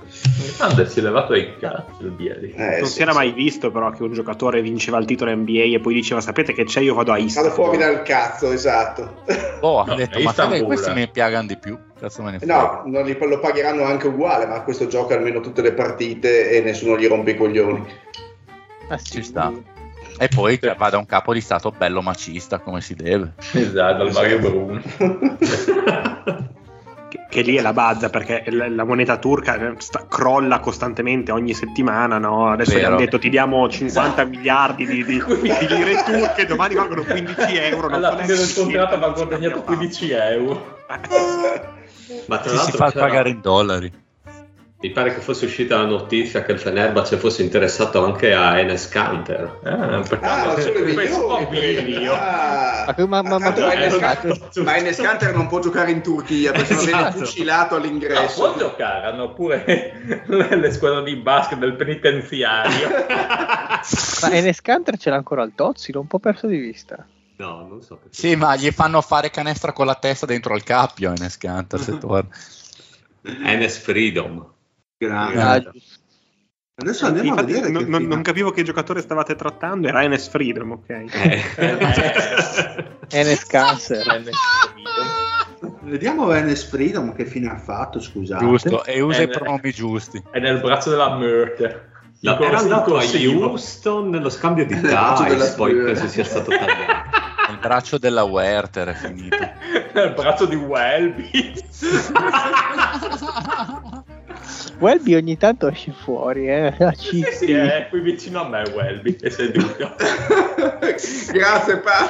Alexander si è levato ai cazzi il Bielli. Eh, non sì, si era sì. mai visto però che un giocatore vinceva il titolo N B A e poi diceva sapete che c'è, io vado a Istanbul. Vado fuori dal cazzo, esatto. Oh, ha no, detto ma sai che questi mi pagano di più. Cazzo me ne no, non li, lo pagheranno anche uguale, ma questo gioca almeno tutte le partite e nessuno gli rompe i coglioni. Ah, sì. Ci sta. E poi sì. va da un capo di stato bello macista come si deve. Esatto, al Mario Bruno. che, che lì è la bazza, perché la, la moneta turca sta, crolla costantemente ogni settimana, no? Adesso Vero. gli hanno detto ti diamo cinquanta miliardi di, di, di lire turche, domani valgono quindici euro. Alla fine del contratto avevano guadagnato quindici euro. Ma tra l'altro si fa pagare in dollari. Mi pare che fosse uscita la notizia che il Fenerbahce fosse interessato anche a Enes Kanter. Ah, ah io. Ah. Ma, ma, ma, ma, ma Enes Kanter non può giocare in Turchia perché esatto. viene fucilato all'ingresso. No, può giocare, hanno pure le squadre di basket del penitenziario. Ma Enes Kanter ce l'ha ancora al Tozzi, l'ho un po' perso di vista. No, non so. Sì, ma gli fanno fare canestra con la testa dentro al cappio Enes Kanter, se torna. Enes Freedom. Grazie. Adesso andiamo Infatti, a vedere. Non, non, non capivo che giocatore stavate trattando. Era Enes Freedom, ok. Eh. Enes Cancer. Enes Vediamo Enes Freedom che fine ha fatto. Scusate. Giusto, e usa i pronomi giusti. È nel braccio della Murder. La, era andato a Houston nello scambio di Dice, poi penso sia stato tagliato. Il braccio della Werther è finito. Il braccio di Welby. Welby ogni tanto esce fuori, eh. Sì, sì, è qui vicino a me Welby, è seduto. Grazie Pat.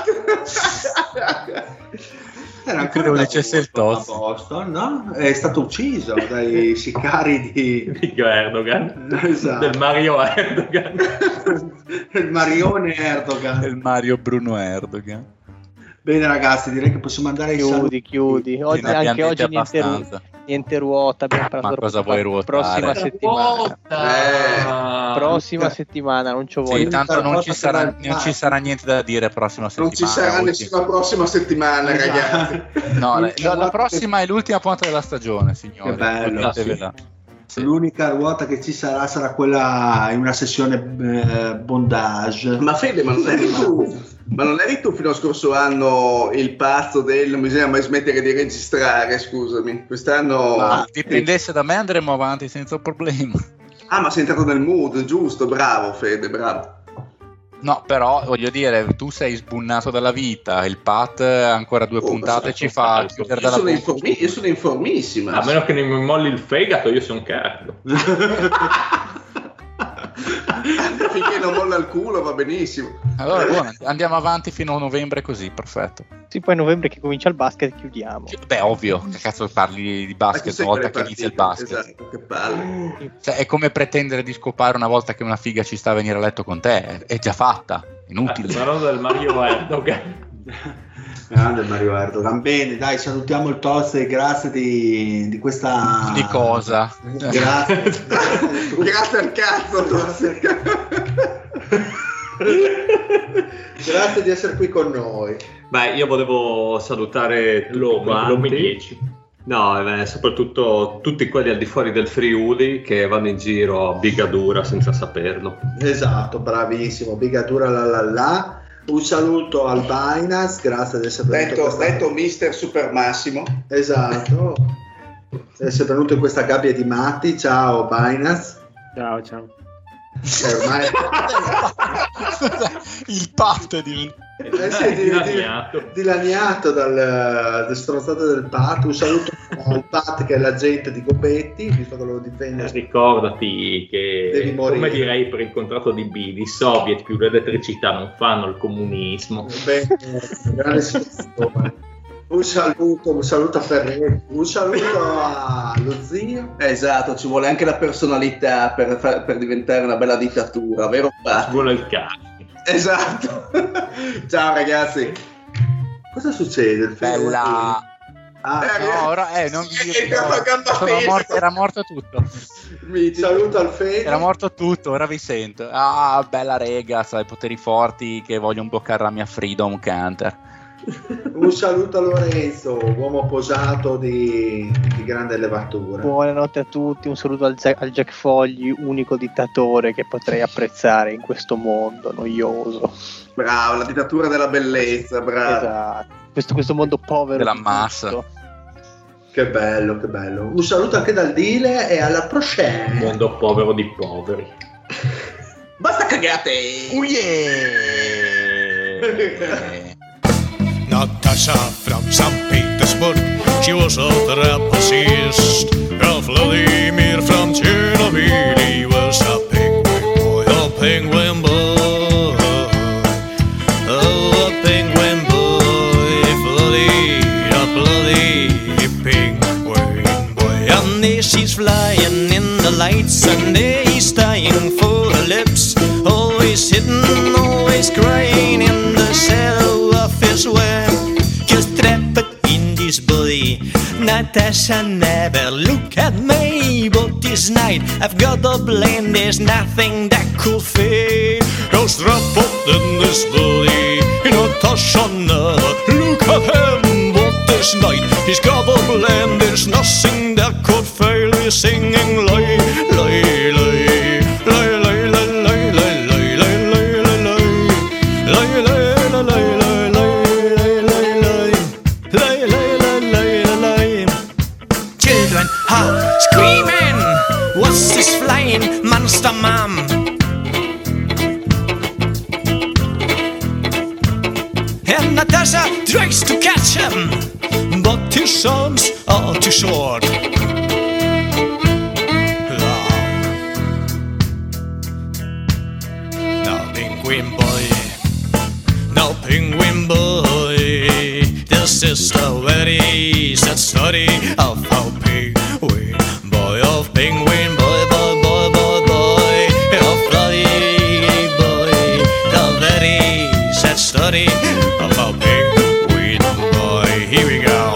Era ancora credo dicesse il Tozzi. Boston, no? È stato ucciso dai sicari di, di Erdogan. Esatto. Del Mario Erdogan. Il Marione Erdogan. Il Mario Bruno Erdogan. Bene ragazzi, direi che possiamo andare ai chiudi, saluti. Chiudi, oggi, anche oggi niente, ru- niente ruota, abbiamo Ma cosa vuoi ruotare? Prossima settimana. Eh. Prossima settimana, non ci voglio. Sì, tanto non ci, sarà, non ci sarà niente da dire prossima settimana. Non ci sarà nessuna prossima settimana, ragazzi. No, la, la, la prossima è l'ultima puntata della stagione, signori. Che bello. Sì. L'unica ruota che ci sarà sarà quella in una sessione eh, bondage. Ma Fede, ma non eri tu? Ma non eri tu fino allo scorso anno il pazzo del non bisogna mai smettere di registrare, scusami. Quest'anno... Ma dipendesse da me andremo avanti senza problema. Ah, ma sei entrato nel mood, giusto, bravo Fede, bravo. No, però voglio dire, tu sei sbunnato dalla vita, il Pat ancora due oh, puntate ci fa chiudere dalla sono informi- Io sono informissima. A meno che non mi molli il fegato, io sono cardo. Finché non molla il culo va benissimo. Allora buono, andiamo avanti fino a novembre così, perfetto. Sì, poi a novembre che comincia il basket chiudiamo. Beh, ovvio, che cazzo parli di basket una volta che inizia il basket? Esatto, che palle. Cioè, è come pretendere di scopare una volta che una figa ci sta a venire a letto con te, è già fatta, inutile. La roba del Mario Erdogan. Grande Mario Erdogan. Bene, dai, salutiamo il Tozzi, grazie di, di questa... Di cosa? Grazie. Grazie al cazzo, Tozzi. Grazie di essere qui con noi. Beh, io volevo salutare l'Omi dieci. No, eh, soprattutto tutti quelli al di fuori del Friuli che vanno in giro a bigadura senza saperlo. Esatto, bravissimo, bigadura la la la. Un saluto al Binance, grazie di essere venuto. Detto, questa... detto mister Super Massimo. Esatto. Di essere venuto in questa gabbia di matti. Ciao Binance. Ciao, ciao. Eh, ormai... il Pat di... Eh sì, di, dilaniato, di, dilaniato dal, dal strozzato del Pat. Un saluto al Pat che è l'agente di Copetti, visto che lo difende. Eh, ricordati che, come direi per il contratto di Bidi, i soviet più l'elettricità non fanno il comunismo. Bene, grande situazione. Un saluto, un saluto a Ferretti, un saluto allo zio. Esatto, ci vuole anche la personalità per, per diventare una bella dittatura, vero Pat? Ci vuole il cazzo. Esatto. Ciao ragazzi. Cosa succede? Bella. Ah, eh, no, ora eh, non vi dico, sono morto, era morto tutto. Mi saluto al Fede. Era morto tutto, ora vi sento. Ah, bella rega, sai, poteri forti che vogliono bloccare la mia Freedom Counter. Un saluto a Lorenzo, uomo posato di, di grande levatura. Buonanotte a tutti, un saluto al, Z- al Jack Fogli, unico dittatore che potrei apprezzare in questo mondo noioso. Bravo, la dittatura della bellezza, bravo. Esatto, questo, questo mondo povero della di massa. tutto. Che bello, che bello. Un saluto anche dal Dile e alla prochaine. Mondo povero di poveri. Basta cagate! Oh yeah! Natasha from Saint Petersburg, she was a trapezist. Vladimir from Chernobyl, he was a penguin boy, a penguin boy, oh, a penguin boy, bloody, a bloody penguin boy. And there she's flying in the lights, and there he's dying for her lips, always hidden, always crying in the shadow of his web. Just trapped in this body, Natasha never look at me. But this night I've got a blame, there's nothing that could fade. Just trapped in this body, Natasha never look at him. But this night he's got a blame, there's nothing that could fail. He's singing lay, lay, lay, lay, lay, lay, lay, lay, lay, lay, lay, lay, lay, lay, children are screaming, what's this flying monster, mom? And Natasha tries to catch him, but his arms are too short. Now penguin boy, now penguin boy, this is the very sad story of how penguin boy, of penguin boy, boy, boy, boy, boy, of bloody boy, the very sad story of how penguin boy. Here we go.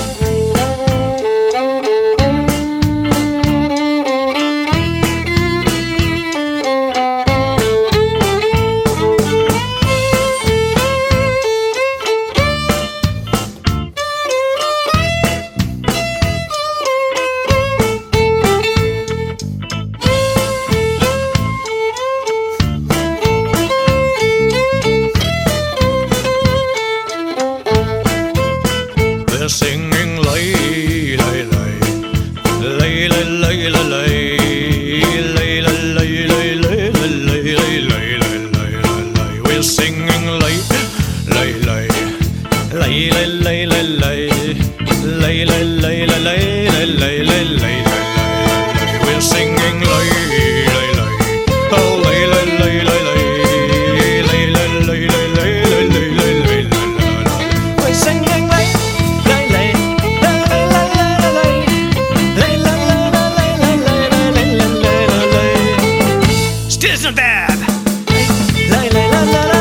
They're singing lay, lay, lay, lay, lay, lay, lay, lay, lay, lay, lay, lay, lay, lay, lay, lay, lay. We're singing lay, lay, lay, lay, lay, lay, lay, lay, lay, lay, lay, lay, lay, lay, lay, lay. We're singing lay, lay, lay, oh lay, lay, lay, lay, lay, lay, lay, lay, lay, lay, lay, lay, lay. We're singing lay. Still so bad. La la la la.